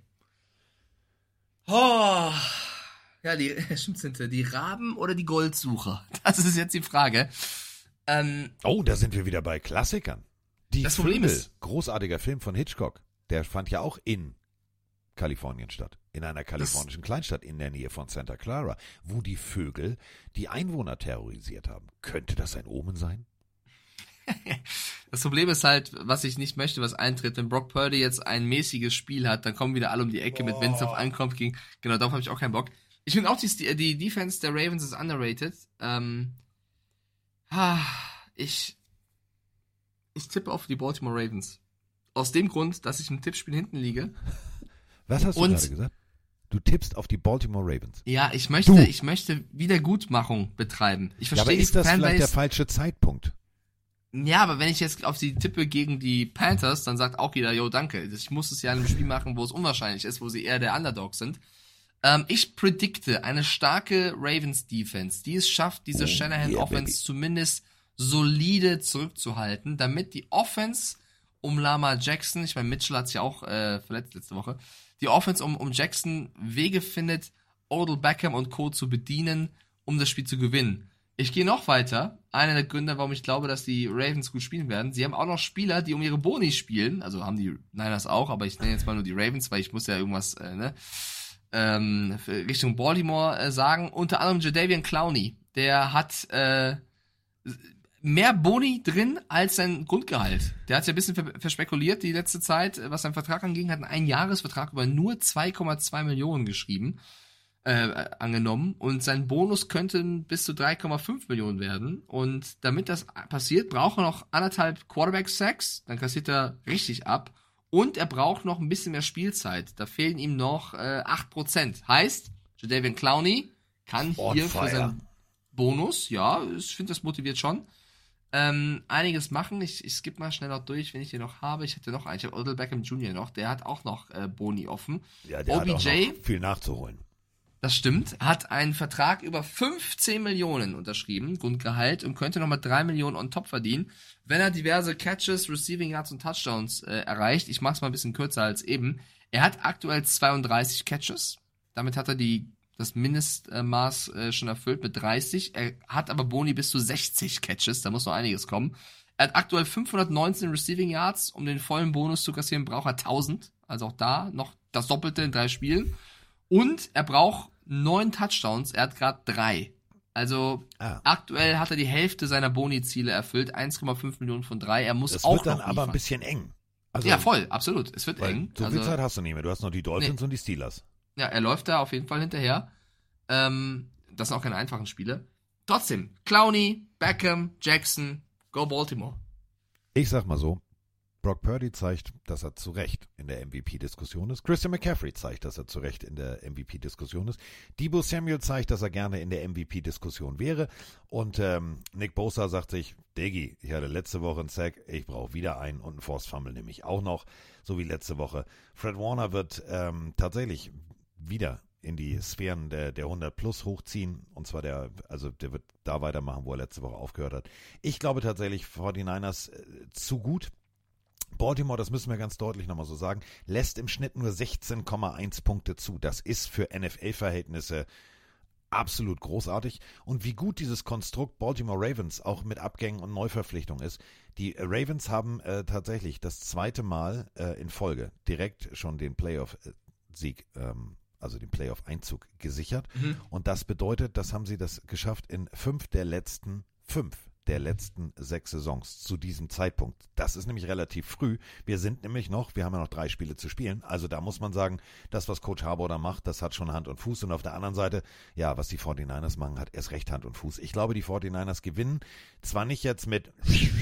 Oh. Ja, die Raben oder die Goldsucher? Das ist jetzt die Frage. Da sind wir wieder bei Klassikern. Das Problem ist, großartiger Film von Hitchcock, der fand ja auch in Kalifornien statt. In einer kalifornischen Kleinstadt in der Nähe von Santa Clara, wo die Vögel die Einwohner terrorisiert haben. Könnte das ein Omen sein? Das Problem ist halt, was ich nicht möchte, was eintritt. Wenn Brock Purdy jetzt ein mäßiges Spiel hat, dann kommen wieder alle um die Ecke mit, wenn es auf ankommt. Genau, darauf habe ich auch keinen Bock. Ich finde auch, die Defense der Ravens ist underrated. Ich tippe auf die Baltimore Ravens. Aus dem Grund, dass ich im Tippspiel hinten liege. Was hast du gerade gesagt? Du tippst auf die Baltimore Ravens. Ja, ich möchte Wiedergutmachung betreiben. Ich verstehe, aber ist das vielleicht der falsche Zeitpunkt? Ja, aber wenn ich jetzt auf die tippe gegen die Panthers, dann sagt auch jeder, yo, danke. Ich muss es ja in einem Spiel machen, wo es unwahrscheinlich ist, wo sie eher der Underdog sind. Ich predikte eine starke Ravens-Defense, die es schafft, diese Shanahan-Offense zumindest solide zurückzuhalten, damit die Offense um Lamar Jackson, ich meine, Mitchell hat sich ja auch verletzt letzte Woche, die Offense um Jackson Wege findet, Odell Beckham und Co. zu bedienen, um das Spiel zu gewinnen. Ich gehe noch weiter. Einer der Gründe, warum ich glaube, dass die Ravens gut spielen werden. Sie haben auch noch Spieler, die um ihre Boni spielen. Also haben die Niners auch, aber ich nenne jetzt mal nur die Ravens, weil ich muss ja irgendwas Richtung Baltimore sagen. Unter anderem Jadeveon Clowney. Der hat mehr Boni drin als sein Grundgehalt. Der hat ja ein bisschen verspekuliert die letzte Zeit, was seinen Vertrag anging. Hat einen Einjahresvertrag über nur 2,2 Millionen geschrieben. Angenommen und sein Bonus könnte bis zu 3,5 Millionen werden und damit das passiert, braucht er noch 1,5 Quarterback-Sacks, dann kassiert er richtig ab und er braucht noch ein bisschen mehr Spielzeit, da fehlen ihm noch 8%, heißt, Jadeveon Clowney kann hier für seinen Bonus, ja, ich finde, das motiviert schon, einiges machen. Ich skippe mal schnell noch durch, wenn ich den noch habe. Ich habe Odell Beckham Jr. noch, der hat auch noch Boni offen. Ja, der hat auch noch viel nachzuholen. Das stimmt, hat einen Vertrag über 15 Millionen unterschrieben, Grundgehalt, und könnte nochmal 3 Millionen on top verdienen, wenn er diverse Catches, Receiving Yards und Touchdowns erreicht. Ich mach's mal ein bisschen kürzer als eben. Er hat aktuell 32 Catches, damit hat er das Mindestmaß schon erfüllt mit 30. Er hat aber Boni bis zu 60 Catches, da muss noch einiges kommen. Er hat aktuell 519 Receiving Yards, um den vollen Bonus zu kassieren, braucht er 1000, also auch da noch das Doppelte in 3 Spielen. Und er braucht 9 Touchdowns, er hat gerade 3. Also aktuell hat er die Hälfte seiner Boni-Ziele erfüllt, 1,5 Millionen von 3. Er muss das auch wird dann noch aber liefern. ein bisschen eng. Also, ja, voll, absolut. Es wird eng. So viel Zeit hast du nicht mehr. Du hast noch die Dolphins und die Steelers. Ja, er läuft da auf jeden Fall hinterher. Das sind auch keine einfachen Spiele. Trotzdem, Clowney, Beckham, Jackson, go Baltimore. Ich sag mal so, Brock Purdy zeigt, dass er zu Recht in der MVP-Diskussion ist. Christian McCaffrey zeigt, dass er zu Recht in der MVP-Diskussion ist. Deebo Samuel zeigt, dass er gerne in der MVP-Diskussion wäre. Und Nick Bosa sagt sich, Diggi, ich hatte letzte Woche einen Sack, ich brauche wieder einen und einen Forced Fumble nehme ich auch noch, so wie letzte Woche. Fred Warner wird tatsächlich wieder in die Sphären der 100 plus hochziehen, und zwar der wird da weitermachen, wo er letzte Woche aufgehört hat. Ich glaube tatsächlich 49ers zu gut. Baltimore, das müssen wir ganz deutlich nochmal so sagen, lässt im Schnitt nur 16,1 Punkte zu. Das ist für NFL-Verhältnisse absolut großartig. Und wie gut dieses Konstrukt Baltimore Ravens auch mit Abgängen und Neuverpflichtungen ist. Die Ravens haben tatsächlich das zweite Mal in Folge direkt schon den Playoff-Sieg, also den Playoff-Einzug gesichert. Und das bedeutet, das haben sie das geschafft in 5 der letzten 6 Saisons zu diesem Zeitpunkt. Das ist nämlich relativ früh. Wir haben ja noch 3 Spiele zu spielen. Also da muss man sagen, das, was Coach Harbaugh da macht, das hat schon Hand und Fuß. Und auf der anderen Seite, ja, was die 49ers machen, hat erst recht Hand und Fuß. Ich glaube, die 49ers gewinnen. Zwar nicht jetzt mit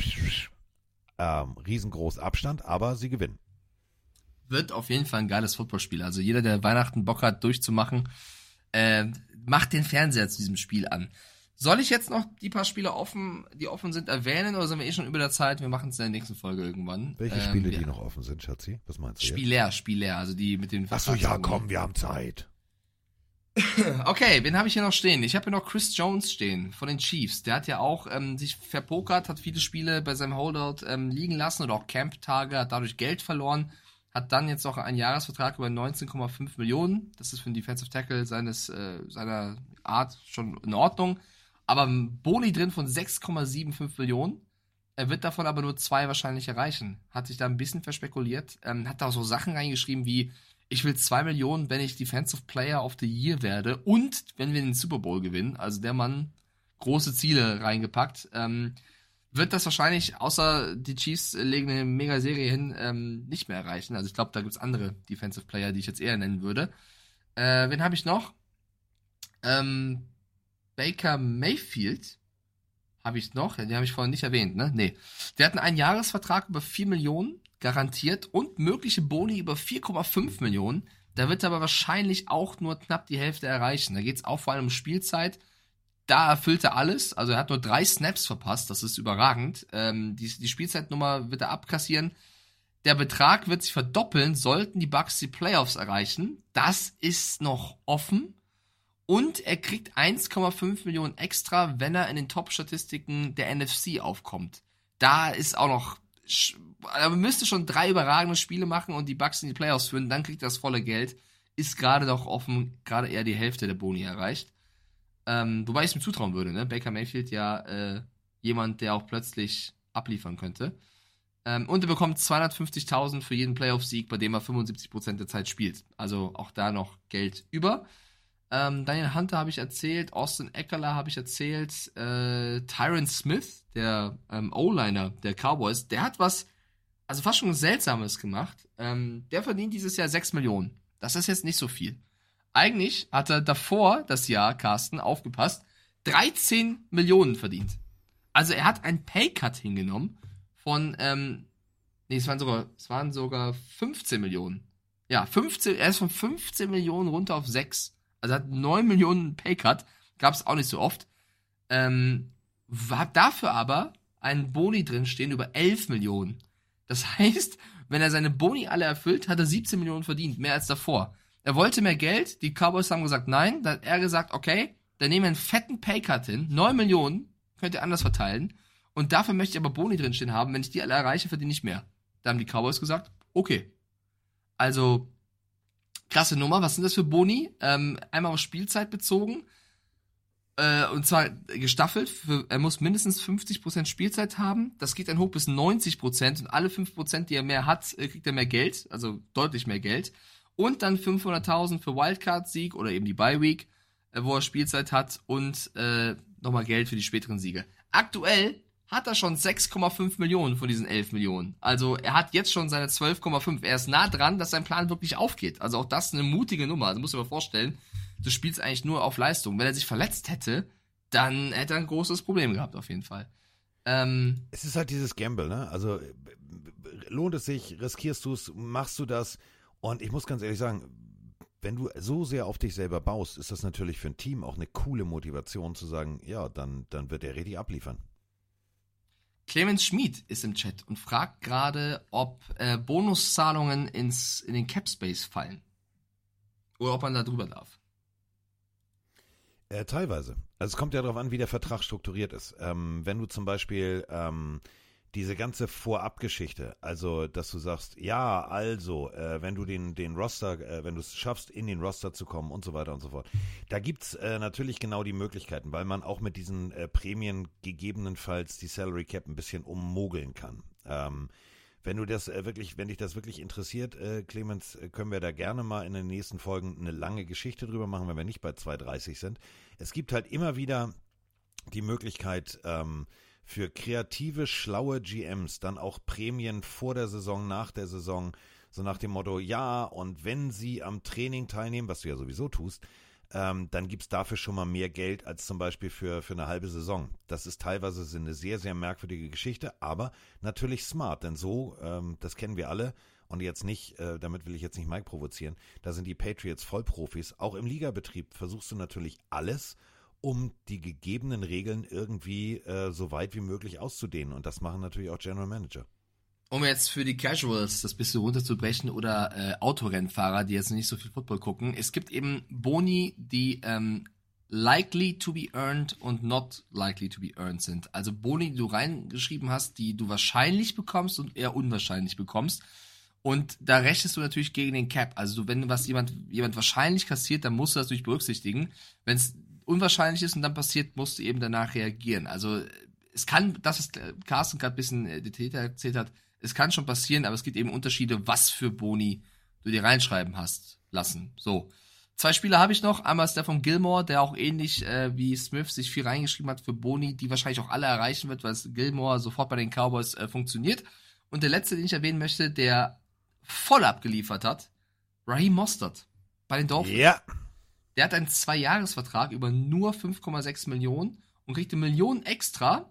riesengroß Abstand, aber sie gewinnen. Wird auf jeden Fall ein geiles Footballspiel. Also jeder, der Weihnachten Bock hat, durchzumachen, macht den Fernseher zu diesem Spiel an. Soll ich jetzt noch die paar Spiele die offen sind, erwähnen, oder sind wir schon über der Zeit? Wir machen es in der nächsten Folge irgendwann. Welche Spiele, die noch offen sind, Schatzi? Was meinst du jetzt? Spieler, also die mit den Achso, ja, komm, wir haben Zeit. Okay, wen habe ich hier noch stehen? Ich habe hier noch Chris Jones stehen von den Chiefs. Der hat ja auch sich verpokert, hat viele Spiele bei seinem Holdout liegen lassen oder auch Camp-Tage, hat dadurch Geld verloren, hat dann jetzt noch einen Jahresvertrag über 19,5 Millionen. Das ist für einen Defensive Tackle seiner Art schon in Ordnung. Aber ein Boni drin von 6,75 Millionen. Er wird davon aber nur 2 wahrscheinlich erreichen. Hat sich da ein bisschen verspekuliert. Hat da auch so Sachen reingeschrieben wie, ich will 2 Millionen, wenn ich Defensive Player of the Year werde und wenn wir den Super Bowl gewinnen. Also der Mann, große Ziele reingepackt. Wird das wahrscheinlich, außer die Chiefs legen eine Mega-Serie hin, nicht mehr erreichen. Also ich glaube, da gibt es andere Defensive Player, die ich jetzt eher nennen würde. Wen habe ich noch? Baker Mayfield habe ich noch. Den habe ich vorhin nicht erwähnt, ne? Nee. Der hat einen Einjahresvertrag über 4 Millionen garantiert und mögliche Boni über 4,5 Millionen. Da wird er aber wahrscheinlich auch nur knapp die Hälfte erreichen. Da geht es auch vor allem um Spielzeit. Da erfüllt er alles. Also er hat nur 3 Snaps verpasst. Das ist überragend. Die Spielzeitnummer wird er abkassieren. Der Betrag wird sich verdoppeln, sollten die Bucks die Playoffs erreichen. Das ist noch offen. Und er kriegt 1,5 Millionen extra, wenn er in den Top-Statistiken der NFC aufkommt. Da ist auch noch, er müsste schon 3 überragende Spiele machen und die Bucks in die Playoffs führen, dann kriegt er das volle Geld. Ist gerade noch offen, gerade eher die Hälfte der Boni erreicht. Wobei ich es ihm zutrauen würde, ne? Baker Mayfield ja jemand, der auch plötzlich abliefern könnte. Und er bekommt 250.000 für jeden Playoff-Sieg, bei dem er 75% der Zeit spielt. Also auch da noch Geld über. Daniel Hunter habe ich erzählt, Austin Eckler habe ich erzählt, Tyron Smith, der O-Liner der Cowboys, der hat was, also fast schon Seltsames gemacht. Der verdient dieses Jahr 6 Millionen. Das ist jetzt nicht so viel. Eigentlich hat er davor das Jahr, Carsten, aufgepasst, 13 Millionen verdient. Also er hat einen Paycut hingenommen von, es waren sogar 15 Millionen. Ja, er ist von 15 Millionen runter auf 6. Also hat 9 Millionen Paycut, gab es auch nicht so oft. Hat dafür aber einen Boni drin stehen über 11 Millionen. Das heißt, wenn er seine Boni alle erfüllt, hat er 17 Millionen verdient, mehr als davor. Er wollte mehr Geld, die Cowboys haben gesagt nein, dann hat er gesagt, okay, dann nehmen wir einen fetten Paycut hin, 9 Millionen, könnt ihr anders verteilen, und dafür möchte ich aber Boni drin stehen haben, wenn ich die alle erreiche, verdiene ich mehr. Da haben die Cowboys gesagt, okay. Also, krasse Nummer, was sind das für Boni? Einmal auf Spielzeit bezogen, und zwar gestaffelt, er muss mindestens 50% Spielzeit haben, das geht dann hoch bis 90% und alle 5%, die er mehr hat, kriegt er mehr Geld, also deutlich mehr Geld. Und dann 500.000 für Wildcard-Sieg oder eben die Bye-Week, wo er Spielzeit hat und nochmal Geld für die späteren Siege. Aktuell hat er schon 6,5 Millionen von diesen 11 Millionen. Also er hat jetzt schon seine 12,5. Er ist nah dran, dass sein Plan wirklich aufgeht. Also auch das ist eine mutige Nummer. Also musst du dir mal vorstellen, du spielst eigentlich nur auf Leistung. Wenn er sich verletzt hätte, dann hätte er ein großes Problem gehabt auf jeden Fall. Es ist halt dieses Gamble, ne? Also lohnt es sich, riskierst du es, machst du das? Und ich muss ganz ehrlich sagen, wenn du so sehr auf dich selber baust, ist das natürlich für ein Team auch eine coole Motivation zu sagen, ja, dann wird er richtig abliefern. Clemens Schmid ist im Chat und fragt gerade, ob Bonuszahlungen in den Capspace fallen. Oder ob man da drüber darf. Teilweise. Also es kommt ja darauf an, wie der Vertrag strukturiert ist. Wenn du zum Beispiel diese ganze Vorabgeschichte, also dass du sagst, ja, also, wenn du den Roster, wenn du es schaffst, in den Roster zu kommen und so weiter und so fort, da gibt's natürlich genau die Möglichkeiten, weil man auch mit diesen Prämien gegebenenfalls die Salary Cap ein bisschen ummogeln kann. Wenn dich das wirklich interessiert, Clemens, können wir da gerne mal in den nächsten Folgen eine lange Geschichte drüber machen, wenn wir nicht bei 2,30 sind. Es gibt halt immer wieder die Möglichkeit, für kreative, schlaue GMs dann auch Prämien vor der Saison, nach der Saison, so nach dem Motto, ja, und wenn sie am Training teilnehmen, was du ja sowieso tust, dann gibt's dafür schon mal mehr Geld als zum Beispiel für eine halbe Saison. Das ist teilweise eine sehr, sehr merkwürdige Geschichte, aber natürlich smart, denn so, das kennen wir alle, und jetzt nicht, damit will ich jetzt nicht Mike provozieren, da sind die Patriots Vollprofis. Auch im Ligabetrieb versuchst du natürlich alles, um die gegebenen Regeln irgendwie so weit wie möglich auszudehnen. Und das machen natürlich auch General Manager. Um jetzt für die Casuals das bisschen runterzubrechen oder Autorennfahrer, die jetzt nicht so viel Football gucken, es gibt eben Boni, die likely to be earned und not likely to be earned sind. Also Boni, die du reingeschrieben hast, die du wahrscheinlich bekommst und eher unwahrscheinlich bekommst. Und da rechnest du natürlich gegen den Cap. Also wenn jemand wahrscheinlich kassiert, dann musst du das natürlich berücksichtigen. Wenn es unwahrscheinlich ist und dann passiert, musst du eben danach reagieren. Also es kann, das ist Carsten gerade ein bisschen detaillierter erzählt hat, es kann schon passieren, aber es gibt eben Unterschiede, was für Boni du dir reinschreiben hast lassen. So. 2 Spieler habe ich noch. Einmal Stephon Gilmore, der auch ähnlich wie Smith sich viel reingeschrieben hat für Boni, die wahrscheinlich auch alle erreichen wird, weil Gilmore sofort bei den Cowboys funktioniert. Und der letzte, den ich erwähnen möchte, der voll abgeliefert hat, Raheem Mostert bei den Dolphins. Ja. Der hat einen 2-Jahres-Vertrag über nur 5,6 Millionen und kriegt 1 Million extra,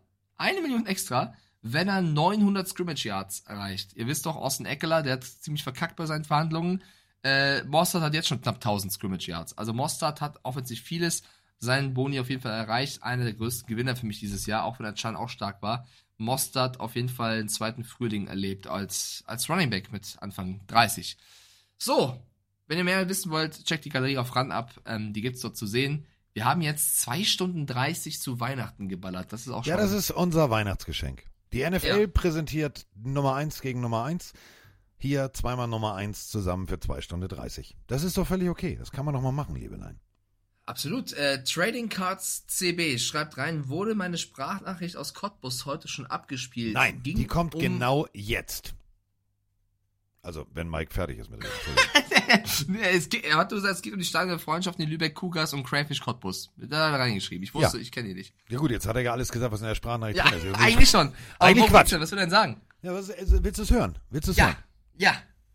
wenn er 900 Scrimmage Yards erreicht. Ihr wisst doch, Austin Eckler, der hat ziemlich verkackt bei seinen Verhandlungen. Mostert hat jetzt schon knapp 1000 Scrimmage Yards. Also Mostert hat offensiv vieles, seinen Boni auf jeden Fall erreicht. Einer der größten Gewinner für mich dieses Jahr, auch wenn der Chan auch stark war. Mostert auf jeden Fall einen zweiten Frühling erlebt als Running Back mit Anfang 30. So, wenn ihr mehr wissen wollt, checkt die Galerie auf Run ab. Die gibt's dort zu sehen. Wir haben jetzt 2 Stunden 30 zu Weihnachten geballert. Das ist auch schon. Ja, das ist unser Weihnachtsgeschenk. Die NFL präsentiert Nummer 1 gegen Nummer 1. Hier zweimal Nummer 1 zusammen für 2 Stunden 30. Das ist doch völlig okay. Das kann man doch mal machen, Liebelein. Absolut. Trading Cards CB schreibt rein, wurde meine Sprachnachricht aus Cottbus heute schon abgespielt? Nein, die kommt genau jetzt. Also, wenn Mike fertig ist mit dem. Er hat gesagt, es geht um die starke Freundschaft in Lübeck, Cougars und Crayfish Cottbus. Da hat er reingeschrieben. Ich wusste, ich kenne ihn nicht. Ja gut, jetzt hat er ja alles gesagt, was in der Sprachnachricht drin ist. Ja, eigentlich schon. Aber eigentlich Quatsch. Was will er denn sagen? Ja, willst du es hören? hören? Ja.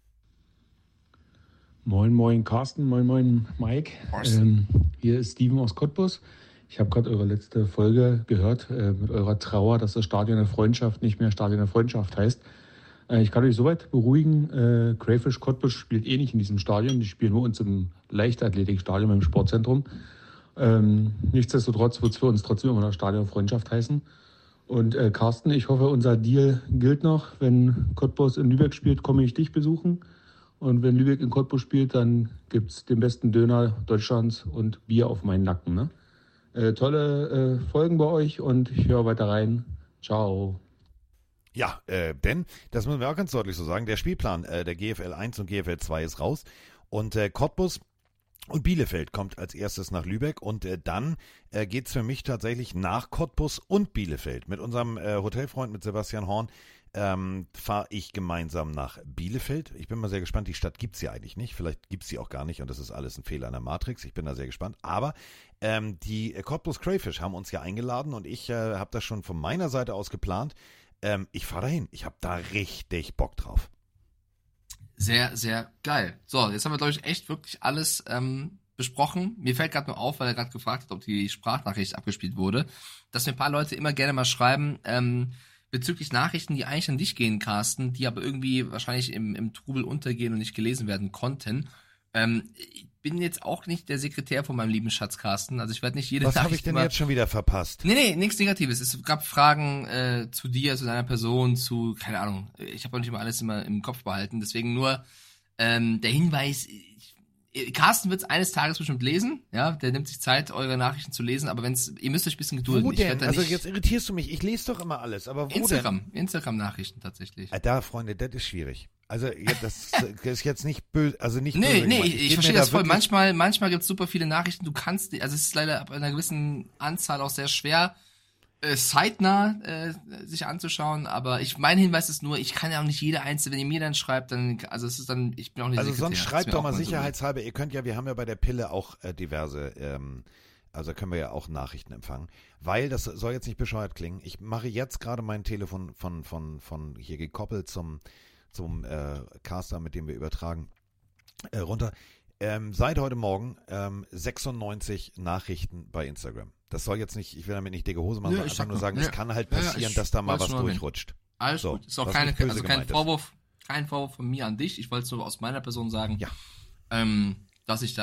Moin Carsten, moin Mike. Hier ist Steven aus Cottbus. Ich habe gerade eure letzte Folge gehört mit eurer Trauer, dass das Stadion der Freundschaft nicht mehr Stadion der Freundschaft heißt. Ich kann euch soweit beruhigen, Crayfish Cottbus spielt eh nicht in diesem Stadion. Die spielen nur in so einem Leichtathletikstadion beim Sportzentrum. Nichtsdestotrotz wird es für uns trotzdem immer noch Stadion der Freundschaft heißen. Und Carsten, ich hoffe, unser Deal gilt noch. Wenn Cottbus in Lübeck spielt, komme ich dich besuchen. Und wenn Lübeck in Cottbus spielt, dann gibt es den besten Döner Deutschlands und Bier auf meinen Nacken. Ne? Tolle Folgen bei euch und ich höre weiter rein. Ciao. Ja, denn, das müssen wir auch ganz deutlich so sagen, der Spielplan der GFL 1 und GFL 2 ist raus. Und Cottbus und Bielefeld kommt als erstes nach Lübeck und dann geht's für mich tatsächlich nach Cottbus und Bielefeld. Mit unserem Hotelfreund, mit Sebastian Horn, fahre ich gemeinsam nach Bielefeld. Ich bin mal sehr gespannt, die Stadt gibt's ja eigentlich nicht, vielleicht gibt's sie auch gar nicht und das ist alles ein Fehler in der Matrix, ich bin da sehr gespannt, aber die Cottbus Crayfish haben uns ja eingeladen und ich habe das schon von meiner Seite aus geplant. Ich fahre dahin, ich habe da richtig Bock drauf. Sehr, sehr geil. So, jetzt haben wir, glaube ich, echt wirklich alles besprochen. Mir fällt gerade nur auf, weil er gerade gefragt hat, ob die Sprachnachricht abgespielt wurde, dass mir ein paar Leute immer gerne mal schreiben, bezüglich Nachrichten, die eigentlich an dich gehen, Carsten, die aber irgendwie wahrscheinlich im Trubel untergehen und nicht gelesen werden konnten. Ich bin jetzt auch nicht der Sekretär von meinem lieben Schatz Carsten, also ich werde nicht jede Was Nachricht habe ich denn jetzt schon wieder verpasst? Nee, nichts Negatives. Es gab Fragen zu dir, zu deiner Person, zu, keine Ahnung, ich habe auch nicht immer alles immer im Kopf behalten, deswegen nur der Hinweis, Carsten wird es eines Tages bestimmt lesen, ja, der nimmt sich Zeit, eure Nachrichten zu lesen, aber ihr müsst euch ein bisschen gedulden. Wo denn? Also jetzt irritierst du mich, ich lese doch immer alles, aber wo denn? Instagram-Nachrichten tatsächlich. Da, Freunde, das ist schwierig. Also das ist jetzt nicht böse, also nicht böse. Nee, ich verstehe das voll. Manchmal gibt es super viele Nachrichten, du kannst, also es ist leider ab einer gewissen Anzahl auch sehr schwer, zeitnah sich anzuschauen, aber mein Hinweis ist nur, ich kann ja auch nicht jede einzelne, wenn ihr mir dann schreibt, dann, also es ist dann, ich bin auch nicht Also Sekretär. sonst schreibt doch mal sicherheitshalber, ihr könnt ja, wir haben ja bei der Pille auch diverse, also können wir ja auch Nachrichten empfangen, weil, das soll jetzt nicht bescheuert klingen, ich mache jetzt gerade mein Telefon von hier gekoppelt zum Caster, mit dem wir übertragen, runter. Seit heute Morgen 96 Nachrichten bei Instagram. Das soll jetzt nicht, ich will damit nicht dicke Hose machen, sondern einfach nur sagen, es kann halt passieren, dass da mal was durchrutscht. Alles gut, ist auch kein Vorwurf von mir an dich. Ich wollte es nur aus meiner Person sagen, dass ich da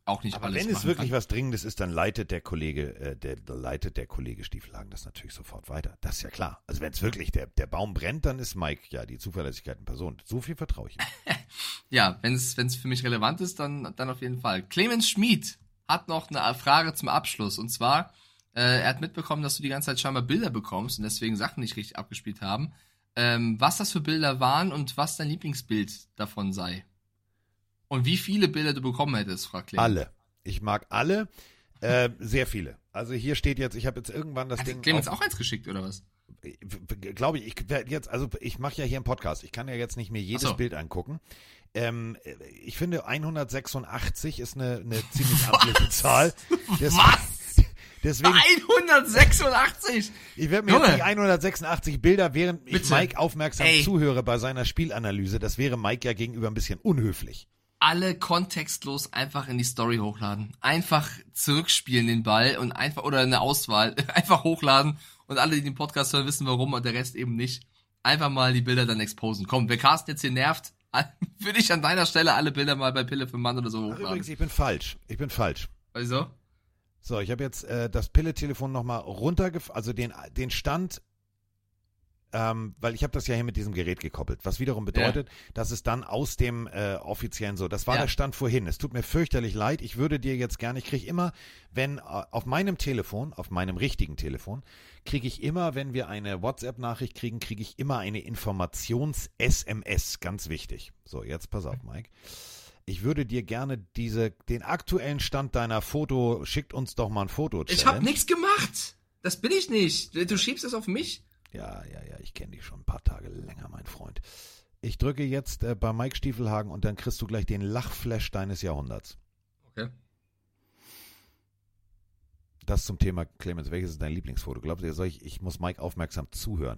auch nicht Aber alles wenn es machen wirklich kann. was Dringendes ist, dann leitet der Kollege Stiefelhagen das natürlich sofort weiter. Das ist ja klar. Also wenn es wirklich der Baum brennt, dann ist Mike ja die Zuverlässigkeit in Person. So viel vertraue ich ihm. Ja, wenn es für mich relevant ist, dann auf jeden Fall. Clemens Schmid hat noch eine Frage zum Abschluss. Und zwar, er hat mitbekommen, dass du die ganze Zeit scheinbar Bilder bekommst und deswegen Sachen nicht richtig abgespielt haben. Was das für Bilder waren und was dein Lieblingsbild davon sei. Und wie viele Bilder du bekommen hättest, fragt Clemens. Alle. Ich mag alle. Sehr viele. Also hier steht jetzt, ich habe jetzt irgendwann das Ding. Clemens auch eins geschickt, oder was? Glaube ich, ich mache ja hier einen Podcast. Ich kann ja jetzt nicht mir jedes Bild angucken. Ich finde 186 ist eine ziemlich amtliche Zahl. Deswegen, 186? Ich werde mir jetzt die 186 Bilder, während ich Mike aufmerksam zuhöre bei seiner Spielanalyse, das wäre Mike ja gegenüber ein bisschen unhöflich. Alle kontextlos einfach in die Story hochladen. Einfach zurückspielen den Ball und oder eine Auswahl. Einfach hochladen und alle, die den Podcast hören, wissen warum und der Rest eben nicht. Einfach mal die Bilder dann exposen. Komm, wer Carsten jetzt hier nervt, würde ich an deiner Stelle alle Bilder mal bei Pille für Mann oder so hochladen. Übrigens, ich bin falsch. Wieso? So, ich habe jetzt das Pille-Telefon nochmal runtergefahren, also den Stand, weil ich habe das ja hier mit diesem Gerät gekoppelt, was wiederum bedeutet, dass es dann aus dem offiziellen so, das war der Stand vorhin. Es tut mir fürchterlich leid, ich würde dir jetzt gerne, ich kriege immer, wenn auf meinem richtigen Telefon, kriege ich immer, wenn wir eine WhatsApp-Nachricht kriegen, kriege ich immer eine Informations-SMS, ganz wichtig. So, jetzt pass auf, Mike. Ich würde dir gerne den aktuellen Stand deiner schickt uns doch mal ein Foto. Ich habe nichts gemacht. Das bin ich nicht. Du schiebst es auf mich. Ja, ich kenne dich schon ein paar Tage länger, mein Freund. Ich drücke jetzt bei Mike Stiefelhagen und dann kriegst du gleich den Lachflash deines Jahrhunderts. Okay. Das zum Thema, Clemens, welches ist dein Lieblingsfoto? Glaubst du, ich muss Mike aufmerksam zuhören?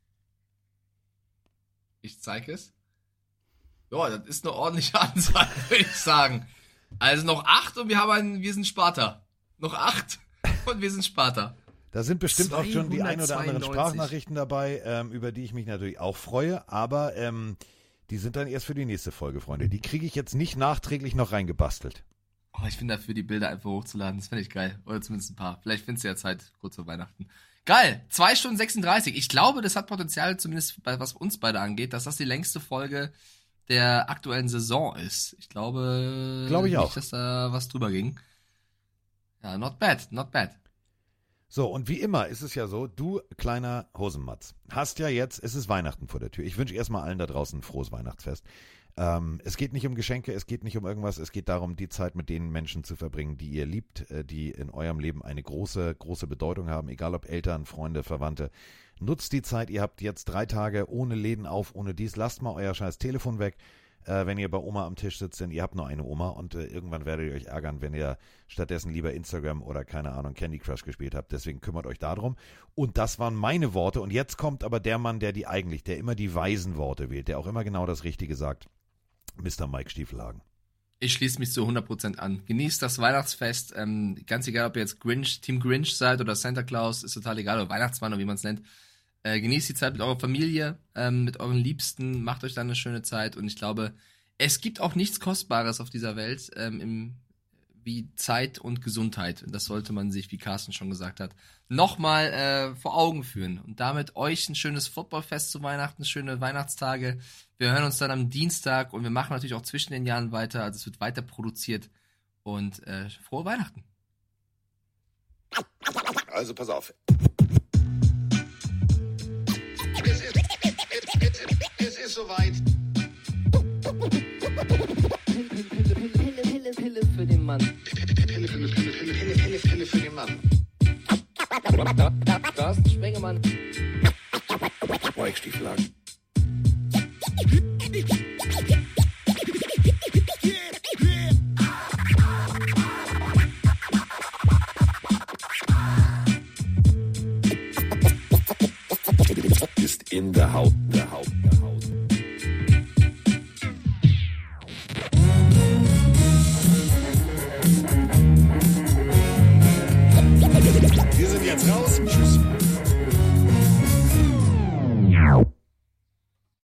Ich zeige es. Ja, das ist eine ordentliche Anzahl, würde ich sagen. Also noch 8 und wir sind Sparta. Noch 8 und wir sind Sparta. Da sind bestimmt auch schon die ein oder anderen Sprachnachrichten dabei, über die ich mich natürlich auch freue, aber die sind dann erst für die nächste Folge, Freunde. Die kriege ich jetzt nicht nachträglich noch reingebastelt. Oh, ich bin dafür, die Bilder einfach hochzuladen. Das finde ich geil. Oder zumindest ein paar. Vielleicht findest du ja Zeit kurz vor Weihnachten. Geil. 2 Stunden 36. Ich glaube, das hat Potenzial, zumindest was uns beide angeht, dass das die längste Folge der aktuellen Saison ist. Ich glaube ich nicht, auch, dass da was drüber ging. Ja, not bad. So, und wie immer ist es ja so, du kleiner Hosenmatz, hast ja jetzt, es ist Weihnachten vor der Tür. Ich wünsche erstmal allen da draußen ein frohes Weihnachtsfest. Es geht nicht um Geschenke, es geht nicht um irgendwas, es geht darum, die Zeit mit den Menschen zu verbringen, die ihr liebt, die in eurem Leben eine große, große Bedeutung haben, egal ob Eltern, Freunde, Verwandte. Nutzt die Zeit, ihr habt jetzt 3 Tage ohne Läden auf, ohne dies, lasst mal euer scheiß Telefon weg, wenn ihr bei Oma am Tisch sitzt, denn ihr habt nur eine Oma und irgendwann werdet ihr euch ärgern, wenn ihr stattdessen lieber Instagram oder keine Ahnung Candy Crush gespielt habt, deswegen kümmert euch darum. Und das waren meine Worte und jetzt kommt aber der Mann, der immer die weisen Worte wählt, der auch immer genau das Richtige sagt, Mr. Mike Stiefelhagen. Ich schließe mich zu 100% an. Genießt das Weihnachtsfest, ganz egal, ob ihr jetzt Team Grinch seid oder Santa Claus, ist total egal, oder Weihnachtsmann oder wie man es nennt. Genießt die Zeit mit eurer Familie, mit euren Liebsten, macht euch dann eine schöne Zeit und ich glaube, es gibt auch nichts Kostbares auf dieser Welt wie Zeit und Gesundheit. Und das sollte man sich, wie Carsten schon gesagt hat, nochmal vor Augen führen. Und damit euch ein schönes Footballfest zu Weihnachten, schöne Weihnachtstage. Wir hören uns dann am Dienstag und wir machen natürlich auch zwischen den Jahren weiter. Also es wird weiter produziert. Und frohe Weihnachten. Also pass auf. Es ist soweit. Pille für den Mann. Pille für den Mann. Carsten Spengemann. Mike Stiefelhagen. Ist in der Haut.